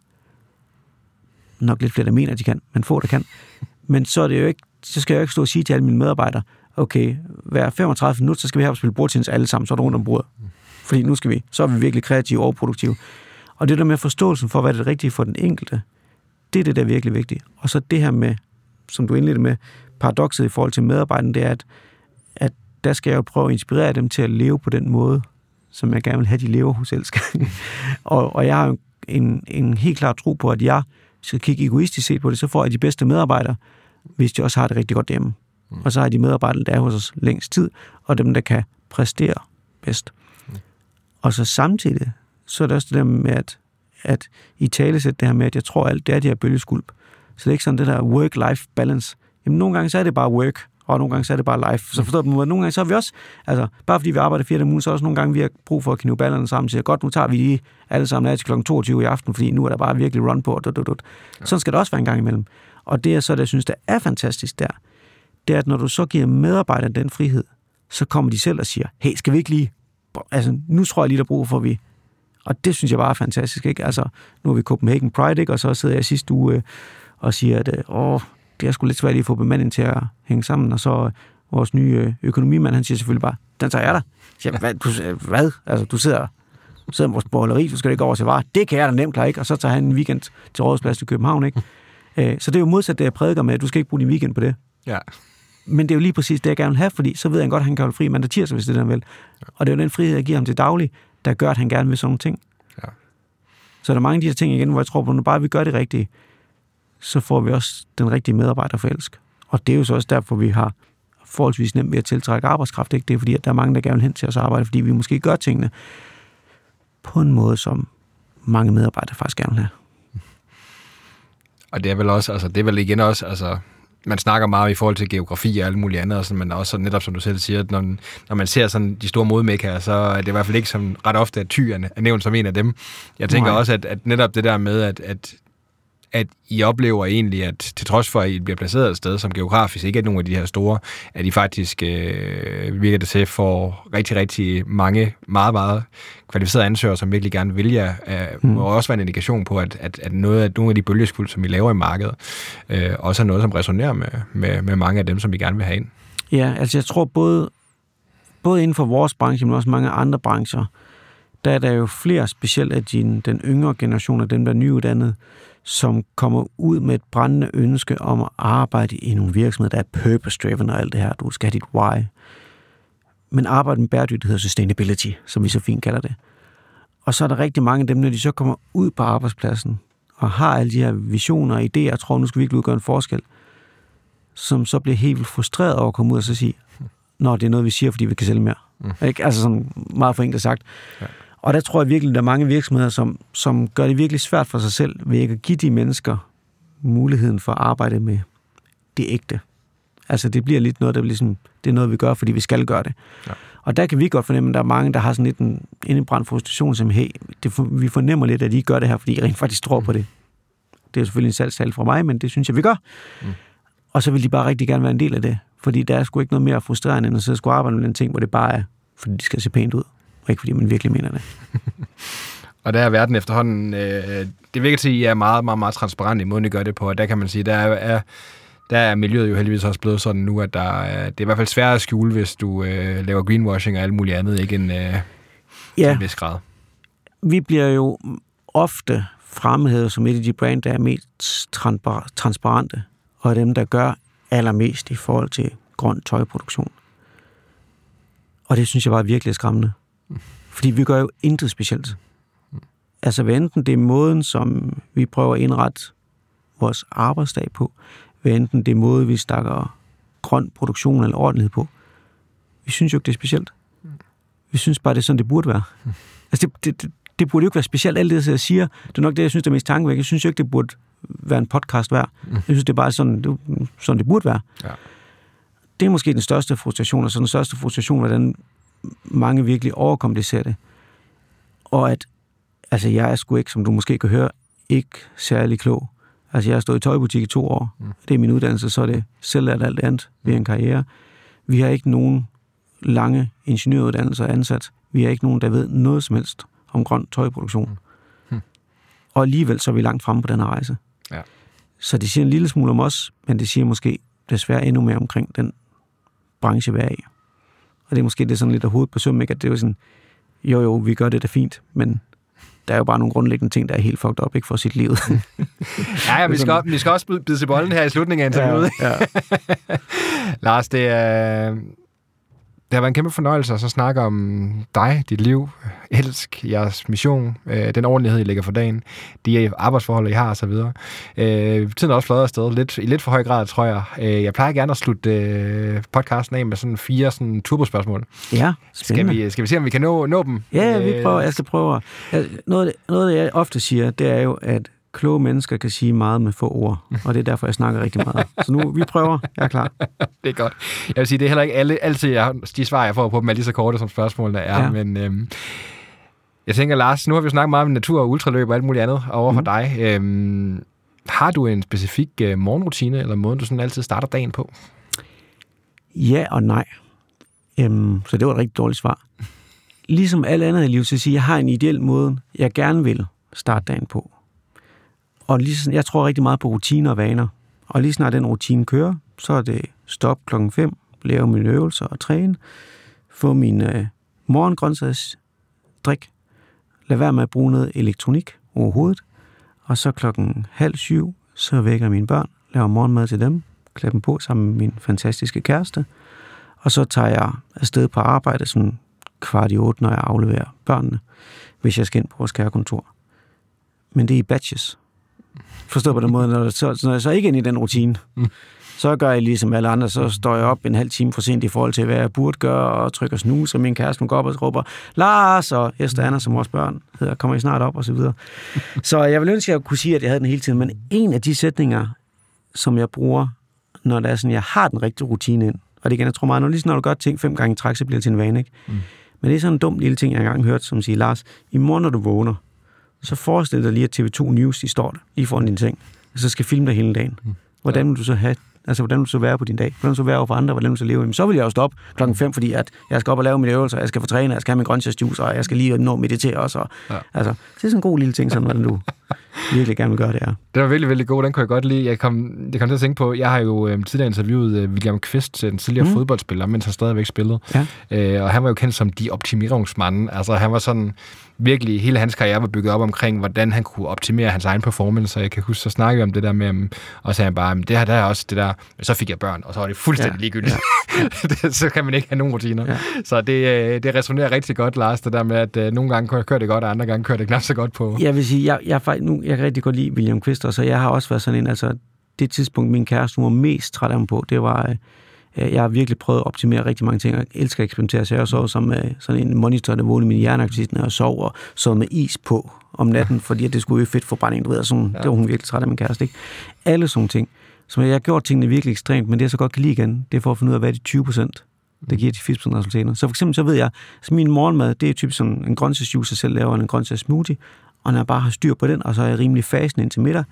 Speaker 4: Nok lidt flere, der mener, at de kan, men få, der kan. Men så er det jo ikke, så skal jeg jo ikke stå og sige til alle mine medarbejdere, okay, hver 35 minutter, så skal vi have at spille bordtennis alle sammen, så er det rundt om bordet. Fordi nu så er vi virkelig kreative og produktive. Og det der med forståelsen for, hvad det er rigtigt for den enkelte, det er det, der er virkelig vigtigt. Og så det her med, som du indledte med, paradokset i forhold til medarbejderne, det er, at der skal jeg jo prøve at inspirere dem til at leve på den måde, som jeg gerne vil have, de lever hos Elsk. og jeg har jo en helt klar tro på, at jeg skal kigge egoistisk set på det, så får jeg de bedste medarbejdere, hvis de også har det rigtig godt hjemme. Og så har de medarbejdere, der er hos os længst tid, og dem, der kan præstere bedst. Og så samtidig, så er det også det der med, at i talesæt det her med, at jeg tror alt, det er de her bølgeskulp. Så det er ikke sådan det der work-life balance. Jamen, nogle gange så er det bare work, og nogle gange så er det bare life. Så forstår du, nogle gange så har vi også, altså bare fordi vi arbejder 4 dage om ugen, så er også nogle gange, vi har brug for at knive ballerne sammen, og siger, godt, nu tager vi lige alle sammen af til kl. 22 i aften, fordi nu er der bare virkelig run på, Sådan skal det også være en gang imellem. Og det er så, det jeg synes, der er fantastisk der, det er, at når du så giver medarbejderne den frihed, så kommer de selv og siger, hey, skal vi ikke lige, altså nu tror jeg lige, der er brug for vi. Og det synes jeg bare er fantastisk, ikke? Altså, nu er vi Copenhagen Pride, ikke? Og så sidder jeg sidste uge og siger, at det er sgu lidt svært lige at få bemanding til at hænge sammen, og så vores nye økonomimand, han siger selvfølgelig bare, den tager jeg da. Jeg siger, hvad? Altså, du sidder med vores borgeri, du skal ikke over til varer. Det kan jeg da nemt klare, ikke? Og så tager han en weekend til Rådhusplads i København, ikke? Så det er jo modsat det, jeg prædiker med, at du skal ikke bruge din weekend på det. Ja. Men det er jo lige præcis det, jeg gerne vil have, fordi så ved jeg godt, at han kan holde fri mandag tirsdag, hvis det er den vel. Ja. Og det er jo den frihed, jeg giver ham til daglig, der gør, at han gerne vil sådan nogle ting. Ja. Så er der mange af de her ting igen, hvor jeg tror på, når bare vi gør det rigtige, så får vi også den rigtige medarbejder for Elsk. Og det er jo så også derfor, vi har forholdsvis nemt ved at tiltrække arbejdskraft. Ikke? Det er fordi, at der er mange, der gerne vil hen til os arbejde, fordi vi måske gør tingene på en måde, som mange medarbejdere faktisk gerne vil have.
Speaker 2: Og det er vel også, altså det er vel igen også, altså man snakker meget i forhold til geografi og alt muligt andet, og sådan, men også netop, som du selv siger, at når man ser sådan de store modmækker, så er det i hvert fald ikke som ret ofte, at Thy er nævnt som en af dem. Jeg tænker også, at netop det der med, at I oplever egentlig, at til trods for, at I bliver placeret et sted, som geografisk ikke er nogle af de her store, at I faktisk virker det til for rigtig, rigtig mange meget, meget kvalificerede ansøgere, som virkelig gerne vil jer, må også være en indikation på, at nogle af de bølgeskuld, som I laver i markedet, også er noget, som resonerer med mange af dem, som I gerne vil have ind.
Speaker 4: Ja, altså jeg tror både inden for vores branche, men også mange andre brancher, der er der jo flere, specielt af den yngre generation af dem, der er nyuddannede, som kommer ud med et brændende ønske om at arbejde i nogle virksomheder, der er purpose-driven og alt det her. Du skal have dit why. Men arbejde med bæredygtighed og sustainability, som vi så fint kalder det. Og så er der rigtig mange af dem, når de så kommer ud på arbejdspladsen og har alle de her visioner og idéer, og tror, nu skal vi ikke udgøre en forskel, som så bliver helt vildt frustreret over at komme ud og så sige, nå, det er noget, vi siger, fordi vi kan sælge mere. Ikke? Altså sådan meget forenklet sagt. Ja. Og der tror jeg virkelig, der er mange virksomheder, som gør det virkelig svært for sig selv, ved ikke at give de mennesker muligheden for at arbejde med det ægte. Altså det bliver lidt noget, der bliver sådan, det er noget, vi gør, fordi vi skal gøre det. Ja. Og der kan vi godt fornemme, at der er mange, der har sådan lidt en indebrændt frustration, som, hey, vi fornemmer lidt, at I gør det her, fordi I rent faktisk tror på det. Det er selvfølgelig en salgstal fra mig, men det synes jeg, vi gør. Og så vil de bare rigtig gerne være en del af det, fordi der er sgu ikke noget mere frustrerende, end at sidde og skulle arbejde med den ting, hvor det bare er, fordi de skal se pænt ud. Og ikke fordi man virkelig mener det.
Speaker 2: Og der er verden efterhånden, det virker til, at I er meget, meget, meget transparent i måden, I gør det på, og der kan man sige, der der er miljøet jo heldigvis også blevet sådan nu, at det er i hvert fald svært at skjule, hvis du laver greenwashing og alt muligt andet, ikke en vis grad.
Speaker 4: Vi bliver jo ofte fremhævet som et af de brand, der er mest transparente, og dem, der gør allermest i forhold til grøn tøjproduktion. Og det synes jeg var virkelig skræmmende. Fordi vi gør jo intet specielt. Altså hvad enten det er måden, som vi prøver at indrette vores arbejdsdag på, hvad enten det er måde, vi stakker grøn produktion eller ordentlighed på. Vi synes jo ikke, det er specielt. Vi synes bare, det er sådan, det burde være. Altså det burde jo ikke være specielt, alt det, jeg siger. Det er nok det, jeg synes, det er mest tankevækkende. Jeg synes jo ikke, det burde være en podcast værd. Jeg synes, det er bare sådan, det burde være. Ja. Det er måske den største frustration, og så den største frustration, hvordan mange virkelig overkomplicerer det. Og at, altså jeg er sgu ikke, som du måske kan høre, ikke særlig klog. Altså jeg har stået i tøjbutik i 2 år. Det er min uddannelse, så er det selv alt andet ved en karriere. Vi har ikke nogen lange ingeniøruddannelser ansat. Vi har ikke nogen, der ved noget som helst om grøn tøjproduktion. Og alligevel så er vi langt fremme på den her rejse. Ja. Så det siger en lille smule om os, men det siger måske desværre endnu mere omkring den branche, vi er i. Og det er måske det sådan lidt af hovedet på søm, ikke? At det er jo sådan, jo, vi gør det da fint, men der er jo bare nogle grundlæggende ting, der er helt fucked up, ikke, for sit liv.
Speaker 2: Ja, vi skal også bide til bolden her i slutningen af interviewet. Ja. Lars, det har været en kæmpe fornøjelse at så snakke om dig, dit liv, elsk, jeres mission, den ordentlighed, I lægger for dagen, de arbejdsforhold, I har og så videre. Tiden er også fløjet afsted, i lidt for høj grad, tror jeg. Jeg plejer gerne at slutte podcasten af med sådan 4 sådan turbospørgsmål. Ja, spændende. Skal vi se, om vi kan nå dem? Ja, vi prøver. Jeg skal prøve. Noget, jeg ofte siger, det er jo, at kloge mennesker kan sige meget med få ord, og det er derfor, jeg snakker rigtig meget. Så nu, vi prøver. Jeg er klar. Det er godt. Jeg vil sige, det er heller ikke altid de svar, jeg får på dem, er lige så korte, som spørgsmålene er, men jeg tænker, Lars, nu har vi jo snakket meget om natur og ultraløb og alt muligt andet over for dig. Har du en specifik morgenrutine, eller måde, du sådan altid starter dagen på? Ja og nej. Så det var et rigtig dårligt svar. Ligesom alle andre i livet, så siger jeg, har en ideel måde, jeg gerne vil starte dagen på. Og jeg tror rigtig meget på rutiner og vaner. Og lige snart den rutine kører, så er det stop 5:00, lave mine øvelser og træne, få min morgengrøntsagsdrik, lad være med at bruge noget elektronik overhovedet, og så 6:30, så vækker mine børn, laver morgenmad til dem, klæder dem på sammen med min fantastiske kæreste, og så tager jeg afsted på arbejde sådan 7:15, når jeg afleverer børnene, hvis jeg skal ind på vores kærekontor. Men det er i batches. Forstår på den måde, når jeg så ikke er inde i den rutine, så gør jeg ligesom alle andre, så står jeg op en halv time for sent i forhold til, hvad jeg burde gøre, og trykker snus, og min kæreste går op og råber, Lars og Esther Anna, som vores børn hedder, kommer I snart op, og så videre. Så jeg vil ønske, at jeg kunne sige, at jeg havde den hele tiden, men en af de sætninger, som jeg bruger, når det er sådan, jeg har den rigtige rutine ind, og det igen, jeg tror meget, når du gør ting 5 gange i træk, så bliver det til en vane, ikke? Men det er sådan en dum lille ting, jeg engang hørt, som siger, Lars, i morgen, når du vågner, så forestil dig lige, at TV2 News, de står der, lige foran din seng, og så skal filme dig hele dagen. Hvordan vil du så have, altså hvordan vil du så være på din dag? Hvordan vil du så være over for andre? Hvordan vil du så leve? Men så vil jeg jo stoppe 5:00, fordi at jeg skal op og lave mine øvelser, jeg skal få træne, jeg skal have min grøntsagsjuice, og jeg skal lige nå meditere også. Altså, det er sådan en god lille ting, sådan hvordan du virkelig gerne vil gøre det her. Det var virkelig, virkelig god, den kunne jeg godt lide. Jeg kom til at tænke på, jeg har jo tidligere interviewet William Kvist, en tidligere fodboldspiller, mens han stadigvæk spillede. Ja. Og han var jo kendt som de optimeringsmanden. Altså han var sådan, virkelig, hele hans karriere var bygget op omkring, hvordan han kunne optimere hans egen performance, og jeg kan huske, så snakkede vi om det der med, og så sagde han bare, det her der er også det der, så fik jeg børn, og så var det fuldstændig ligegyldigt. Ja. Så kan man ikke have nogen rutiner. Ja. Så det resonerer rigtig godt, Lars, det der med, at nogle gange kører det godt, og andre gange kører det knap så godt på. Jeg vil sige, jeg kan rigtig godt lide William Kvist, og så jeg har også været sådan en, altså det tidspunkt, min kæreste var mest træt af mig på, det var, jeg har virkelig prøvet at optimere rigtig mange ting, og elsker at eksperimentere, så jeg sov som sådan en monitor, der målte min hjerneaktivitet, når jeg sov, og sov med is på om natten, fordi det skulle jo fedtforbrænding, du ved, sådan, det var hun virkelig træt af min kæreste, ikke? Alle sådan ting. Så jeg har gjort tingene virkelig ekstremt, men det jeg så godt kan lide igen, det er for at finde ud af, hvad de 20%, der giver de 80% resultater. Så for eksempel så ved jeg, at min morgenmad, det er typisk sådan en grøntsagsjuice, jeg selv laver, en grøntsagssmoothie, og når jeg bare har styr på den, og så er jeg rimelig fasen indtil middag,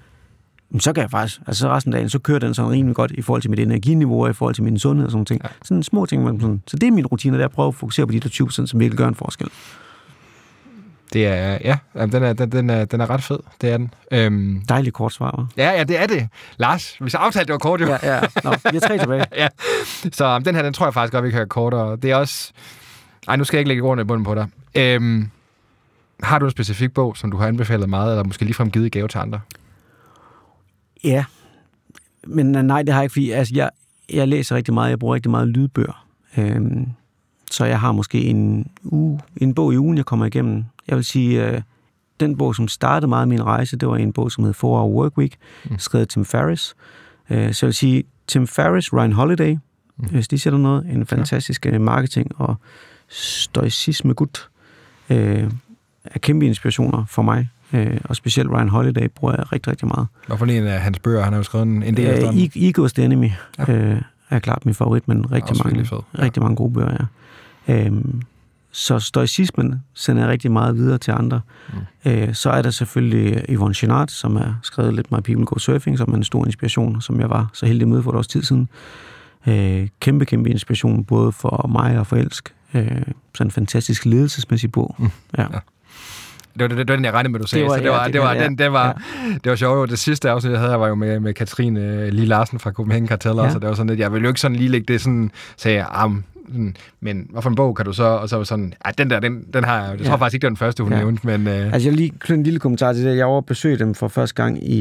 Speaker 2: så kan jeg faktisk, altså resten af dagen, så kører den sådan rimelig godt i forhold til mit energiniveau, i forhold til min sundhed og sådan ting. Ja. Sådan små ting, man sådan. Så det er min rutine, der jeg prøver at fokusere på de der 20%, som virkelig gør en forskel. Det er, ja, den er ret fed, det er den.
Speaker 4: Dejligt kort svar, hva'?
Speaker 2: Ja, det er det. Lars, hvis jeg aftalte, det var kort, jo.
Speaker 4: Ja. Nå, vi er 3 tilbage.
Speaker 2: Ja, så den her, den tror jeg faktisk godt, vi kan have kortere. Det er også... Ej, nu skal jeg ikke lægge ordene i bunden på dig. Har du en specifik bog, som du har anbefalet meget, eller måske ligefrem givet i gave til andre?
Speaker 4: Ja, men nej, det har jeg ikke, fordi altså, jeg læser rigtig meget, jeg bruger rigtig meget lydbøger. Så jeg har måske en bog i ugen, jeg kommer igennem. Jeg vil sige, den bog, som startede meget min rejse, det var en bog, som hed 4-Hour Workweek, skrevet Tim Ferriss. Så jeg vil sige, Tim Ferriss, Ryan Holiday, hvis de siger der noget, en fantastisk marketing- og stoicisme-gut, er kæmpe inspirationer for mig. Og specielt Ryan Holiday bruger jeg rigtig, rigtig meget.
Speaker 2: Hvorfor en af hans bøger? Han har jo skrevet en del af dem.
Speaker 4: Ego's the Enemy er klart min favorit, men rigtig mange gode bøger, ja. Så stoicismen sender jeg rigtig meget videre til andre. Så er der selvfølgelig Yvon Chouinard, som har skrevet lidt My People Go Surfing, som er en stor inspiration, som jeg var så heldig at møde for et års tid siden. Kæmpe inspiration, både for mig og for Elsk. Sådan en fantastisk ledelsesmæssig bog. Ja.
Speaker 2: Det var den, jeg regnede med, du sagde. Det var sjovt. Det sidste afsnit, jeg havde, var jo med Katrine Lie Larsen fra Copenhagen Cartel, så det var sådan lidt, jeg ville jo ikke sådan lige lægge det sådan, sagde men hvorfor en bog kan du så, og så var sådan, den har jeg, jeg tror faktisk ikke, det var den første, hun nævnte, men...
Speaker 4: Altså, jeg lige knytte en lille kommentar til det. Jeg var og besøgte dem for første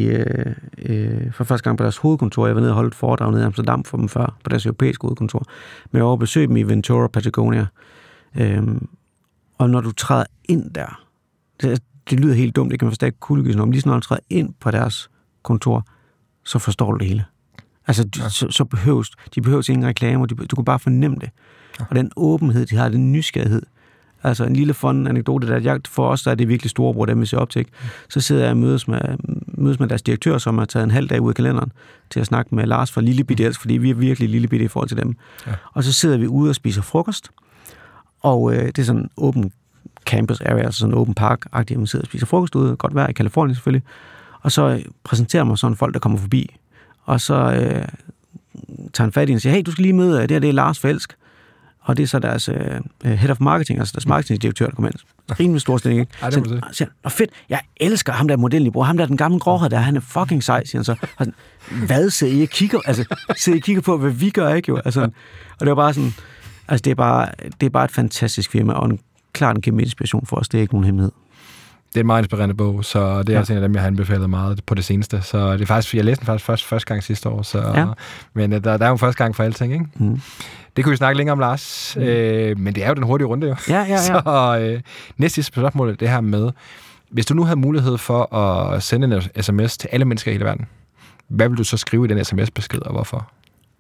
Speaker 4: gang på deres hovedkontor. Jeg var nede og holdt et foredrag nede i Amsterdam for dem før, på deres europæiske hovedkontor. Men jeg var og besøgte dem i Ventura, Patagonia. Og når du træder ind der, det lyder helt dumt, det kan man forstå ikke kuldegysende om, lige sådan, når du træder ind på deres kontor, så forstår du det hele. Altså, så behøves ingen reklamer, du kan bare fornemme det. Og den åbenhed, de har, den nysgerrighed. Altså, en lille fun anekdote, der for os, der er det virkelig storebror, dem vi ser op til. Så sidder jeg og mødes med deres direktør, som har taget en halv dag ud af kalenderen, til at snakke med Lars fra Lillebitte Elsk, fordi vi er virkelig Lillebitte i forhold til dem. Ja. Og så sidder vi ude og spiser frokost, og det er sådan en åben campus area, altså sådan en åben park-agtig, man sidder og spiser frokost ude, godt vejr i Californien selvfølgelig. Og så præsenterer man sådan folk, der kommer forbi, og så tager han fat i og siger, hey, du skal lige møde, det er Lars fra Elsk. Og det er så deres head of marketing, altså deres marketingdirektør, der kommer ind. Rimelig stor stilling, ikke?
Speaker 2: Ej, det må
Speaker 4: så siger, fedt, jeg elsker ham der modellen, I bruger. Ham der, den gamle gråhårede der, han er fucking sej, siger han så. Sådan, hvad sidder I og kigger? Altså, sidder I og kigger på, hvad vi gør, ikke jo? Altså, og det var bare sådan, altså det er bare et fantastisk firma, og klart en kæmpe inspiration for os. Det er ikke nogen hemmelighed.
Speaker 2: Det er en meget inspirerende bog, så det er også en af dem, jeg har anbefalet meget på det seneste. Så det er faktisk, jeg læste den faktisk første gang sidste år, så, men der er jo en første gang for alting, ikke? Det kunne vi snakke længere om, Lars, men det er jo den hurtige runde, jo.
Speaker 4: Ja.
Speaker 2: Så næste spørgsmål er det her med, hvis du nu havde mulighed for at sende en sms til alle mennesker i hele verden, hvad vil du så skrive i den sms-besked, og hvorfor?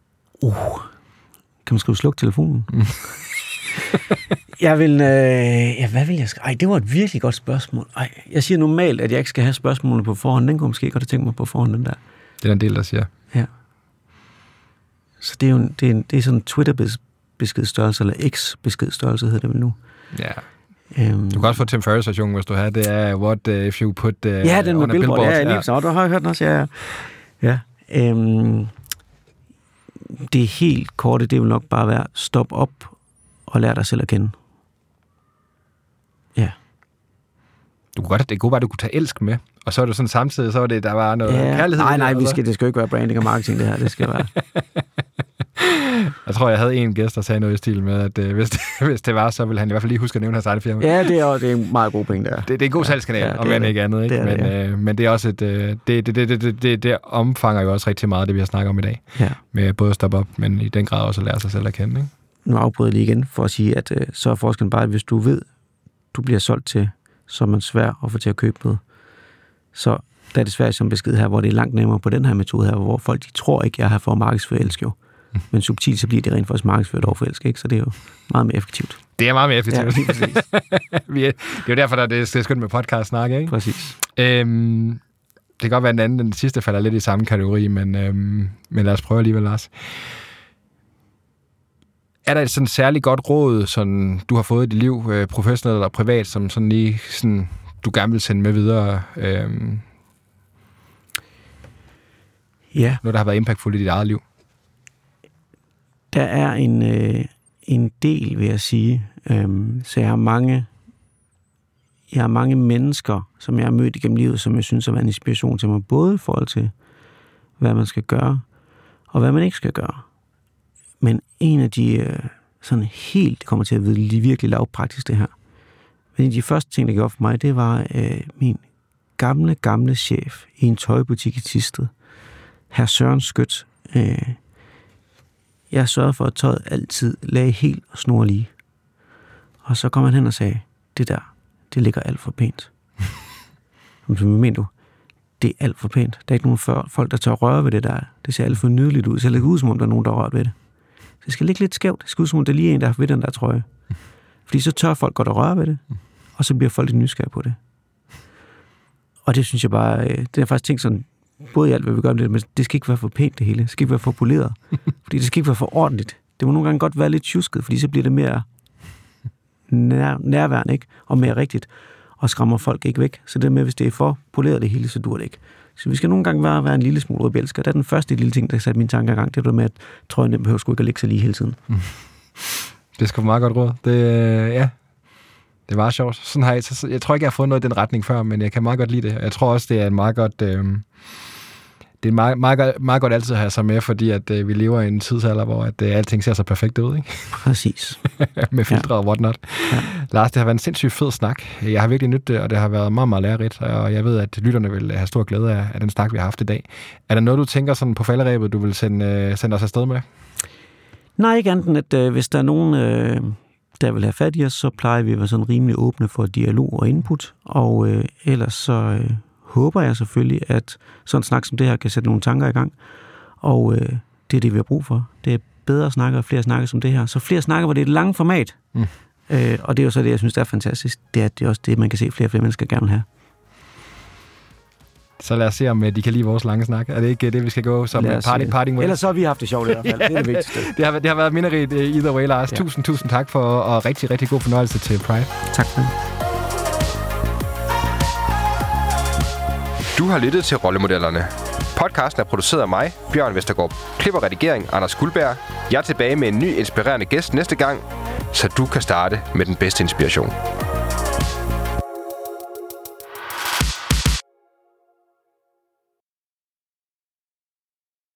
Speaker 4: Kan man skrive sluk telefonen? Jeg vil... hvad vil jeg skrive? Ej, det var et virkelig godt spørgsmål. Ej, jeg siger normalt, at jeg ikke skal have spørgsmålene på forhånd. Den kunne jeg måske godt have tænkt mig på forhånd, den der.
Speaker 2: Det er den del, der siger.
Speaker 4: Ja. Så det er jo det er sådan en Twitter-beskedstørrelse, eller X-beskedstørrelse hedder det vel nu.
Speaker 2: Ja. Du kan også få Tim Ferriss-versionen, hvis du har. Det er what if you put
Speaker 4: den med billboard. Ja, lige så. Du har hørt den også, ja. Det helt korte, det vil nok bare være, stop op og lær dig selv at kende. Ja.
Speaker 2: Det kunne bare, du kunne tage Elsk med, og så er det sådan samtidig, så var det, der var noget kærlighed.
Speaker 4: Nej, det skal jo ikke være branding og marketing, det her. Det skal være...
Speaker 2: Jeg tror, jeg havde en gæst, der sagde noget i stil med, at hvis det var, så ville han i hvert fald lige huske at nævne hans eget firma.
Speaker 4: Ja, det er en meget god penge, der.
Speaker 2: Det er en god salgskanal, om end ikke andet. Ikke? Men det er også det omfanger jo også rigtig meget, det vi har snakket om i dag. Ja. Med både at stoppe op, men i den grad også at lære sig selv at kende. Ikke?
Speaker 4: Nu afbryder jeg lige igen for at sige, at så er forskellen bare, at hvis du ved, du bliver solgt til, så er man svær at få til at købe noget. Så der er det svært som besked her, hvor det er langt nemmere på den her metode her, hvor folk de tror ikke, jeg er her for at markedsføre Elsk jo. Men subtilt, så bliver det rent faktisk markedsført over for Elsk, ikke? Så det er jo meget mere effektivt.
Speaker 2: Det er meget mere effektivt.
Speaker 4: Ja, præcis.
Speaker 2: Det er jo derfor, der det er skønt med podcast-snak, ikke?
Speaker 4: Præcis.
Speaker 2: Det kan godt være, at den sidste falder lidt i samme kategori, men lad os prøve alligevel, Lars. Er der et sådan særligt godt råd, sådan, du har fået i dit liv, professionelt eller privat, som sådan lige sådan, du gerne vil sende med videre?
Speaker 4: Ja.
Speaker 2: Noget, der har været impactfuldt i dit eget liv?
Speaker 4: Der er en del, vil jeg sige. Så jeg har mange jeg har mange mennesker, som jeg har mødt igennem livet, som jeg synes har været en inspiration til mig, både i forhold til, hvad man skal gøre, og hvad man ikke skal gøre. Men en af de sådan helt, det kommer til at vide virkelig lavpraktisk det her, men en af de første ting, der gjorde for mig, det var min gamle chef i en tøjbutik i Thisted, hr. Søren Skødt. Jeg sørgede for, at tøjet altid lagde helt og snorlige. Og så kom han hen og sagde, det der, det ligger alt for pænt. Hvad mener du? Det er alt for pænt. Der er ikke nogen folk, der tør røre ved det der. Det ser alt for nydeligt ud. Det ser lidt ud, som om der er nogen, der rører ved det. Det skal ligge lidt skævt. Det skal ud, som om der lige er en, der har ved den der trøje. Fordi så tør folk godt at røre ved det, og så bliver folk lidt nysgerrige på det. Og det synes jeg bare, det er faktisk tænkt sådan, både i alt, hvad vi gør med det, men det skal ikke være for pænt det hele. Det skal ikke være for poleret. Fordi det skal ikke være for ordentligt. Det må nogle gange godt være lidt tjusket, fordi så bliver det mere nærværende, ikke? Og mere rigtigt, og skræmmer folk ikke væk. Så det med, hvis det er for poleret det hele, så dur det ikke. Så vi skal nogle gange være en lille smule rebelsker. Det er den første lille ting, der satte mine tanker i gang. Det er det med, at trøjen behøver sgu ikke at ligge sig lige hele tiden.
Speaker 2: Det er sgu meget godt råd. Det er meget sjovt. Sådan har jeg tror ikke, jeg har fået noget i den retning før, men jeg kan meget godt lide det. Jeg tror også, det er en meget godt... Det er meget godt altid at have sig med, fordi at vi lever i en tidsalder, hvor at alting ser så perfekt ud, ikke?
Speaker 4: Præcis.
Speaker 2: Med filtre og whatnot. Ja. Lars, det har været en sindssygt fed snak. Jeg har virkelig nydt det, og det har været meget, meget lærerigt, og jeg ved, at lytterne vil have stor glæde af den snak, vi har haft i dag. Er der noget, du tænker sådan på falderæbet, du vil sende os afsted med? Nej,
Speaker 4: ikke andet, at hvis der er nogen, der vil have fat i os, så plejer vi at være sådan rimelig åbne for dialog og input, og ellers så... håber jeg selvfølgelig, at sådan en snak som det her kan sætte nogle tanker i gang. Og det er det, vi har brug for. Det er bedre snakker og flere snakker som det her. Så flere snakker, hvor det er et langt format. Og det er jo så det, jeg synes, der er fantastisk. Det er også det, man kan se flere og flere mennesker gerne vil have.
Speaker 2: Så lad os se, om de kan lide vores lange snak. Er det ikke det, vi skal gå som parting way?
Speaker 4: Ellers så har vi haft det sjovt i hvert fald. Det er det vigtigste.
Speaker 2: Det har været minderigt either way, Lars. Ja. Tusind tak for, og rigtig, rigtig god fornøjelse til Pride.
Speaker 4: Tak for det.
Speaker 3: Du har lyttet til Rollemodellerne. Podcasten er produceret af mig, Bjørn Vestergaard. Klip og redigering, Anders Guldberg. Jeg er tilbage med en ny inspirerende gæst næste gang, så du kan starte med den bedste inspiration.